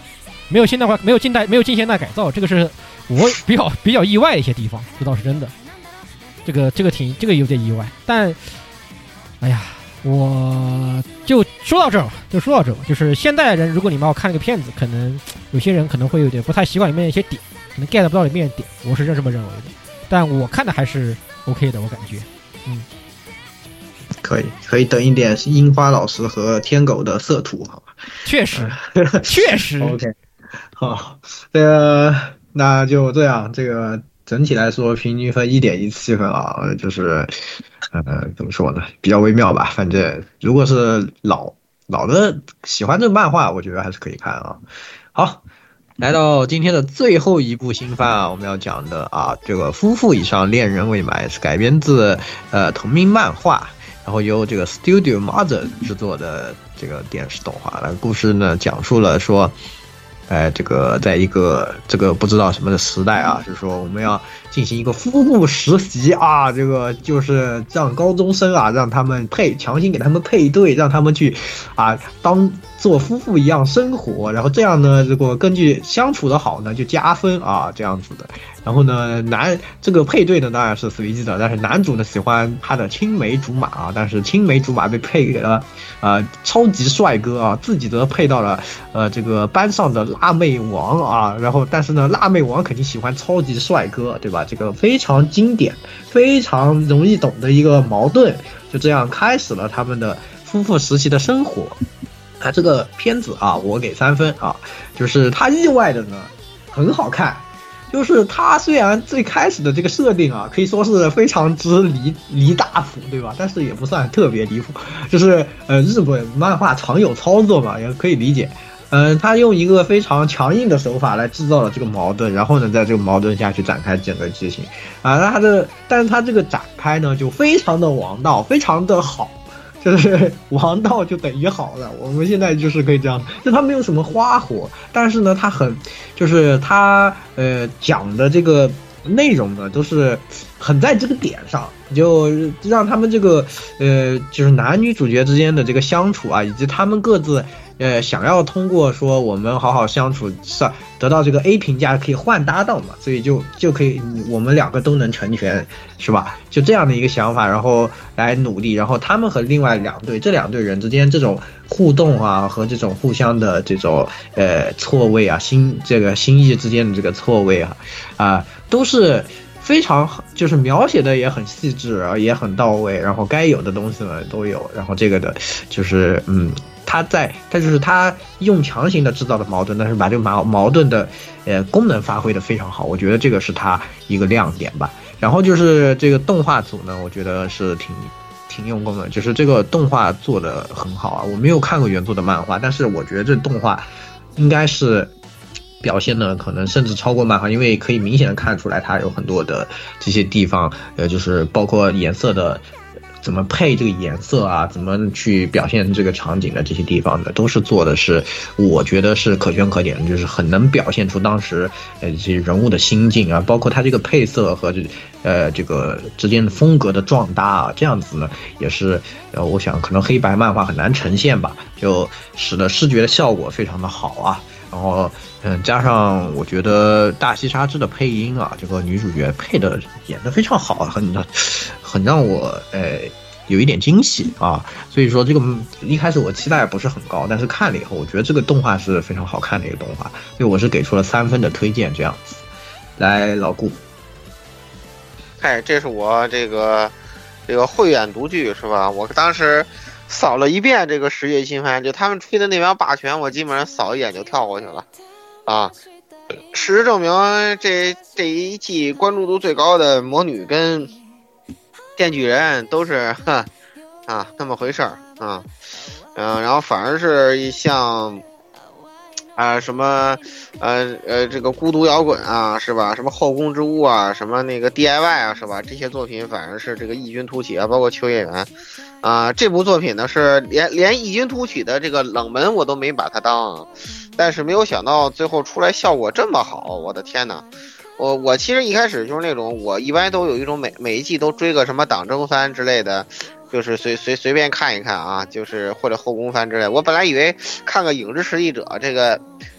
没有现代化，没有近代，没有近现代改造，这个是我比较比较意外的一些地方，这倒是真的。这个这个挺这个有点意外，但哎呀，我就说到这儿吧，就说到这儿吧。就是现代人，如果你们要看这个片子，可能有些人可能会有点不太习惯里面的一些点，可能 get 不到里面的点，我是这么认为的。但我看的还是 OK 的，我感觉，嗯。 可以，可以等一点樱花老师和天狗的色图，好吧？ 确实，确实。 OK， 好，这个那就这样，这个整体来说平均分一点一七分啊，就是呃怎么说呢，比较微妙吧。反正如果是老老的喜欢这个漫画，我觉得还是可以看啊。好。来到今天的最后一部新番啊，我们要讲的啊，这个夫妇以上恋人未满是改编自呃同名漫画，然后由这个 Studio Mother 制作的这个电视动画。那故事呢，讲述了说，呃，这个在一个这个不知道什么的时代啊，就是说我们要进行一个夫妇实习啊，这个就是让高中生啊，让他们配强行给他们配对，让他们去啊当做夫妇一样生活，然后这样呢，如果根据相处的好呢，就加分啊，这样子的。然后呢，男这个配对呢当然是随机的，但是男主呢喜欢他的青梅竹马啊，但是青梅竹马被配给了呃超级帅哥啊，自己则配到了呃这个班上的辣妹王啊，然后但是呢，辣妹王肯定喜欢超级帅哥，对吧？这个非常经典、非常容易懂的一个矛盾，就这样开始了他们的夫妇实习的生活。啊，这个片子啊，我给三分啊，就是它意外的呢很好看。就是它虽然最开始的这个设定啊，可以说是非常之离离大谱，对吧？但是也不算特别离谱，就是呃日本漫画常有操作嘛，也可以理解。嗯、呃，他用一个非常强硬的手法来制造了这个矛盾，然后呢，在这个矛盾下去展开整个剧情啊。那他的，但是他这个展开呢，就非常的王道，非常的好。就是王道就等于好了，我们现在就是可以这样，就他没有什么花活，但是呢，他很，就是他呃讲的这个内容呢，都是很在这个点上，就让他们这个呃就是男女主角之间的这个相处啊，以及他们各自呃想要通过说我们好好相处上得到这个 A 评价，可以换搭档嘛，所以就就可以我们两个都能成全，是吧？就这样的一个想法，然后来努力，然后他们和另外两队这两队人之间这种互动啊，和这种互相的这种呃错位啊，心这个心意之间的这个错位啊啊、呃、都是非常就是描写的也很细致啊，也很到位，然后该有的东西呢都有，然后这个的就是嗯。他在，他就是他用强行的制造的矛盾，但是把这个矛矛盾的，呃，功能发挥的非常好，我觉得这个是他一个亮点吧。然后就是这个动画组呢，我觉得是挺挺用功的，就是这个动画做的很好啊。我没有看过原作的漫画，但是我觉得这动画应该是表现的可能甚至超过漫画，因为可以明显的看出来它有很多的这些地方，呃，就是包括颜色的。怎么配这个颜色啊，怎么去表现这个场景的这些地方的，都是做的是我觉得是可圈可点的，就是很能表现出当时呃这些人物的心境啊，包括它这个配色和这呃这个之间的风格的撞搭啊，这样子呢也是呃我想可能黑白漫画很难呈现吧，就使得视觉的效果非常的好啊。然后，嗯，加上我觉得大西沙织的配音啊，这个女主角配的演得非常好，很很让我呃有一点惊喜啊。所以说这个一开始我期待不是很高，但是看了以后，我觉得这个动画是非常好看的一个动画，所以我是给出了三分的推荐这样子。来，老顾， 嗨，这是我这个这个慧眼独具是吧？我当时。扫了一遍这个十月新番，就他们吹的那帮霸权，我基本上扫一眼就跳过去了，啊，事实证明这这一季关注度最高的魔女跟电锯人都是哼啊那么回事儿啊，嗯、呃，然后反而是像啊、呃、什么呃呃这个孤独摇滚啊是吧？什么后宫之屋啊，什么那个 D I Y 啊是吧？这些作品反而是这个异军突起啊，包括秋叶原。啊、呃，这部作品呢是连连异军突起的这个冷门我都没把它当，但是没有想到最后出来效果这么好，我的天哪！我我其实一开始就是那种我一般都有一种每每一季都追个什么党争番之类的，就是随随随便看一看啊，就是或者后宫番之类的。我本来以为看个影之实力者这个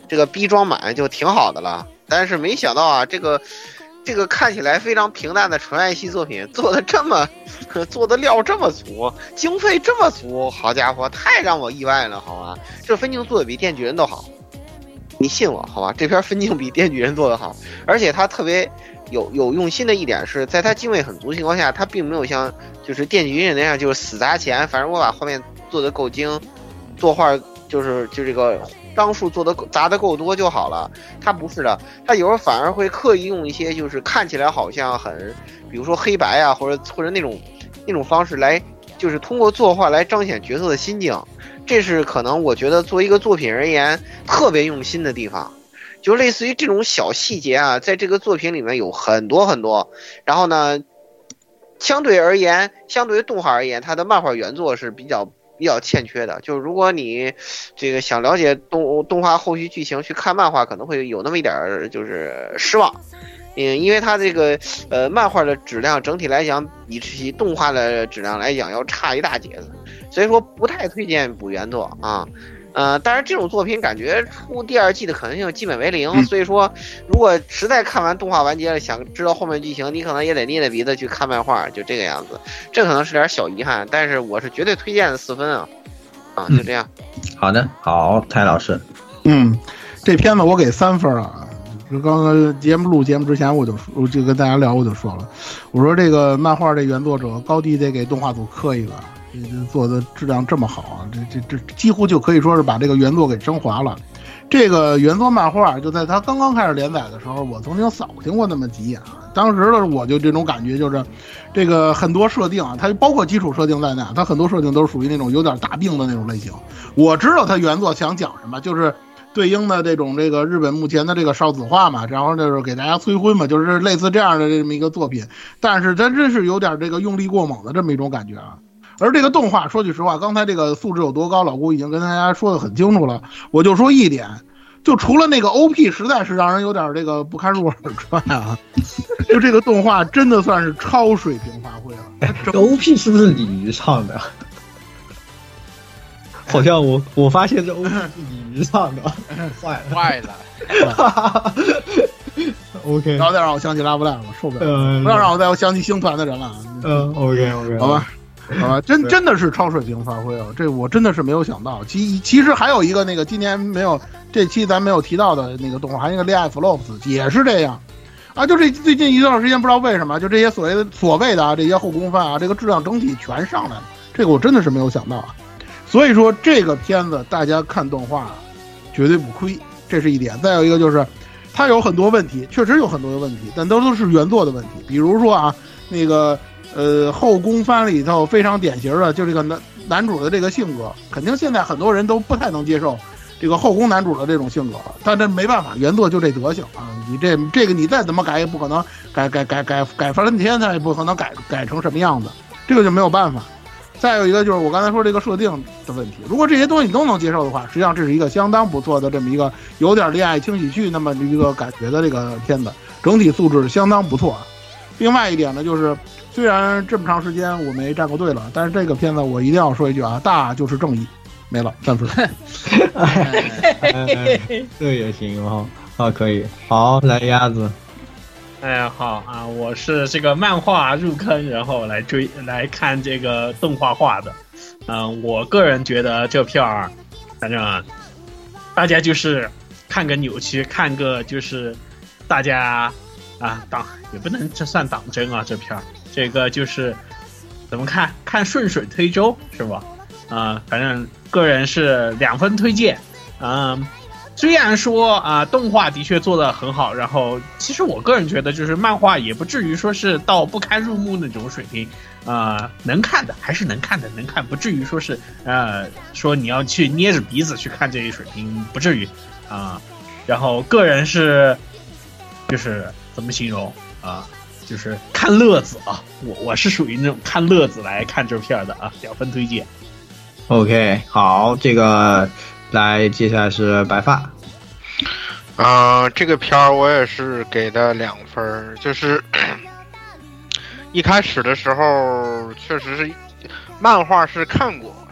这个逼装满就挺好的了。但是没想到啊，这个这个看起来非常平淡的纯爱系作品做的这么做的料这么足，经费这么足，好家伙，太让我意外了，好吧？这分镜做的比电锯人都好，你信我好吧？这片分镜比电锯人做的好，而且他特别有有用心的一点是在他经费很足情况下，他并没有像就是电锯人那样就是死砸钱，反正我把画面做得够精，作画就是就这个张数做的砸的够多就好了。他不是的，他有时候反而会刻意用一些就是看起来好像很，比如说黑白啊，或者或者那种那种方式来，就是通过作画来彰显角色的心境。这是可能我觉得作为一个作品而言特别用心的地方。就类似于这种小细节啊，在这个作品里面有很多很多。然后呢，相对而言，相对于动画而言，它的漫画原作是比较比较欠缺的。就是如果你这个想了解动动画后续剧情，去看漫画可能会有那么一点就是失望。嗯，因为它这个呃漫画的质量整体来讲比起动画的质量来讲要差一大截子，所以说不太推荐补原作啊。呃，当然这种作品感觉出第二季的可能性基本为零，所以说如果实在看完动画完结了，想知道后面剧情，你可能也得捏着鼻子去看漫画，就这个样子。这可能是点小遗憾，但是我是绝对推荐的四分啊，啊，就这样。 嗯、好的，好，蔡老师， 嗯，这片子我给三分啊。就刚刚节目录节目之前，我就我就跟大家聊，我就说了，我说这个漫画这原作者高低得给动画组磕一个。这做的质量这么好啊，这这这几乎就可以说是把这个原作给升华了。这个原作漫画就在它刚刚开始连载的时候，我曾经扫听过那么几眼啊。当时的我就这种感觉，就是这个很多设定啊，它包括基础设定在内，它很多设定都是属于那种有点大病的那种类型。我知道它原作想讲什么，就是对应的这种这个日本目前的这个少子化嘛，然后就是给大家催婚嘛，就是类似这样的这么一个作品。但是它真是有点这个用力过猛的这么一种感觉啊。而这个动画说句实话，刚才这个素质有多高，老顾已经跟大家说的很清楚了。我就说一点，就除了那个 O P 实在是让人有点这个不堪入耳之外啊，就这个动画真的算是超水平发挥了。 哎，这 O P 是不是鲤鱼唱的？好像我我发现这 O P 是鲤鱼唱的，坏了坏了。 OK， 不要再让我想起拉布赖了，受不了！呃、不要让我再想起星团的人了。 嗯 ，OK OK， 好吧。好吧，真真的是超水平发挥啊！这我真的是没有想到。其其实还有一个那个今年没有这期咱没有提到的那个动画，还有一个恋爱 Flops 也是这样啊！就这最近一段时间不知道为什么，就这些所谓的所谓的啊这些后宫番啊，这个质量整体全上来了，这个我真的是没有想到啊！所以说这个片子大家看动画绝对不亏，这是一点。再有一个就是它有很多问题，确实有很多的问题，但都都是原作的问题。比如说啊，那个。呃，后宫番里头非常典型的，就这个男男主的这个性格，肯定现在很多人都不太能接受这个后宫男主的这种性格，但这没办法，原作就这德行啊！你这这个你再怎么改也不可能改改改改改翻了天，他也不可能改改成什么样子，这个就没有办法。再有一个就是我刚才说这个设定的问题，如果这些东西你都能接受的话，实际上这是一个相当不错的这么一个有点恋爱轻喜剧那么一个感觉的这个片子，整体素质相当不错啊。另外一点呢，就是虽然这么长时间我没站过队了，但是这个片子我一定要说一句啊，大就是正义，没了三分。 这也行啊，啊可以，好来鸭子。 哎呀好啊，我是这个漫画入坑，然后来追来看这个动画化的。嗯、呃，我个人觉得这片儿，反正大家就是看个扭曲，看个就是大家。啊，党也不能这算党争啊，这片儿这个就是怎么看看顺水推舟是吧？啊、呃，反正个人是两分推荐。嗯、呃，虽然说啊、呃，动画的确做得很好，然后其实我个人觉得就是漫画也不至于说是到不堪入目那种水平，呃，能看的还是能看的，能看不至于说是呃说你要去捏着鼻子去看这一水平，不至于啊、呃。然后个人是就是。怎么形容啊？就是看乐子啊！我我是属于那种看乐子来看这片的啊，两分推荐。 OK， 好，这个来，接下来是白发。 啊、呃，这个片儿我也是给的两分，就是一开始的时候确实是漫画是看过，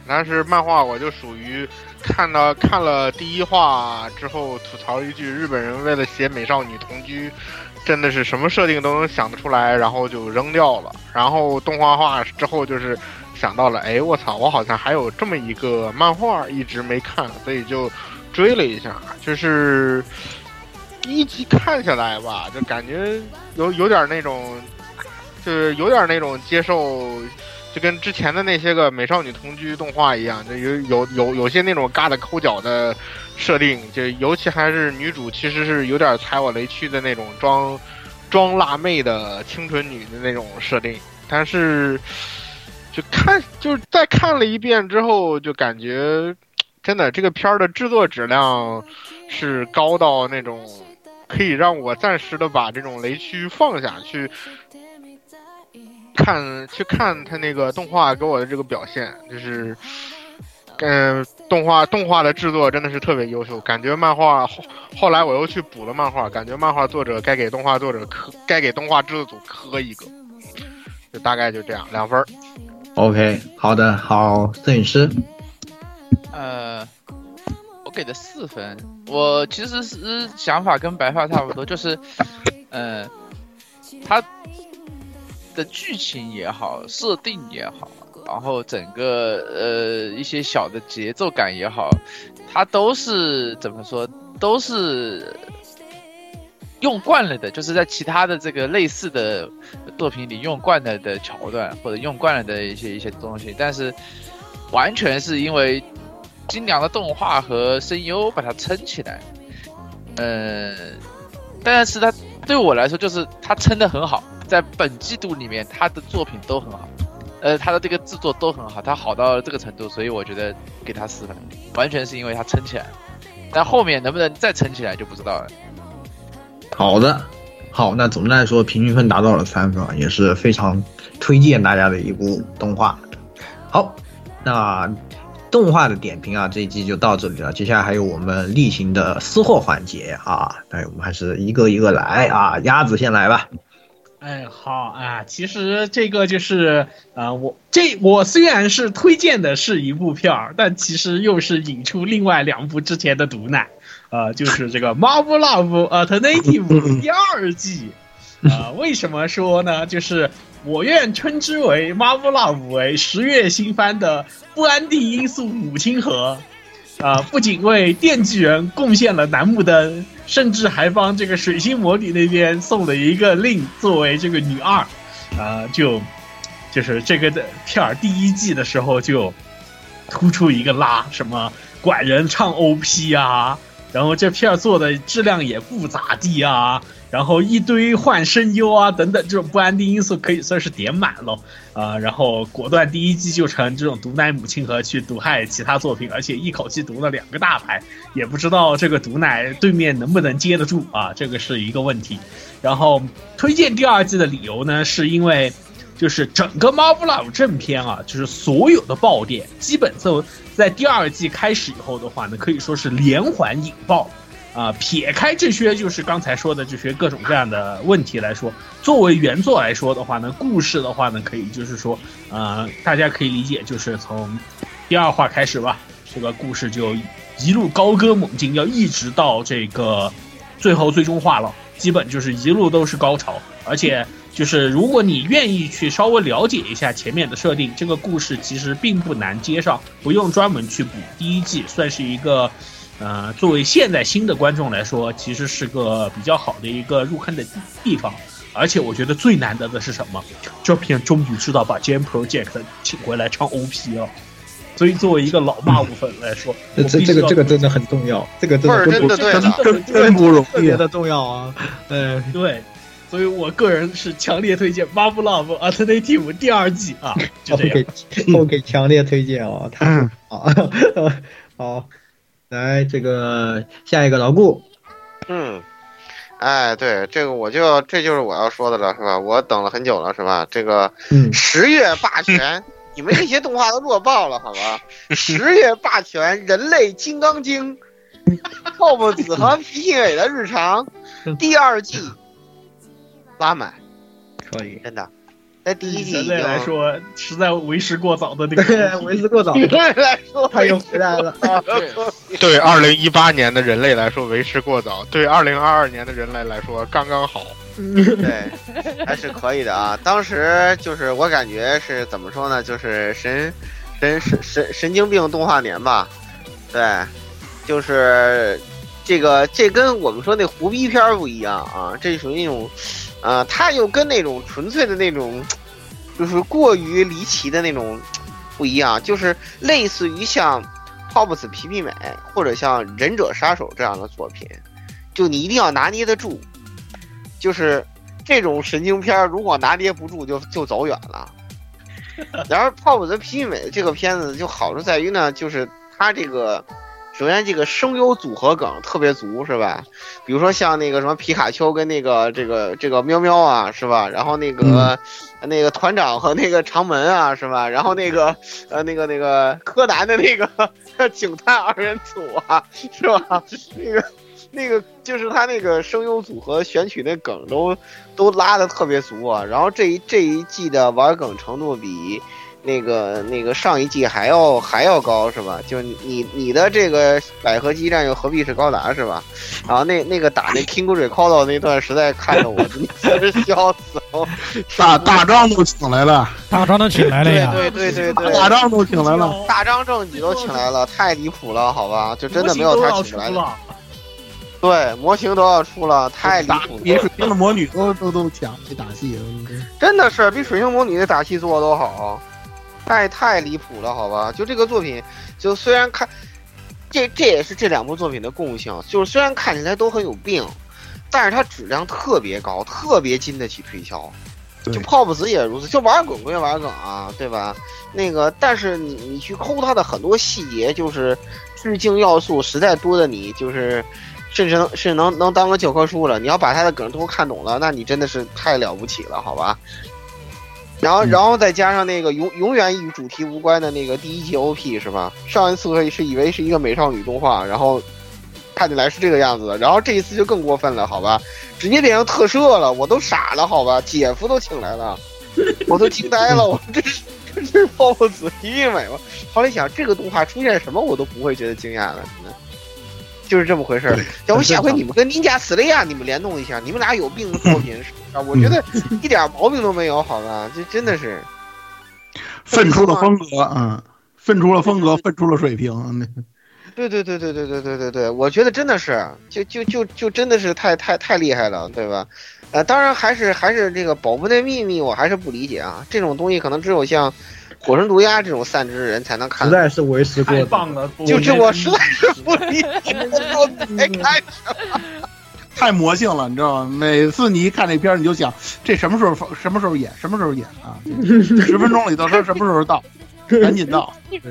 但是漫画我就属于看到看了第一话之后吐槽一句，日本人为了写美少女同居，真的是什么设定都能想得出来，然后就扔掉了。然后动画化之后就是想到了，哎，我操，我好像还有这么一个漫画一直没看，所以就追了一下。就是第一集看下来吧，就感觉有有点那种，就是有点那种接受。就跟之前的那些个美少女同居动画一样，就有有有有些那种嘎的抠脚的设定，就尤其还是女主其实是有点踩我雷区的那种装装辣妹的清纯女的那种设定，但是就看就是再看了一遍之后，就感觉真的这个片儿的制作质量是高到那种可以让我暂时的把这种雷区放下去。看去看他那个动画给我的这个表现，就是，嗯、呃，动画动画的制作真的是特别优秀，感觉漫画后后来我又去补了漫画，感觉漫画作者该给动画作者磕，该给动画制作组磕一个，就大概就这样，两分。 OK， 好的，好，摄影师， 呃，我给的四分，我其实是想法跟白发差不多，就是，呃，他。的剧情也好，设定也好，然后整个呃一些小的节奏感也好，它都是怎么说，都是用惯了的，就是在其他的这个类似的作品里用惯了的桥段，或者用惯了的一些一些东西，但是完全是因为精良的动画和声优把它撑起来。呃，但是它对我来说就是它撑得很好。在本季度里面，他的作品都很好，呃，他的这个制作都很好，他好到这个程度，所以我觉得给他四分，完全是因为他撑起来，但后面能不能再撑起来就不知道了。 好的，好，那总的来说，平均分达到了三分，也是非常推荐大家的一部动画。好，那动画的点评啊，这一季就到这里了，接下来还有我们例行的私货环节啊，那我们还是一个一个来啊，鸭子先来吧。 哎，好啊，其实这个就是啊、呃，我这我虽然是推荐的是一部片儿，但其实又是引出另外两部之前的毒奶，呃，就是这个《Marvel Love Alternative》第二季。啊、呃，为什么说呢？就是我愿称之为《Marvel Love》为十月新番的不安定因素母亲河。啊、呃，不仅为电锯人贡献了楠木灯，甚至还帮这个水星魔女那边送了一个令作为这个女二，啊、呃，就就是这个的片儿第一季的时候就突出一个拉，什么管人唱 O P 啊，然后这片儿做的质量也不咋地啊，然后一堆换声优啊等等，这种不安定因素可以算是点满了啊、呃，然后果断第一季就成这种毒奶母亲河去毒害其他作品，而且一口气毒了两个大牌，也不知道这个毒奶对面能不能接得住啊，这个是一个问题。然后推荐第二季的理由呢，是因为就是整个 Marvel Love 正片啊，就是所有的爆点基本上在第二季开始以后的话呢，可以说是连环引爆。啊、呃，撇开这些就是刚才说的这些各种各样的问题来说，作为原作来说的话呢，故事的话呢，可以就是说，呃，大家可以理解，就是从第二话开始吧，这个故事就一路高歌猛进，要一直到这个最后最终话了，基本就是一路都是高潮，而且就是如果你愿意去稍微了解一下前面的设定，这个故事其实并不难接上，不用专门去补。第一季算是一个。呃，作为现在新的观众来说，其实是个比较好的一个入坑的地方，而且我觉得最难得的是什么？这片终于知道把 Jam Project 请回来唱 O P 了，所以作为一个老马五粉来说， 这这这个这个真的很重要，这个真的真的对的， 真真不容易，特别的重要啊！呃， 对，所以我个人是强烈推荐 Marvel Love Alternative 第二季啊，就这样。 OK， OK， 强烈推荐哦，太好，好。来，这个下一个老顾， 嗯，哎，对，这个我就这就是我要说的了，是吧？我等了很久了，是吧？这个十月霸权，你们这些动画都弱爆了，好吧？十月霸权，人类金刚经，泡沫子和皮信伟的日常第二季，拉满， 可以， 真的。 在第一季人类来说实在为时过早的那个为时过早， 人类来说他又回来了。 对二零一八年的人类来说为时过早，对二零二二年的人类来说刚刚好。 对，还是可以的啊。当时就是我感觉是怎么说呢，就是神神神神神经病动画年吧。对，就是这个这跟我们说那胡逼片不一样啊，这属于那种，呃，它又跟那种纯粹的那种，就是过于离奇的那种不一样，就是类似于像 Pops 皮皮美或者像忍者杀手这样的作品，就你一定要拿捏得住。就是这种神经片如果拿捏不住就就走远了。然而泡泡的皮皮美这个片子就好处在于呢，就是它这个首先这个声优组合梗特别足，是吧？比如说像那个什么皮卡丘跟那个这个这个喵喵啊，是吧？然后那个、嗯、那个团长和那个长门啊，是吧？然后那个呃那个那个柯南的那个警探二人组啊，是吧？那个那个就是他那个声优组合选取那梗都都拉的特别足啊，然后这一这一季的玩梗程度比那个那个上一季还要还要高，是吧？就你你的这个百合激战又何必是高达，是吧？然后那那个打那 King Recall 那段实在看着我真是笑死了。 大大张都请来了， 大张都请来了呀！ 对对对对对， 大张都请来了， 大张正己都请来了，太离谱了，好吧？就真的没有他请来了。对，模型都要出了，太离谱了！ 比水星的魔女都都都强，这打戏真的是比水星魔女的打戏做的都好，太太离谱了，好吧？就这个作品，就虽然看，这这也是这两部作品的共性，就是虽然看起来都很有病，但是它质量特别高，特别经得起推销。就泡泡子也如此，就玩梗归玩梗啊，对吧？那个，但是你你去抠它的很多细节，就是致敬要素实在多的你就是。甚至能是能能当个教科书了。你要把他的梗都看懂了，那你真的是太了不起了，好吧？然后，然后再加上那个永永远与主题无关的那个第一季 O P 是吧？上一次是以为是一个美少女动画，然后看起来是这个样子的，然后这一次就更过分了，好吧？直接变成特摄了，我都傻了，好吧？姐夫都请来了，我都惊呆了，我这是这是泡泡子皮皮美吗？后来想，这个动画出现什么我都不会觉得惊讶了，真的。就是这么回事儿，要不下回你们跟尼加斯雷亚你们联动一下，你们俩有病的作品啊，我觉得一点毛病都没有，好吧？这真的是分出了风格，嗯，分出了风格，分出了水平。 对对对对对对对对对，我觉得真的是，就就就就真的是太太太厉害了，对吧？呃，当然还是还是这个宝贝的秘密，我还是不理解啊，这种东西可能只有像。火神毒鸦这种散之人才能看， 实在是为时过早。 太棒了！ 就这我实在是不理解，我在看什么？ 太魔性了，你知道吗？每次你一看这片，你就想这什么时候什么时候演，什么时候演啊？十分钟里头他什么时候到？赶紧到！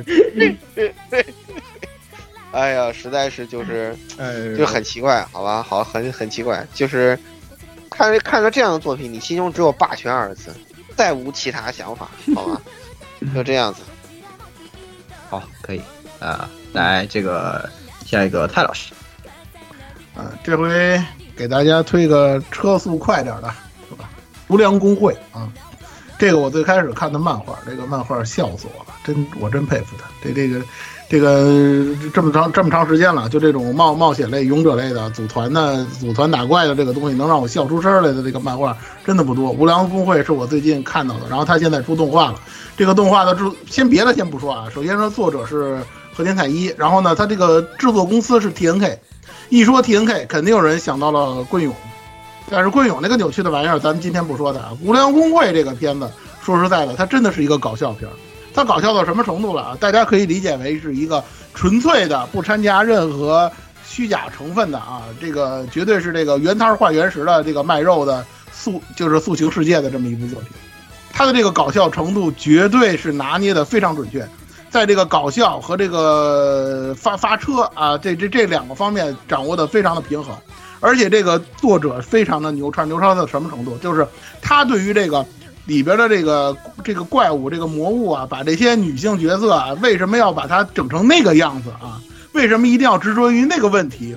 哎呀，实在是就是，就很奇怪，好吧？好，很很奇怪，就是看看到这样的作品，你心中只有霸权二字，再无其他想法，好吧？就这样子， 好，可以啊、呃。来，这个下一个蔡老师， 啊、呃，这回给大家推个车速快点的，是吧？无良公会啊，这个我最开始看的漫画，这个漫画笑死我了，真我真佩服他。这这个这个这么长这么长时间了，就这种冒冒险类、勇者类的组团的组团打怪的这个东西，能让我笑出声来的这个漫画真的不多。无良公会是我最近看到的，然后他现在出动画了。这个动画的制先别的先不说啊，首先说作者是和田彩一，然后呢，他这个制作公司是 T N K。一说 T N K， 肯定有人想到了棍勇，但是棍勇那个扭曲的玩意儿，咱们今天不说的啊。无良公会这个片子，说实在的，它真的是一个搞笑片。它搞笑到什么程度了啊？大家可以理解为是一个纯粹的不掺加任何虚假成分的啊，这个绝对是这个原摊换原食的这个卖肉的塑，就是塑形世界的这么一部作品。它的这个搞笑程度绝对是拿捏的非常准确，在这个搞笑和这个发发车啊，这这这两个方面掌握的非常的平衡，而且这个作者非常的牛叉，牛叉到什么程度？就是他对于这个里边的这个这个怪物、这个魔物啊，把这些女性角色啊，为什么要把它整成那个样子啊？为什么一定要执着于那个问题？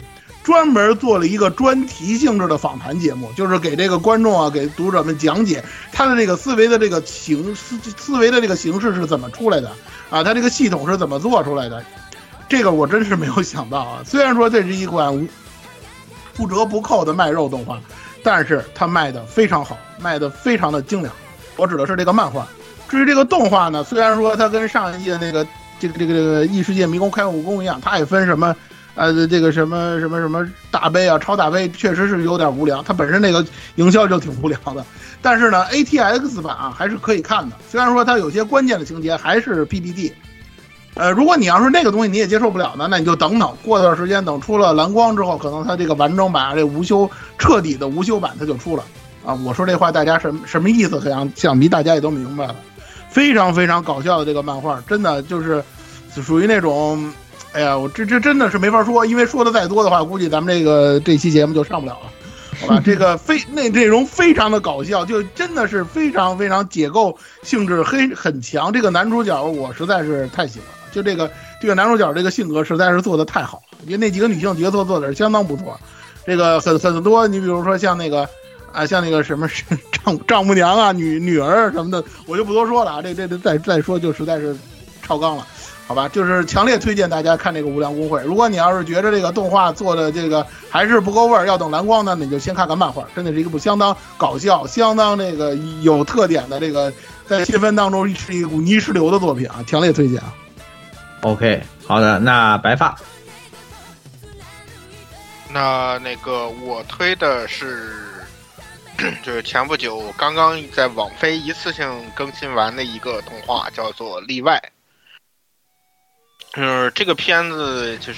专门做了一个专题性质的访谈节目，就是给这个观众啊，给读者们讲解他的这个思维的这个形思思维的这个形式是怎么出来的啊，他这个系统是怎么做出来的。这个我真是没有想到啊！虽然说这是一款不折不扣的卖肉动画，但是它卖的非常好，卖的非常的精良。我指的是这个漫画。至于这个动画呢，虽然说它跟上一季的那个这个这个这个异世界迷宫开悟宫一样，它也分什么呃这个什么什么什么大杯啊、超大杯，确实是有点无聊。它本身那个营销就挺无聊的。但是呢 ，A T X 版啊还是可以看的。虽然说它有些关键的情节还是 P P T。呃，如果你要是那个东西你也接受不了呢，那你就等等，过段时间等出了蓝光之后，可能它这个完整版、这无修彻底的无修版它就出了啊。我说这话大家什么什么意思？想想必大家也都明白了。非常非常搞笑的这个漫画，真的就是属于那种，哎呀，我这这真的是没法说，因为说的再多的话，估计咱们这个这期节目就上不了了。好吧，这个非那内容非常的搞笑，就真的是非常非常解构性质很很强。这个男主角我实在是太喜欢了。就这个这个男主角这个性格实在是做的太好了，因为那几个女性角色做的是相当不错。这个很很多，你比如说像那个啊，像那个什么丈丈母娘啊、女女儿什么的，我就不多说了啊。这这这再再说就实在是超纲了，好吧？就是强烈推荐大家看这个《无良公会》。如果你要是觉得这个动画做的这个还是不够味儿，要等蓝光呢，你就先看看漫画，真的是一部相当搞笑、相当这个有特点的这个在气氛当中是一股泥石流的作品啊，强烈推荐啊。 OK， 好的，那白发， 那那个我推的是，就是前不久刚刚在网飞一次性更新完的一个动画，叫做《例外》。嗯，这个片子就是，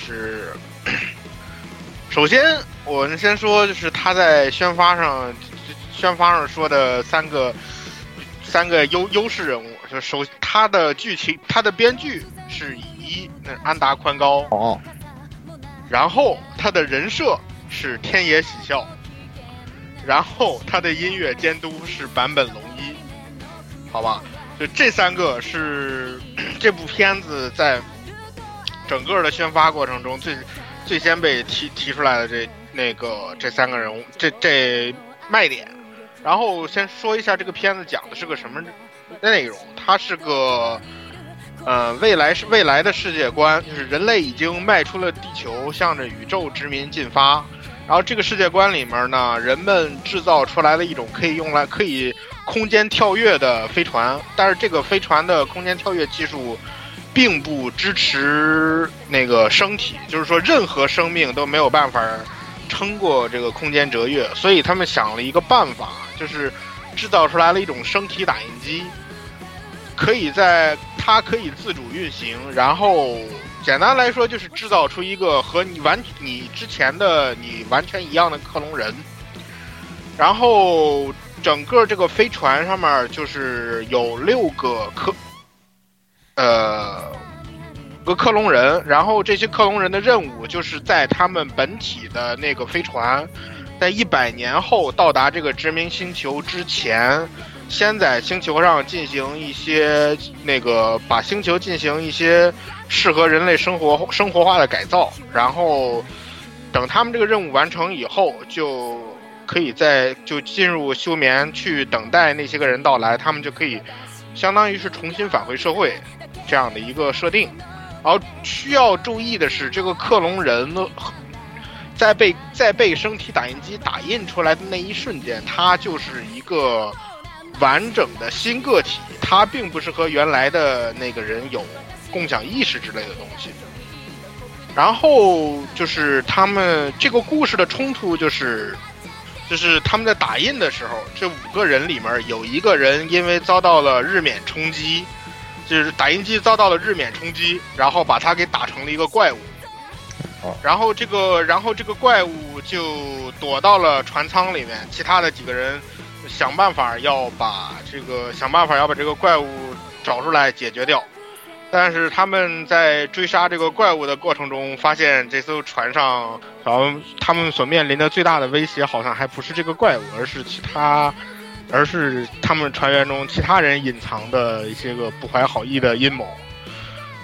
首先我们先说，就是他在宣发上，宣发上说的三个三个优优势人物，就是首他的剧情，他的编剧是以安达宽高哦， 然后他的人设是天野喜孝，然后他的音乐监督是坂本龙一，好吧，就这三个是这部片子在整个的宣发过程中最最先被提提出来的这那个这三个人物，这这卖点。然后先说一下这个片子讲的是个什么内容，它是个呃未来是未来的世界观，就是人类已经迈出了地球，向着宇宙殖民进发。然后这个世界观里面呢，人们制造出来了一种可以用来可以空间跳跃的飞船，但是这个飞船的空间跳跃技术并不支持那个生体，就是说任何生命都没有办法撑过这个空间折跃，所以他们想了一个办法，就是制造出来了一种生体打印机，可以在它可以自主运行，然后简单来说就是制造出一个和你完你之前的你完全一样的克隆人，然后整个这个飞船上面就是有六个克呃个克隆人，然后这些克隆人的任务就是在他们本体的那个飞船在一百年后到达这个殖民星球之前，先在星球上进行一些那个把星球进行一些适合人类生活生活化的改造，然后等他们这个任务完成以后，就可以在就进入休眠去等待那些个人到来，他们就可以相当于是重新返回社会这样的一个设定。然后需要注意的是，这个克隆人在被在被生体打印机打印出来的那一瞬间，它就是一个完整的新个体，它并不是和原来的那个人有共享意识之类的东西。然后就是他们这个故事的冲突就是就是他们在打印的时候，这五个人里面有一个人因为遭到了日冕冲击，就是打印机遭到了日冕冲击，然后把它给打成了一个怪物。然后这个然后这个怪物就躲到了船舱里面，其他的几个人想办法要把这个想办法要把这个怪物找出来解决掉。但是他们在追杀这个怪物的过程中，发现这艘船上好像他们所面临的最大的威胁好像还不是这个怪物，而是其他而是他们船员中其他人隐藏的一些个不怀好意的阴谋。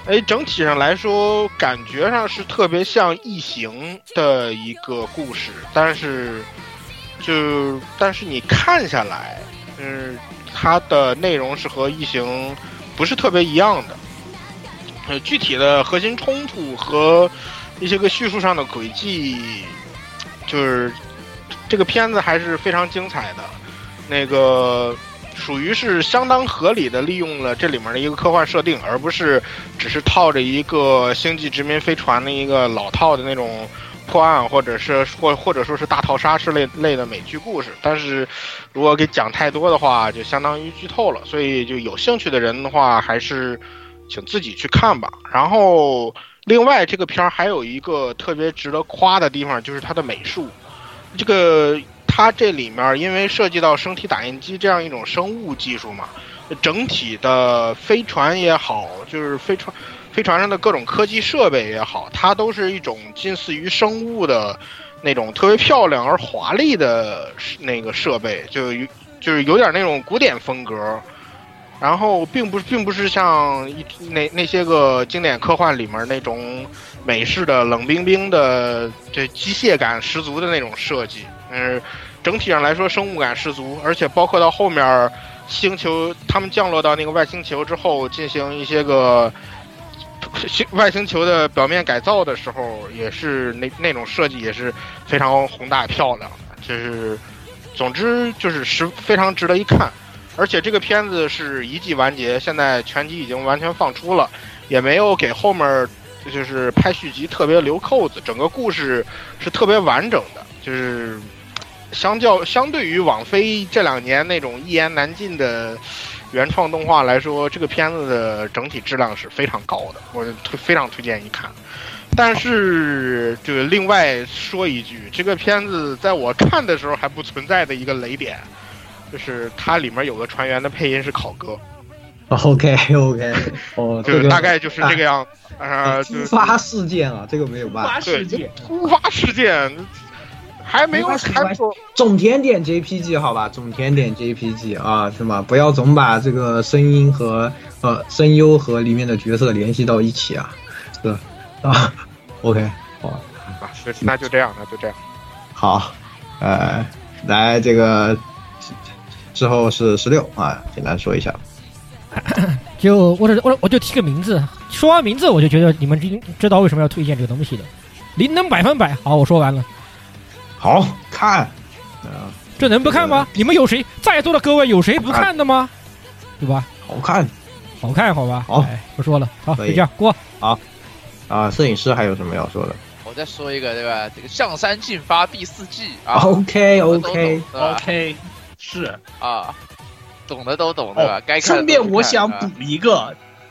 哎，整体上来说，感觉上是特别像《异形》的一个故事，但是就但是你看下来，嗯，它的内容是和《异形》不是特别一样的。呃，具体的核心冲突和一些个叙述上的轨迹，就是这个片子还是非常精彩的。那个属于是相当合理的利用了这里面的一个科幻设定，而不是只是套着一个星际殖民飞船的一个老套的那种破案，或者是或或者说是大逃杀之类类的美剧故事。但是如果给讲太多的话，就相当于剧透了。所以就有兴趣的人的话，还是请自己去看吧。然后另外这个片儿还有一个特别值得夸的地方，就是它的美术。这个它这里面因为涉及到生体打印机这样一种生物技术嘛，整体的飞船也好，就是飞船飞船上的各种科技设备也好，它都是一种近似于生物的那种特别漂亮而华丽的那个设备，就就是有点那种古典风格。然后并不并不是像一那那些个经典科幻里面那种美式的冷冰冰的这机械感十足的那种设计，嗯，整体上来说生物感十足，而且包括到后面星球他们降落到那个外星球之后进行一些个外星球的表面改造的时候，也是那那种设计也是非常宏大漂亮的，就是总之就是是非常值得一看。而且这个片子是一季完结，现在全集已经完全放出了，也没有给后面就是拍续集特别留扣子，整个故事是特别完整的，就是相较相对于网飞这两年那种一言难尽的原创动画来说，这个片子的整体质量是非常高的，我非常推荐一看。但是就另外说一句，这个片子在我看的时候还不存在的一个雷点，就是它里面有个船员的配音是考哥。 OK OK， 哦， 就大概就是这个样子。呃， 突发事件啊，这个没有办法。 对，突发事件还没有还说总甜点 J P G 好吧，总甜点 J P G 啊，是吗？不要总把这个声音和呃声优和里面的角色联系到一起啊，是啊 ，OK， 好啊， 那就这样，那就这样。 好，呃，来这个。之后是十六啊，简单说一下。 就我我我就提个名字，说完名字我就觉得你们知道为什么要推荐这个东西的。灵能百分百，好，我说完了。 好看， 啊，这能不看吗？你们有谁在座的各位有谁不看的吗？对吧？ 好看， 好看，好吧。 好， 哎、不说了，好，就这样过。 好，啊，摄影师还有什么要说的？ 我再说一个，对吧？这个象山进发第四季啊。 OK OK OK。是啊，懂的都懂的吧？该看。 顺便我想补一个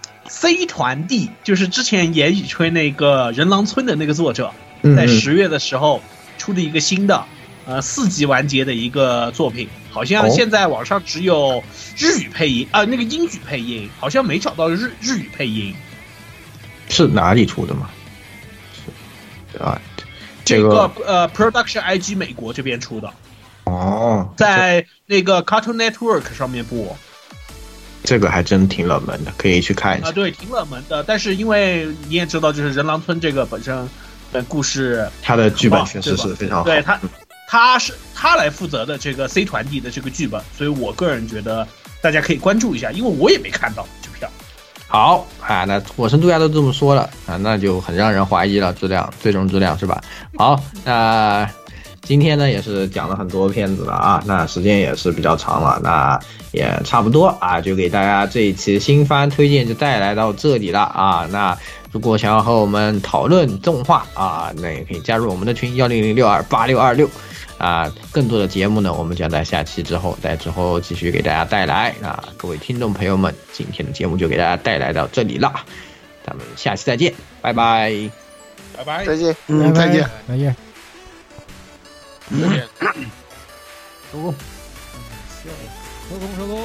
C 团 D， 就是之前言语吹那个人狼村的那个作者，在十月的时候出的一个新的呃四集完结的一个作品，好像现在网上只有日语配音啊、呃，那个英语配音，好像没找到日日语配音。 是哪里出的吗？是啊， 这个呃 Production I G 美国这边出的。 哦， 在那个 Cartoon Network 上面播， 这个还真挺冷门的，可以去看一下。 啊，对，挺冷门的。但是因为你也知道，就是人狼村这个本身的故事， 它的剧本确实是非常好。 对他，他是他来负责的这个 C 团体的这个剧本，所以我个人觉得大家可以关注一下，因为我也没看到这票。 好啊，那火神杜亚都这么说了啊，那就很让人怀疑了，质量最终质量是吧？好，那。今天呢也是讲了很多片子了啊，那时间也是比较长了，那也差不多啊，就给大家这一期新番推荐就带来到这里了啊。那如果想要和我们讨论动画啊，那也可以加入我们的群幺零零六二八六二六啊。更多的节目呢，我们将在下期之后，在之后继续给大家带来啊。各位听众朋友们，今天的节目就给大家带来到这里了，咱们下期再见，拜拜， 拜拜， 再见， 嗯，再见， 再见。 再见， 收工，收工，收工。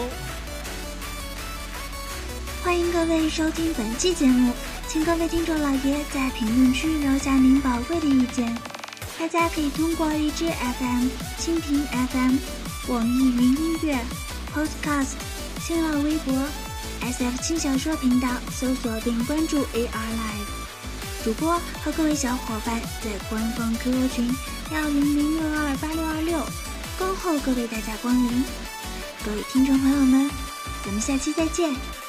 欢迎各位收听本期节目，请各位听众老爷在评论区留下您宝贵的意见。大家可以通过荔枝 F M、蜻蜓 F M、网易云音乐、Podcast、新浪微博 S F 轻小说频道搜索并关注 A R Live。主播和各位小伙伴在官方 Q Q 群幺零零六二八六二六恭候各位大驾光临。各位听众朋友们，咱们下期再见。